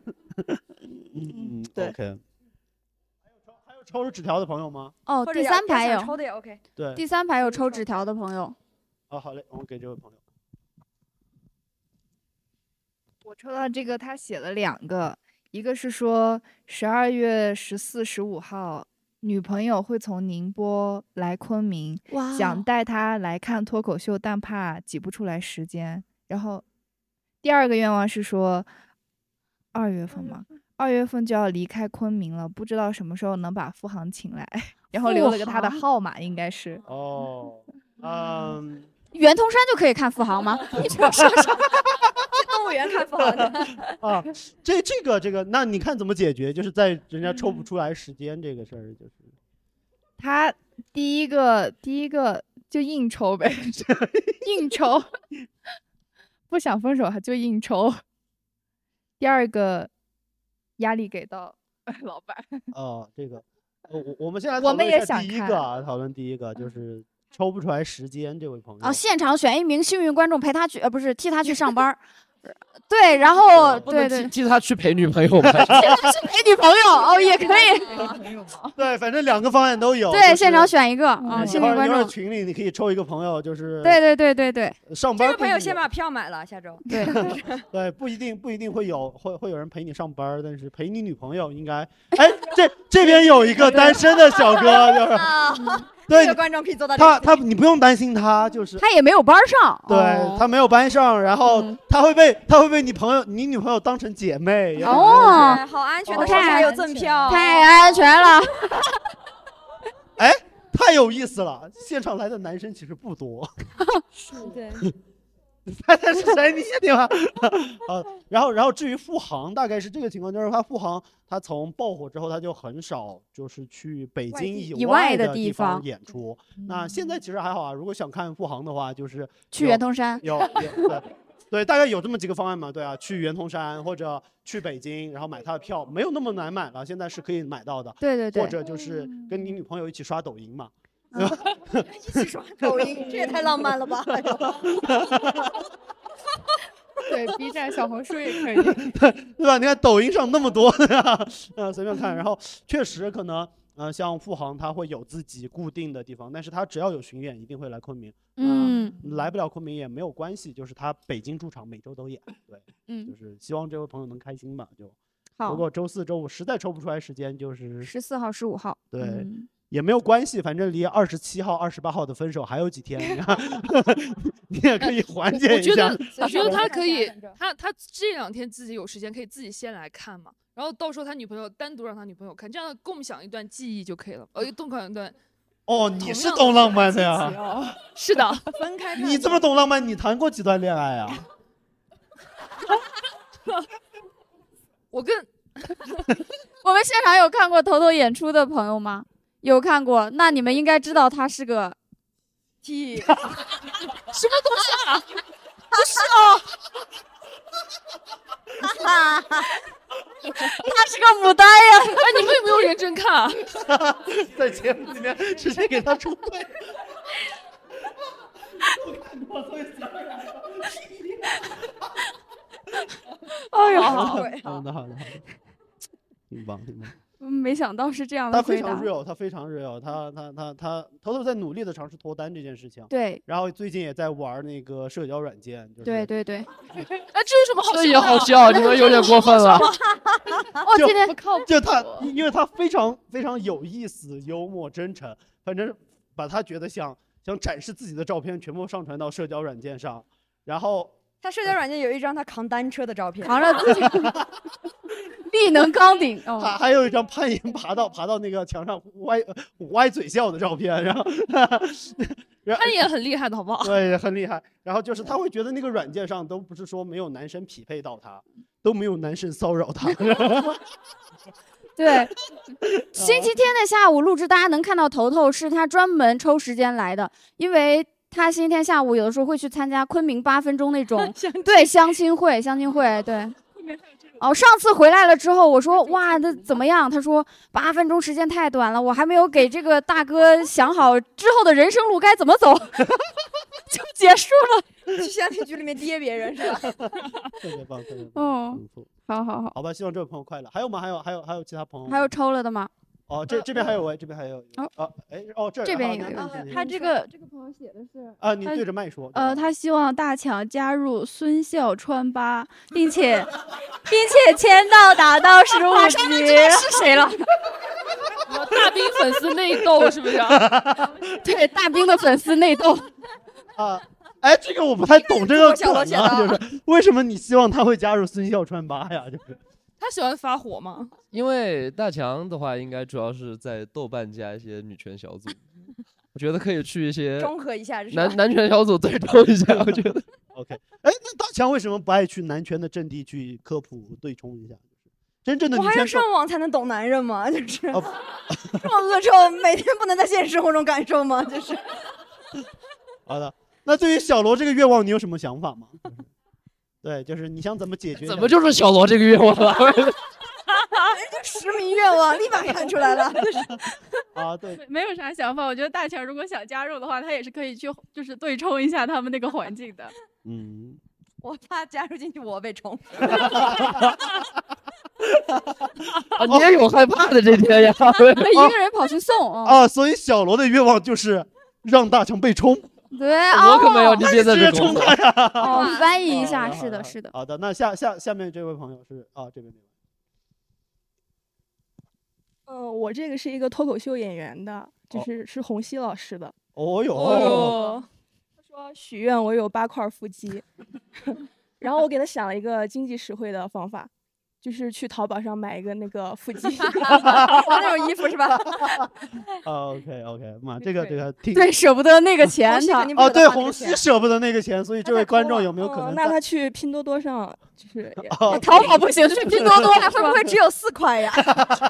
N: 对。
D: OK。还有抽纸条的朋友吗？
C: 哦，第三排有
B: 抽的也 OK。
D: 对，
C: 第三排有抽纸条的朋友。
D: 哦，好嘞，我们给这位朋友。
Q: 我抽到这个，他写了2个，一个是说12月14、15号，女朋友会从宁波来昆明，想带她来看脱口秀，但怕挤不出来时间。然后第2个愿望是说2月份嘛，2月份就要离开昆明了，不知道什么时候能把付航请来，然后留了个他的号码，应该是。
D: 哦，
C: 袁通山就可以看付航吗？你这是什么？
B: 动物园看付航的
D: 啊，这个，那你看怎么解决？就是在人家抽不出来时间这个事儿，就是
Q: 他第一个就硬抽呗，硬抽，不想分手就硬抽。第2个压力给到老板。
D: 哦，这个，我们先来讨论一下第一个啊，讨论第一个就是抽不出来时间这位朋友。
C: 哦，现场选一名幸运观众陪他去，不是替他去上班。对，然后对，
E: 替他去陪女朋友吧。
C: 替他去陪女朋友哦，也可以。
D: 对，反正2个方案都有。
C: 对，现场选一个啊，幸运观众。
D: 群里你可以抽一个朋友，就是
C: 对。
D: 上班。
B: 这个朋友先把票买了，下周。
C: 对
D: 对，不一定会有人陪你上班，但是陪你女朋友应该。哎，这边有一个单身的小哥，就是。对，
B: 这个观众可以做到
D: 你不用担心他，就是
C: 他也没有班上，
D: 对他没有班上，然后他会被你女朋友当成姐妹
C: 哦，
B: 好安全的，还有赠票，
C: 太安全了。
D: 哎，太有意思了，现场来的男生其实不多。
B: 对。
D: 猜猜是谁？你先听吧。然后至于付航，大概是这个情况，就是他付航，他从爆火之后，他就很少就是去北京以外的地方演出。那现在其实还好啊，如果想看付航的话，就是
C: 去袁通山。
D: 对，大概有这么几个方案嘛。对啊，去袁通山或者去北京，然后买他的票，没有那么难买了，现在是可以买到的。
C: 对。
D: 或者就是跟你女朋友一起刷抖音嘛。
B: 一起刷抖音，这也太浪漫了吧！
Q: 对 ，B 站、小红书也可以，
D: 对吧？你看抖音上那么多的，随便看。然后确实可能，像付航他会有自己固定的地方，但是他只要有巡演，一定会来昆明。来不了昆明也没有关系，就是他北京驻场每周都演。对，就是希望这位朋友能开心吧。就如果周4、周5实在抽不出来时间，就是
C: 14号、15号。
D: 对。也没有关系，反正离27号、28号的分手还有几天，你也可以缓解一下。
A: 我觉得他可以，他这2天自己有时间，可以自己先来看嘛，然后到时候他女朋友单独让他女朋友看，这样共享一段记忆就可以了。共享一段。
D: 哦，你是懂浪漫的呀？
A: 是的，
B: 分开。
D: 你这么懂浪漫，你谈过几段恋爱啊？
A: 我
C: 们现场有看过头头演出的朋友吗？有看过，那你们应该知道他是个
B: T，
A: 什么东西啊？
C: 不是哦，他是个牡丹呀！
A: 哎，你们有没有认真看啊？
D: 在节目里面直接给他出柜。我看过，所以想
C: 哎呀，
D: 好的，挺棒。
K: 没想到是这样的
D: 他非
K: 回答。
D: 常 real， 他非常 real， 他偷偷在努力的尝试脱单这件事情。
C: 对，
D: 然后最近也在玩那个社交软件。就是、
C: 对对对。
G: 哎，这有什么好笑的？
E: 这也好笑，你们有点过分了。
C: 我今天
D: 就他，因为他非常非常有意思、幽默、真诚，反正把他觉得想展示自己的照片全部上传到社交软件上，然后
B: 他社交软件有一张他扛单车的照片，
C: 扛着自己力能钢顶。哦，
D: 还有一张攀岩爬到那个墙上歪嘴笑的照片，然后
A: 攀岩很厉害的好不好？
D: 对，很厉害。然后就是他会觉得那个软件上都不是说没有男生匹配到他，都没有男生骚扰他。
C: 对，星期天的下午录制，大家能看到头头是他专门抽时间来的，因为他星期天下午有的时候会去参加昆明8分钟那种对相亲会对。哦，上次回来了之后，我说哇，那怎么样？他说8分钟时间太短了，我还没有给这个大哥想好之后的人生路该怎么走，就结束了。
B: 去相亲局里面跌别人是吧？
D: 特别棒，特别棒。
C: 哦，好。
D: 好吧，希望这位朋友快乐。还有吗？还有其他朋友？
C: 还有抽了的吗？
D: 哦，这边还有位，这边还有。
C: 这边有。
K: 他这个朋友写的是
D: 啊，你对着麦说。
K: 他希望大强加入孙笑川吧，并且签到达到15级。
C: 马上就知道是谁了。
A: 大兵粉丝内斗是不是？
C: 对，大兵的粉丝内斗。
D: 啊，哎，这个我不太懂这个梗啊，就是为什么你希望他会加入孙笑川吧呀？就是。
A: 他喜欢发火吗？
E: 因为大强的话，应该主要是在豆瓣加一些女权小组，我觉得可以去一些
B: 中和一下，
E: 男权小组对冲一下，我觉得。
D: OK， 哎，那大强为什么不爱去男权的阵地去科普对冲一下？真正的女权。
B: 我还要上网才能懂男人吗？就是、这么恶臭，每天不能在现实生活中感受吗？就是。
D: 好的，那对于小罗这个愿望，你有什么想法吗？对，就是你想怎么解决？
E: 怎么就是小罗这个愿望了？
B: 实名愿望，立马看出来了。
D: 啊，对，
K: 没有啥想法。我觉得大强如果想加入的话，他也是可以去，就是对冲一下他们那个环境的。
D: 嗯，
B: 我怕加入进去我被冲。
E: 你也有害怕的这天呀？
C: 一个人跑去送
D: 啊，所以小罗的愿望就是让大强被冲。
C: 对，
E: 我可没有，你别在这
D: 冲他呀！
C: 哦，翻译一下，是的，是的。
D: 好的，那下面这位朋友是啊，这边没
H: 有。我这个是一个脱口秀演员的，是洪熙老师的。
D: 哦哟。
H: 他说许愿我有8块腹肌，然后我给他想了一个经济实惠的方法。就是去淘宝上买一个那个腹肌，
B: 那种衣服是吧
D: ？OK， 妈，这个挺
C: 对，舍不得那个钱他
D: 哦，对，洪熙舍不得那个钱，所以这位观众有没有可能？
H: 那他去拼多多上就是
C: 淘宝不行，去拼多多
B: 会不会只有4块呀？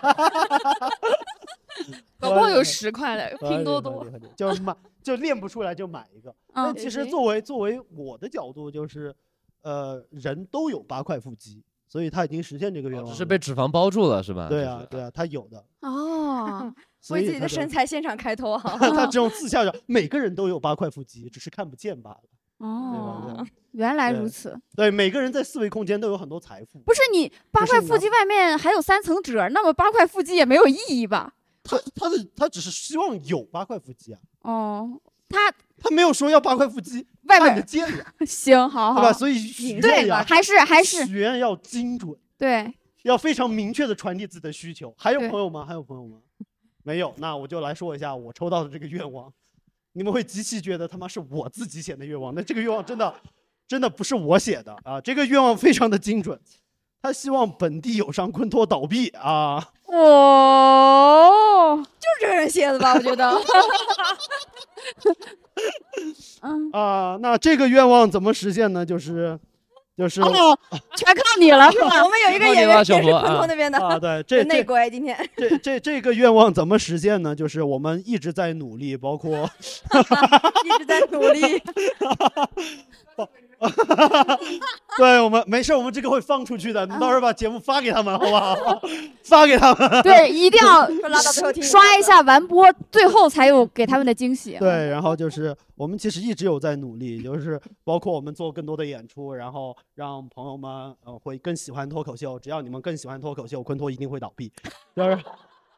A: 搞不好有10块嘞，拼多多
D: 就练不出来就买一个。但其实作为我的角度，就是人都有8块腹肌。所以他已经实现这个愿望了，
E: 只是被脂肪包住了，是吧？
D: 对啊，对啊，他有的
B: 哦，为自己的身材现场开脱哈。
D: 他这种自笑着，每个人都有8块腹肌，只是看不见罢了。
C: 哦，原来如此。
D: 对，每个人在4维空间都有很多财富。
C: 不是你8块腹肌外面还有3层褶，那么8块腹肌也没有意义吧？
D: 他只是希望有8块腹肌啊。
C: 哦，
D: 他没有说要8块腹肌
C: 外面
D: 的见呀。
C: 行，好，
D: 对吧？所以许愿呀，
C: 还是
D: 许愿要精准，
C: 对，
D: 要非常明确的传递自己的需求。还有朋友吗？还有朋友吗？没有，那我就来说一下我抽到的这个愿望。你们会极其觉得他妈是我自己写的愿望，那这个愿望真的不是我写的啊！这个愿望非常的精准，他希望本地友商昆托倒闭啊！
B: 哦，就是这个人写的吧？我觉得。
D: 那这个愿望怎么实现呢？就是
C: 哦，全靠你了是吧？
B: 我们有一个演员也是昆托那边的
D: 啊，对，这
B: 内鬼今天
D: 这个愿望怎么实现呢？就是我们一直在努力，包括
B: 一直在努力。
D: 对，我们没事，我们这个会放出去的，你到时候把节目发给他们，好不好？发给他们。
C: 对，一定要刷一下完播，最后才有给他们的惊喜。
D: 对，然后就是我们其实一直有在努力，就是包括我们做更多的演出，然后让朋友们会更喜欢脱口秀。只要你们更喜欢脱口秀，昆托一定会倒闭。就是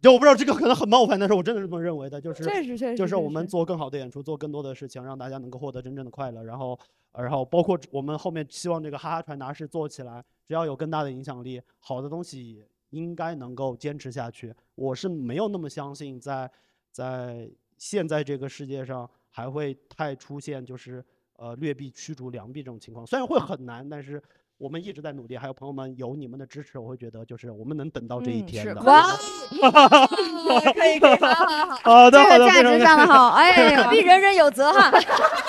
D: 就我不知道这个可能很冒犯，但是我真的是这么认为的，就是就是我
B: 确实
D: 们做更好的演出，做更多的事情，让大家能够获得真正的快乐。然后包括我们后面希望这个哈哈传达室做起来，只要有更大的影响力，好的东西应该能够坚持下去。我是没有那么相信在现在这个世界上还会太出现就是劣币驱逐良币这种情况，虽然会很难，但是我们一直在努力，还有朋友们有你们的支持，我会觉得就是我们能等到这一天的。
B: 哇，可以，
D: 好的，
C: 这个价值上的好，哎，
B: 必人人有责哈。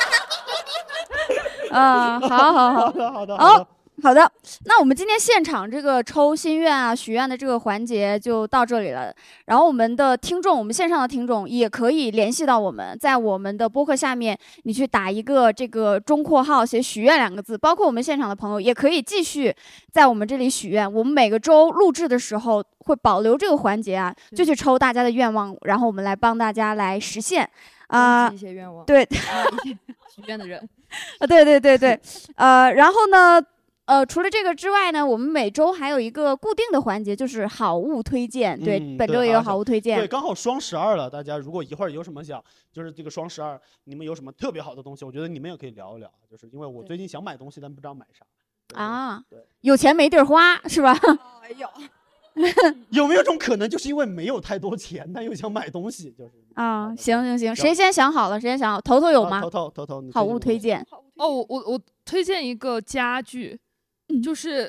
C: 好的，那我们今天现场这个抽心愿啊、许愿的这个环节就到这里了。然后我们的听众，我们线上的听众也可以联系到我们，在我们的播客下面，你去打一个这个中括号，写许愿2个字。包括我们现场的朋友也可以继续在我们这里许愿。我们每个周录制的时候会保留这个环节啊，就去抽大家的愿望，然后我们来帮大家来实现
B: 一些愿望。
C: 对，
B: 许愿的人。
C: 对，然后呢？除了这个之外呢，我们每周还有一个固定的环节，就是好物推荐。对，本周也有好物推荐。
D: 对，刚好双12了，大家如果一会儿有什么就是这个双12，你们有什么特别好的东西，我觉得你们也可以聊一聊。就是因为我最近想买东西，但不知道买啥。
C: 啊，有钱没地儿花是吧？
B: 哎呦，
D: 有没有种可能，就是因为没有太多钱，但又想买东西，就是
C: 啊，行，谁先想好了？谁先想好？头头有吗？
D: 头头，
C: 好物推荐。
A: 哦，我推荐一个家具。就是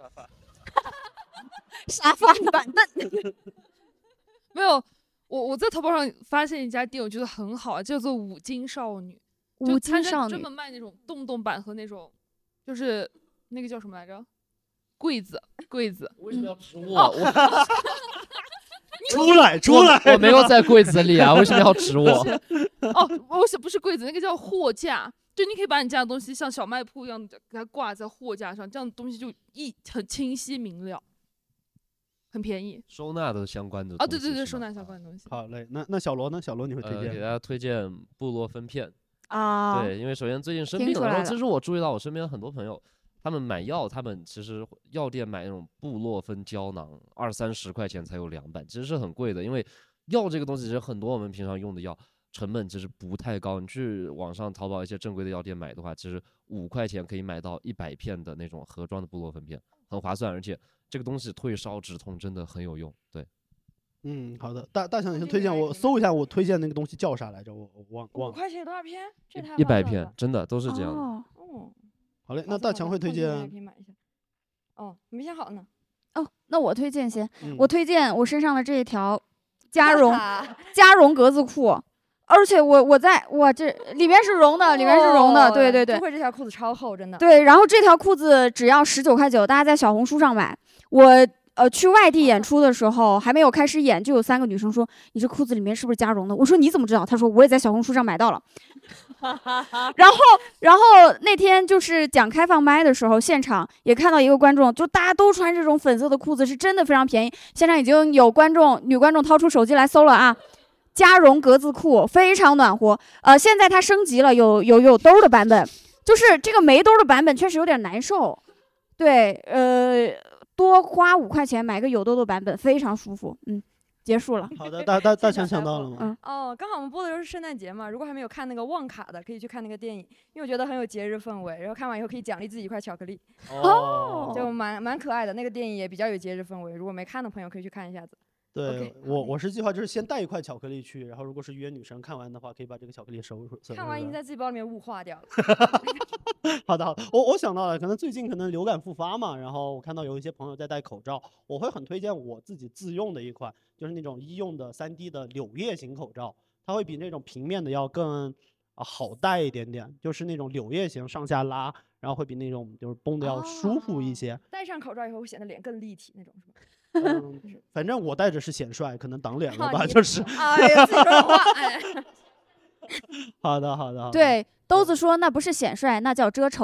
C: 沙发板凳。
A: 没有，我在淘宝上发现一家店，我觉得很好，叫做五金少女。
C: 五金少女
A: 专门卖那种洞板和那种，就是那个叫什么来着？柜子。
E: 为什么要指我？
D: 出来！
E: 我没有在柜子里啊，为什么要指我？
A: 我想不是柜子，那个叫货架。就你可以把你家的东西像小卖铺一样的给它挂在货架上，这样的东西就很清晰明了，很便宜。
E: 收纳的相关的
A: 对，收纳相关的东西。
D: 好嘞，那小罗呢？小罗你会推荐？
E: 给大家推荐部落分片
C: 啊。
E: 对，因为首先最近生病了，然后其实我注意到我身边很多朋友，他们买药，他们其实药店买那种部落分胶囊，20-30块钱才有2版，其实是很贵的。因为药这个东西，其实很多我们平常用的药成本其实不太高，你去网上淘宝一些正规的药店买的话，其实5块钱可以买到100片的那种盒装的部落分片，很划算，而且这个东西退烧止痛真的很有用。对，
D: 好的，大强你先推荐，我搜一下我推荐那个东西叫啥来着，我忘了。
B: 5块钱多少片？这太
E: 100片，真的都是这样的。
D: 好嘞，那大强会推荐。
B: 可以买一下。没想好呢。
C: 那我推荐先，我推荐我身上的这一条加绒格子裤。而且这里面是绒的，对。
B: 不愧这条裤子超厚，真的。
C: 对，然后这条裤子只要19.9块，大家在小红书上买。我去外地演出的时候，还没有开始演，就有3个女生说：“你这裤子里面是不是加绒的？”我说：“你怎么知道？”她说：“我也在小红书上买到了。”然后那天就是讲开放麦的时候，现场也看到一个观众，就大家都穿这种粉色的裤子，是真的非常便宜。现场已经有女观众掏出手机来搜了啊。加绒格子裤非常暖和，现在它升级了，有兜的版本，就是这个没兜的版本确实有点难受，对，多花5块钱买个有兜的版本，非常舒服，结束了。
D: 好的，大强想到了吗？
B: 刚好我们播的时候是圣诞节嘛，如果还没有看那个旺卡的，可以去看那个电影，因为我觉得很有节日氛围，然后看完以后可以奖励自己1块巧克力，就蛮可爱的，那个电影也比较有节日氛围，如果没看的朋友可以去看一下子。
D: 对，我是计划就是先带1块巧克力去，然后如果是约女生看完的话，可以把这个巧克力收。
B: 看完已经在自己包里面雾化掉了。
D: 好的，我想到了，可能最近流感复发嘛，然后我看到有一些朋友在戴口罩，我会很推荐我自己自用的一款，就是那种医用的3D 的柳叶型口罩，它会比那种平面的要更好戴一点点，就是那种柳叶型上下拉，然后会比那种就是绷的要舒服一些。
B: 戴上口罩以后会显得脸更立体那种，是吧？
D: 反正我戴着是显帅，可能挡脸了吧，就是。
B: 哎呀，自己说话。
D: 好的。
C: 对，兜子说那不是显帅，那叫遮丑。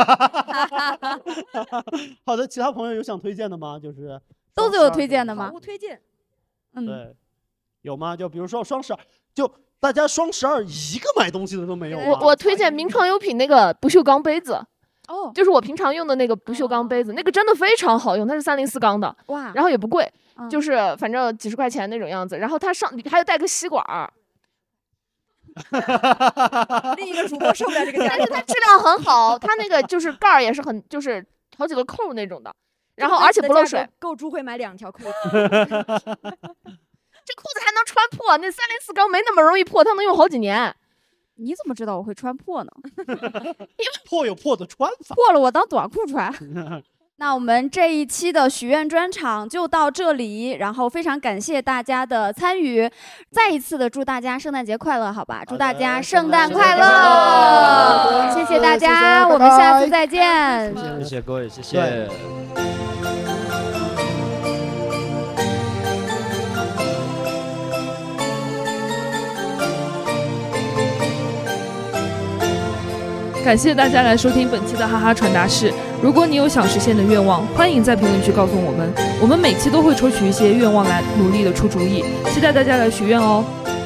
D: 好的，其他朋友有想推荐的吗？就是
C: 兜子有推荐的吗？
B: 我推荐。
D: 对，有吗？就比如说双12，就大家双12一个买东西的都没有。
G: 我推荐名创优品那个不锈钢杯子。就是我平常用的那个不锈钢杯子，那个真的非常好用，它是304钢的，哇，然后也不贵。 就是反正几十块钱那种样子，然后它上还要带个吸管儿。
B: 另一个主播受不了这个价格，
G: 但是它质量很好，它那个就是盖儿也是很就是好几个扣那种的，然后而且不漏水，
B: 够猪会买2条裤子。
G: 这裤子还能穿破，那304钢没那么容易破，它能用好几年。
C: 你怎么知道我会穿破呢？
D: 破有破的穿法，
C: 破了我当短裤穿。那我们这一期的许愿专场就到这里，然后非常感谢大家的参与，再一次的祝大家圣诞节快乐，好吧？祝大家圣诞快乐！谢谢大家，我们下次再见。
E: 谢谢各位，谢谢。
A: 感谢大家来收听本期的哈哈传达室。如果你有想实现的愿望，欢迎在评论区告诉我们，我们每期都会抽取一些愿望来努力的出主意，期待大家来许愿哦。